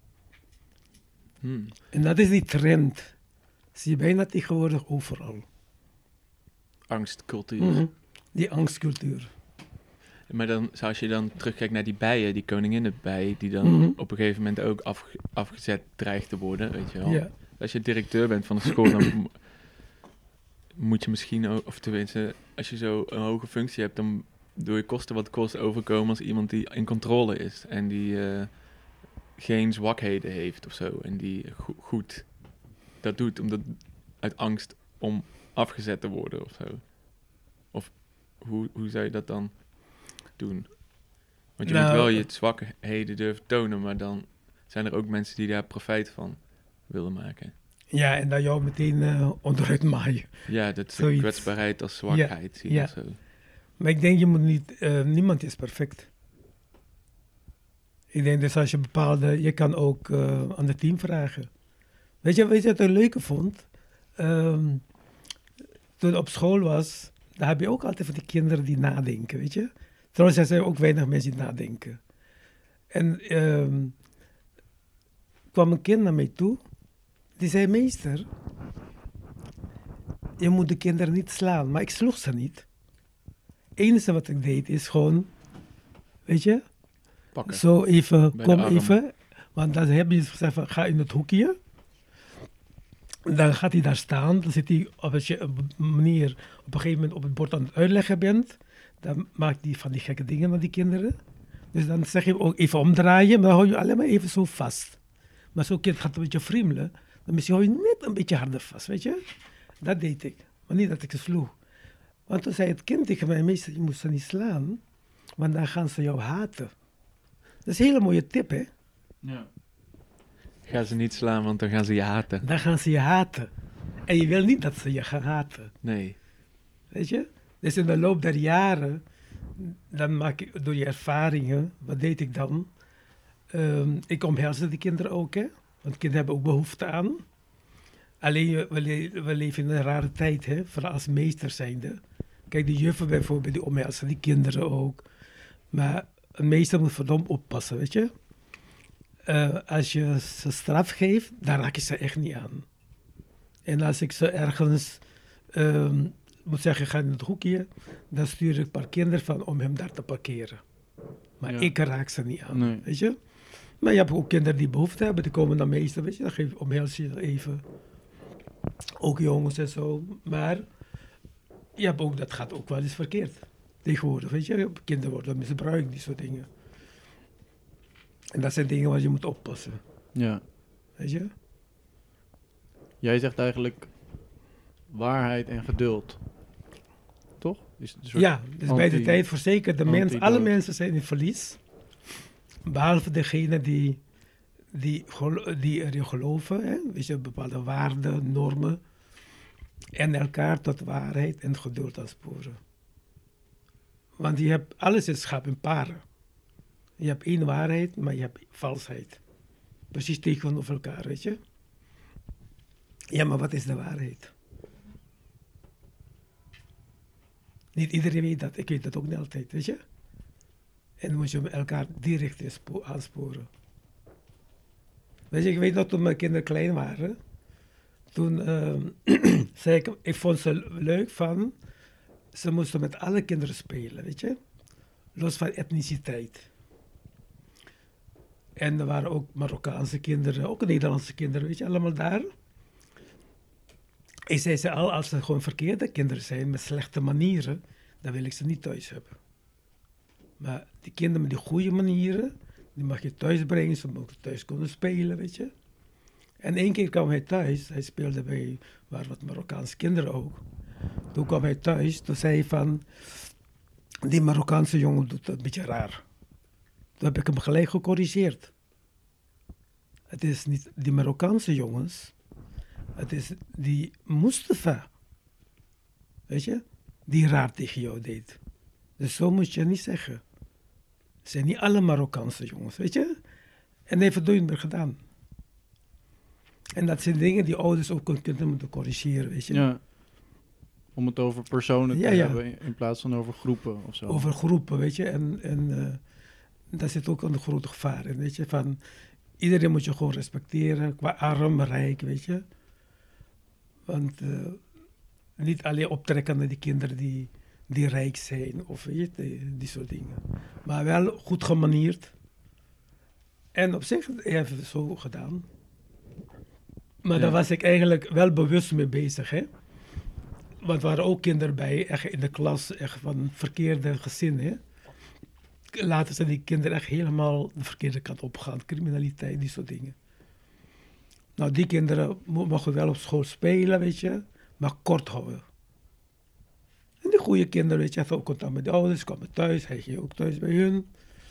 Hmm.
En dat is die trend. Zie je bijna tegenwoordig overal.
Angstcultuur.
Mhm. Die angstcultuur.
Maar dan, als je dan terugkijkt naar die bijen, die koninginnenbij, die dan
Mhm.
op een gegeven moment ook afge- afgezet dreigt te worden, weet je wel.
Ja.
Als je directeur bent van een school, dan mo- moet je misschien ook, of tenminste, als je zo een hoge functie hebt, dan doe je kosten wat kost overkomen als iemand die in controle is en die eh, geen zwakheden heeft of zo. En die go- goed dat doet, omdat uit angst om afgezet te worden of zo. Of hoe, hoe zou je dat dan doen? Want je
Nou,
moet wel je zwakheden durven tonen, maar dan zijn er ook mensen die daar profijt van willen maken.
Ja, en dan jou meteen uh, onderuit maaien.
Ja, dat is de
Zoiets.
kwetsbaarheid als zwakheid zien
ja.
of zo.
Maar ik denk, je moet niet, uh, niemand is perfect. Ik denk dus als je bepaalde, je kan ook uh, aan het team vragen. Weet je, weet je wat ik leuke vond? Um, toen ik op school was, daar heb je ook altijd van die kinderen die nadenken, weet je. Trouwens, er zijn ook weinig mensen die nadenken. En um, kwam een kind naar mij toe, die zei, meester, je moet de kinderen niet slaan, maar ik sloeg ze niet. Het enige wat ik deed is gewoon, weet je,
Pakken.
zo even,
Bij
kom
de arm.
even, want dan heb je gezegd van, ga in het hoekje. Dan gaat hij daar staan, dan zit hij op een, op een manier, op een gegeven moment op het bord aan het uitleggen bent. Dan maakt hij van die gekke dingen met die kinderen. Dus dan zeg je ook even omdraaien, maar dan hou je alleen maar even zo vast. Maar zo'n kind gaat een beetje friemelen, dan misschien hou je net een beetje harder vast, weet je. Dat deed ik, maar niet dat ik ze sloeg. Want toen zei het kind tegen mij, meester, je moet ze niet slaan, want dan gaan ze jou haten. Dat is een hele mooie tip, hè.
Ja.
Ga ze niet slaan, want dan gaan ze je haten.
Dan gaan ze je haten. En je wil niet dat ze je gaan haten.
Nee.
Weet je? Dus in de loop der jaren, dan maak ik door je ervaringen, wat deed ik dan? Um, ik omhelsde die kinderen ook, hè? Want kinderen hebben ook behoefte aan. Alleen, we, le- we leven in een rare tijd, hè? Vooral als meester zijnde. Kijk, de juffen bijvoorbeeld, die omhelzen die kinderen ook. Maar een meester moet verdomd oppassen, weet je? Uh, als je ze straf geeft, dan raak je ze echt niet aan. En als ik ze ergens um, moet zeggen, ga in het hoekje, dan stuur ik een paar kinderen van om hem daar te parkeren. Maar
Ja.
ik raak ze niet aan,
Nee.
weet je. Maar je hebt ook kinderen die behoefte hebben, die komen dan meestal, weet je, dan geef, omhels je ze even. Ook jongens en zo. Maar je hebt ook, dat gaat ook wel eens verkeerd. Tegenwoordig, weet je, kinderen worden misbruikt, die soort dingen. En dat zijn dingen waar je moet oppassen,
Ja.
weet je.
Jij zegt eigenlijk, waarheid en geduld. Toch? Is het een soort
Ja, dus bij de
anti-
tijd verzekerd, de mens,
antidood.
alle mensen zijn in verlies. Behalve degene die, die, gelo- die erin geloven, hè? Weet je, bepaalde waarden, normen. En elkaar tot waarheid en geduld aansporen. Want je hebt, alles is schap in paren. Je hebt één waarheid, maar je hebt valsheid. Precies tegenover elkaar, weet je. Ja, maar wat is de waarheid? Niet iedereen weet dat. Ik weet dat ook niet altijd, weet je. En dan moet je elkaar direct inspo- aansporen. Weet je, ik weet dat toen mijn kinderen klein waren. Toen ehm, zei ik, ik vond ze leuk van, ze moesten met alle kinderen spelen, weet je. Los van etniciteit. En er waren ook Marokkaanse kinderen, ook Nederlandse kinderen, weet je, allemaal daar. Ik zei ze al, als ze gewoon verkeerde kinderen zijn met slechte manieren, dan wil ik ze niet thuis hebben. Maar die kinderen met die goede manieren, die mag je thuis brengen, ze mogen thuis kunnen spelen, weet je. En één keer kwam hij thuis, hij speelde bij, waar wat Marokkaanse kinderen ook. Toen kwam hij thuis, toen zei hij van, die Marokkaanse jongen doet het een beetje raar. Toen heb ik hem gelijk gecorrigeerd. Het is niet die Marokkaanse jongens, het is die Mustafa, weet je, die raar tegen jou deed. Dus zo moet je niet zeggen. Het zijn niet alle Marokkaanse jongens, weet je. En hij heeft het nooit meer gedaan. En dat zijn dingen die ouders ook kunnen moeten corrigeren, weet je.
Ja. Om het over personen te
Ja, ja.
hebben in plaats van over groepen of zo.
Over groepen, weet je. En, en uh, daar zit ook een grote gevaar in, weet je. Van, iedereen moet je gewoon respecteren, qua arm, rijk, weet je. Want uh, niet alleen optrekken naar die kinderen die, die rijk zijn, of weet je, die, die soort dingen. Maar wel goed gemanierd. En op zich hij heeft het zo gedaan. Maar
Ja.
daar was ik eigenlijk wel bewust mee bezig, hè. Want er waren ook kinderen bij, echt in de klas, echt van verkeerde gezinnen, hè. Later zijn die kinderen echt helemaal de verkeerde kant opgegaan. Criminaliteit, die soort dingen. Nou, die kinderen mo- mogen wel op school spelen, weet je, maar kort houden. En die goede kinderen, weet je, hadden ook contact met de ouders, kwamen thuis, hij ging ook thuis bij hun.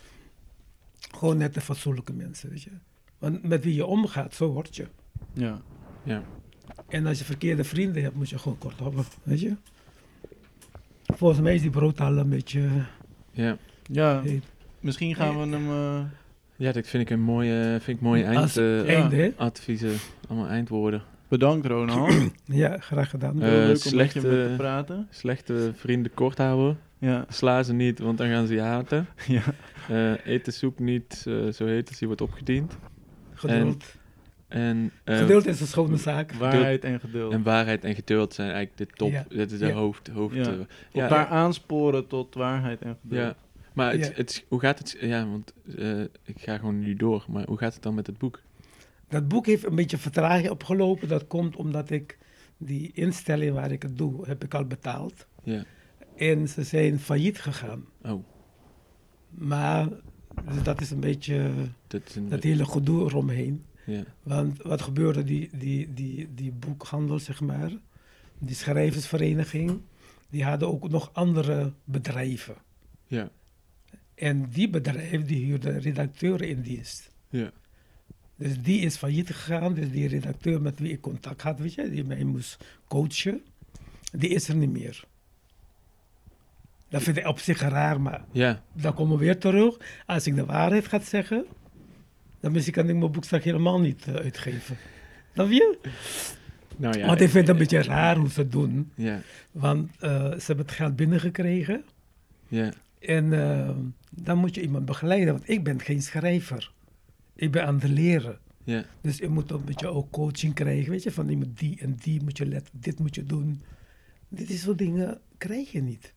Gewoon net de fatsoenlijke mensen, weet je. Want met wie je omgaat, zo word je.
Ja.
Ja.
En als je verkeerde vrienden hebt, moet je gewoon kort houden, weet je. Volgens mij is die broodhal een beetje
Ja.
Ja,
heet.
misschien gaan we hem... eh,
Ja, dat vind ik een mooie, vind ik mooie eind,
Als
eh,
einde, hè?
adviezen. Allemaal eindwoorden.
bedankt, Ronald.
Ja, graag gedaan.
Eh,
Heel leuk om
slechte-
met je met te praten.
Slechte vrienden kort houden.
Ja,
Sla ze niet, want dan gaan ze je haten.
ja.
Eh, eet de soep niet, eh, zo heet het, die wordt opgediend.
Geduld.
En, eh,
Geduld is een schone zaak.
Waarheid en geduld.
en waarheid en geduld zijn eigenlijk de top.
Ja.
Dat is de
Ja.
hoofd. hoofd
Ja.
eh,
Elkaar aansporen tot waarheid en geduld.
ja. Maar het,
Ja.
het, hoe gaat het? Ja, want eh, ik ga gewoon nu door. Maar hoe gaat het dan met het boek?
Dat boek heeft een beetje vertraging opgelopen. Dat komt omdat ik die instelling waar ik het doe, heb ik al betaald.
Ja.
En ze zijn failliet gegaan.
Oh,
Maar dus dat is een beetje
dat is een...
dat hele gedoe eromheen.
ja.
Want wat gebeurde, die, die, die, die boekhandel, zeg maar, die schrijversvereniging, die hadden ook nog andere bedrijven.
Ja.
En die bedrijven, die huurden redacteuren in dienst.
Ja.
Dus die is failliet gegaan. Dus die redacteur met wie ik contact had, weet je, die mij moest coachen, die is er niet meer. Dat vind ik op zich raar, maar
Ja.
dan komen we weer terug. Als ik de waarheid ga zeggen, dan misschien kan ik mijn boek straks helemaal niet uh, uitgeven. Snap je?
Nou ja.
Want ik vind het een beetje raar hoe ze het doen.
Ja.
Want uh, ze hebben het geld binnengekregen.
Ja.
En uh, dan moet je iemand begeleiden, want ik ben geen schrijver. Ik ben aan het leren.
Ja.
Dus je moet een beetje ook coaching krijgen, weet je, van iemand die en die moet je letten, dit moet je doen. Dit is soort dingen krijg je niet.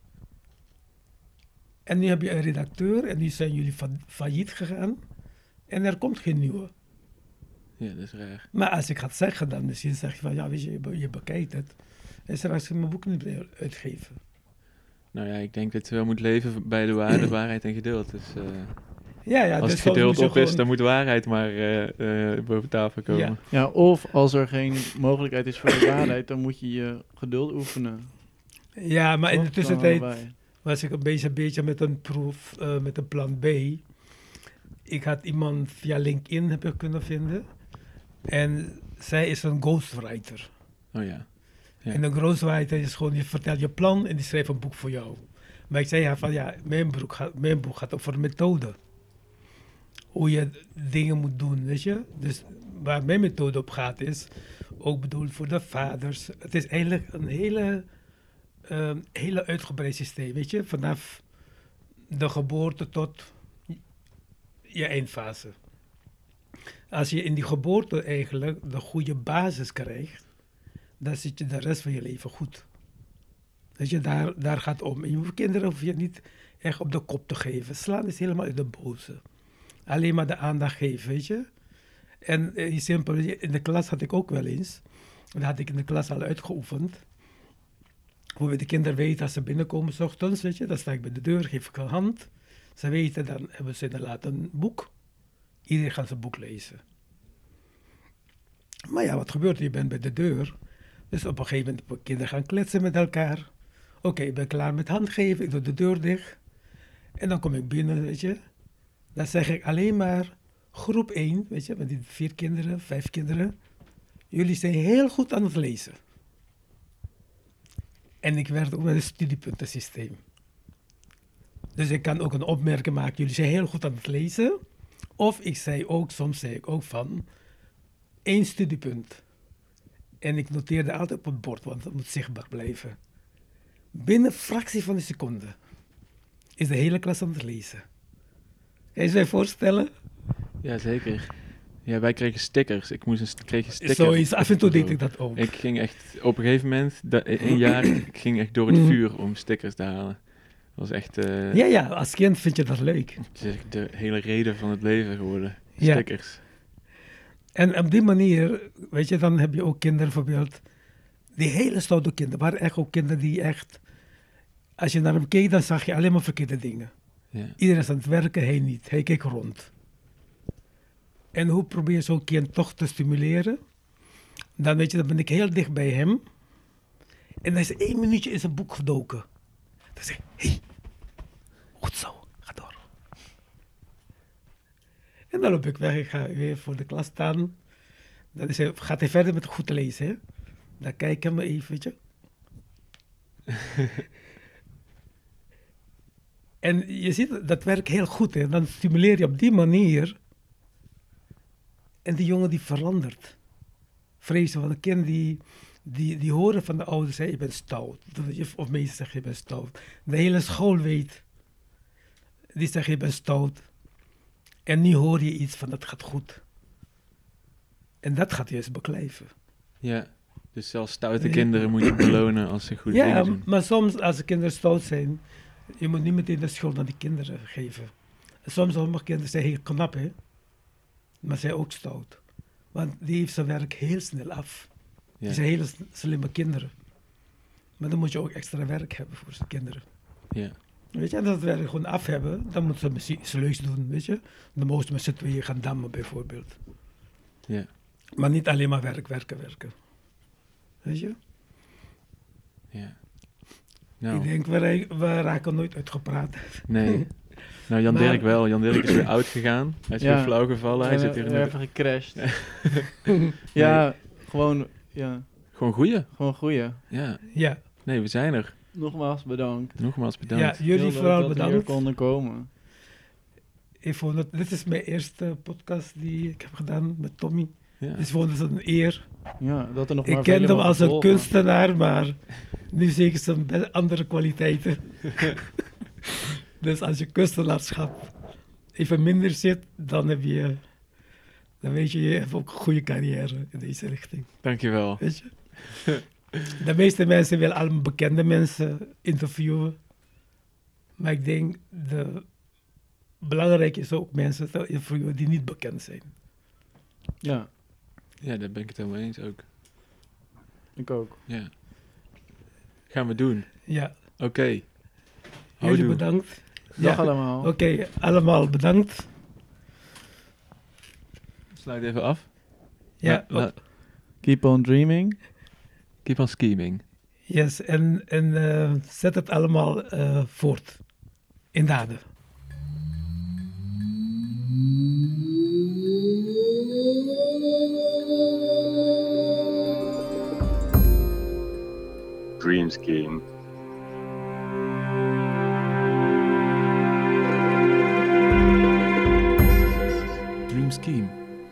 En nu heb je een redacteur en nu zijn jullie fa failliet gegaan en er komt geen nieuwe.
Ja, dat is raar.
Maar als ik ga het zeggen, dan misschien zeg je van, ja, weet je, je, be je bekijkt het. En straks ga ik mijn boek niet meer uitgeven.
Nou ja, ik denk dat je wel moet leven bij de waarde, waarheid en geduld. Dus, uh...
Ja, ja.
Als
dus
het geduld
soms moet
op
je
is,
gewoon-
dan moet de waarheid maar eh, eh, boven tafel komen.
Ja.
Ja, of als er geen mogelijkheid is voor de waarheid, dan moet je je geduld oefenen.
Ja, maar in
Toch?
de
Kan
tussentijd
allebei.
was ik een beetje, een beetje met een proef, eh, met een plan B. Ik had iemand via LinkedIn heb ik kunnen vinden. En zij is een ghostwriter.
Oh ja. Ja.
En een ghostwriter is gewoon, je vertelt je plan en die schrijft een boek voor jou. Maar ik zei haar van, ja, mijn boek gaat, mijn boek gaat over methode. Hoe je dingen moet doen, weet je. Dus waar mijn methode op gaat is, ook bedoeld voor de vaders. Het is eigenlijk een hele, ehm, hele uitgebreid systeem, weet je. Vanaf de geboorte tot je eindfase. Als je in die geboorte eigenlijk de goede basis krijgt, dan zit je de rest van je leven goed. Weet je, daar, daar gaat het om. En je hoeft kinderen hoef je niet echt op de kop te geven. Slaan is helemaal uit de boze. Alleen maar de aandacht geven, weet je. En eh, simpel, in de klas had ik ook wel eens, dat had ik in de klas al uitgeoefend, hoe we de kinderen weten als ze binnenkomen 's ochtends, weet je, dan sta ik bij de deur, geef ik een hand. Ze weten, dan hebben ze inderdaad een boek. Iedereen gaat zijn boek lezen. Maar ja, wat gebeurt er? Je bent bij de deur. Dus op een gegeven moment de kinderen gaan kletsen met elkaar. Oké, ik ben klaar met handgeven, ik doe de deur dicht. En dan kom ik binnen, weet je. Dan zeg ik alleen maar groep één, weet je, met die vier kinderen, vijf kinderen. Jullie zijn heel goed aan het lezen. En ik werk ook met een studiepuntensysteem. Dus ik kan ook een opmerking maken, jullie zijn heel goed aan het lezen. Of ik zei ook, soms zei ik ook van, één studiepunt. En ik noteerde altijd op het bord, want het moet zichtbaar blijven. Binnen een fractie van een seconde is de hele klas aan het lezen. Kan je je voorstellen?
Ja, zeker. Ja, wij kregen stickers. Ik moest een, st- kreeg een sticker.
Zoiets, af en toe
Zo.
deed ik dat ook.
Ik ging echt, op een gegeven moment, dat, een jaar, ik ging echt door het
Mhm.
vuur om stickers te halen. Dat was echt eh,
Ja, ja, als kind vind je dat leuk.
het is echt de hele reden van het leven geworden.
Ja.
Stickers.
En op die manier, weet je, dan heb je ook kinderen bijvoorbeeld, die hele stoute kinderen, waren echt ook kinderen die echt, als je naar hem keek, dan zag je alleen maar verkeerde dingen.
Ja.
Iedereen is aan het werken, hij niet. Hij keek rond. En hoe probeer je zo'n kind toch te stimuleren? Dan weet je, dan ben ik heel dicht bij hem. En dan is hij één minuutje in zijn boek gedoken. Dan zeg ik, hé, hey, goed zo, ga door. En dan loop ik weg, ik ga weer voor de klas staan. Dan is hij, gaat hij verder met goed lezen. Hè? Dan kijk ik hem even, weet je. En je ziet, dat werkt heel goed. Hè? Dan stimuleer je op die manier. En die jongen die verandert. Vrezen van een kind die, die, die horen van de ouders, hè, je bent stout. Of meestal zeggen je bent stout. De hele school weet. Die zeggen je bent stout. En nu hoor je iets van dat gaat goed. En dat gaat juist beklijven.
Ja, dus zelfs stoute
Nee.
kinderen moet je belonen als ze goed
Ja,
dingen doen.
maar soms als de kinderen stout zijn, je moet niet meteen de schuld aan die kinderen geven. En soms sommige kinderen zijn heel knap, hè. Maar zijn ook stout. Want die heeft zijn werk heel snel af.
Ja.
Die zijn hele s- slimme kinderen. Maar dan moet je ook extra werk hebben voor zijn kinderen.
Ja.
Weet je, en als ze het werk gewoon af hebben, dan moeten ze misschien iets leuks doen, weet je. Dan mogen ze met z'n tweeën gaan dammen bijvoorbeeld.
Ja.
Maar niet alleen maar werk, werken, werken. Weet je?
Ja. Nou,
Ik denk, we, ra- we raken nooit uitgepraat.
nee. Nou, Jan
Maar-
Dirk wel. Jan Dirk is weer oud gegaan. Hij is
Ja.
weer flauw gevallen. Hij
En,
zit hier
eh,
in de-
even gecrashed. Ja, gewoon, ja,
Gewoon goeie.
gewoon goeie.
Ja.
Ja,
Nee, we zijn er.
Nogmaals bedankt.
Nogmaals bedankt.
ja jullie
Heel leuk
vooral
dat we hier
bedankt.
konden komen.
Ik vond het, dit is mijn eerste podcast die ik heb gedaan met Tommy.
Ja.
Dus ik vond het een eer.
Ja, dat er nog
Ik
maar
kende
vele
hem
mogen
als een
volgen.
kunstenaar, maar nu zie ik zijn be- andere kwaliteiten. Dus als je kunstenaarschap even minder zit, dan heb je, dan weet je, je hebt ook een goede carrière in deze richting.
Dankjewel.
Weet je? De meeste mensen willen allemaal bekende mensen interviewen. Maar ik denk, de belangrijk is ook mensen te interviewen die niet bekend zijn.
Ja,
Ja, daar ben ik het helemaal eens ook.
ik ook.
Ja. Gaan we doen.
Ja,
Oké.
jullie
Houdoe.
bedankt.
Dag
Ja.
allemaal.
Oké, allemaal bedankt.
Sluit even af.
Ja,
La- la-
op-
Keep on dreaming.
keep on scheming.
yes, en, en eh, zet het allemaal eh, voort in daden.
Dream Scheme.
Dream scheme.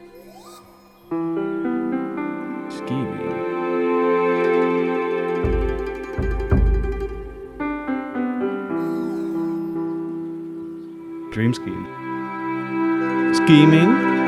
Scheming.
Dream Scheme.
Scheming.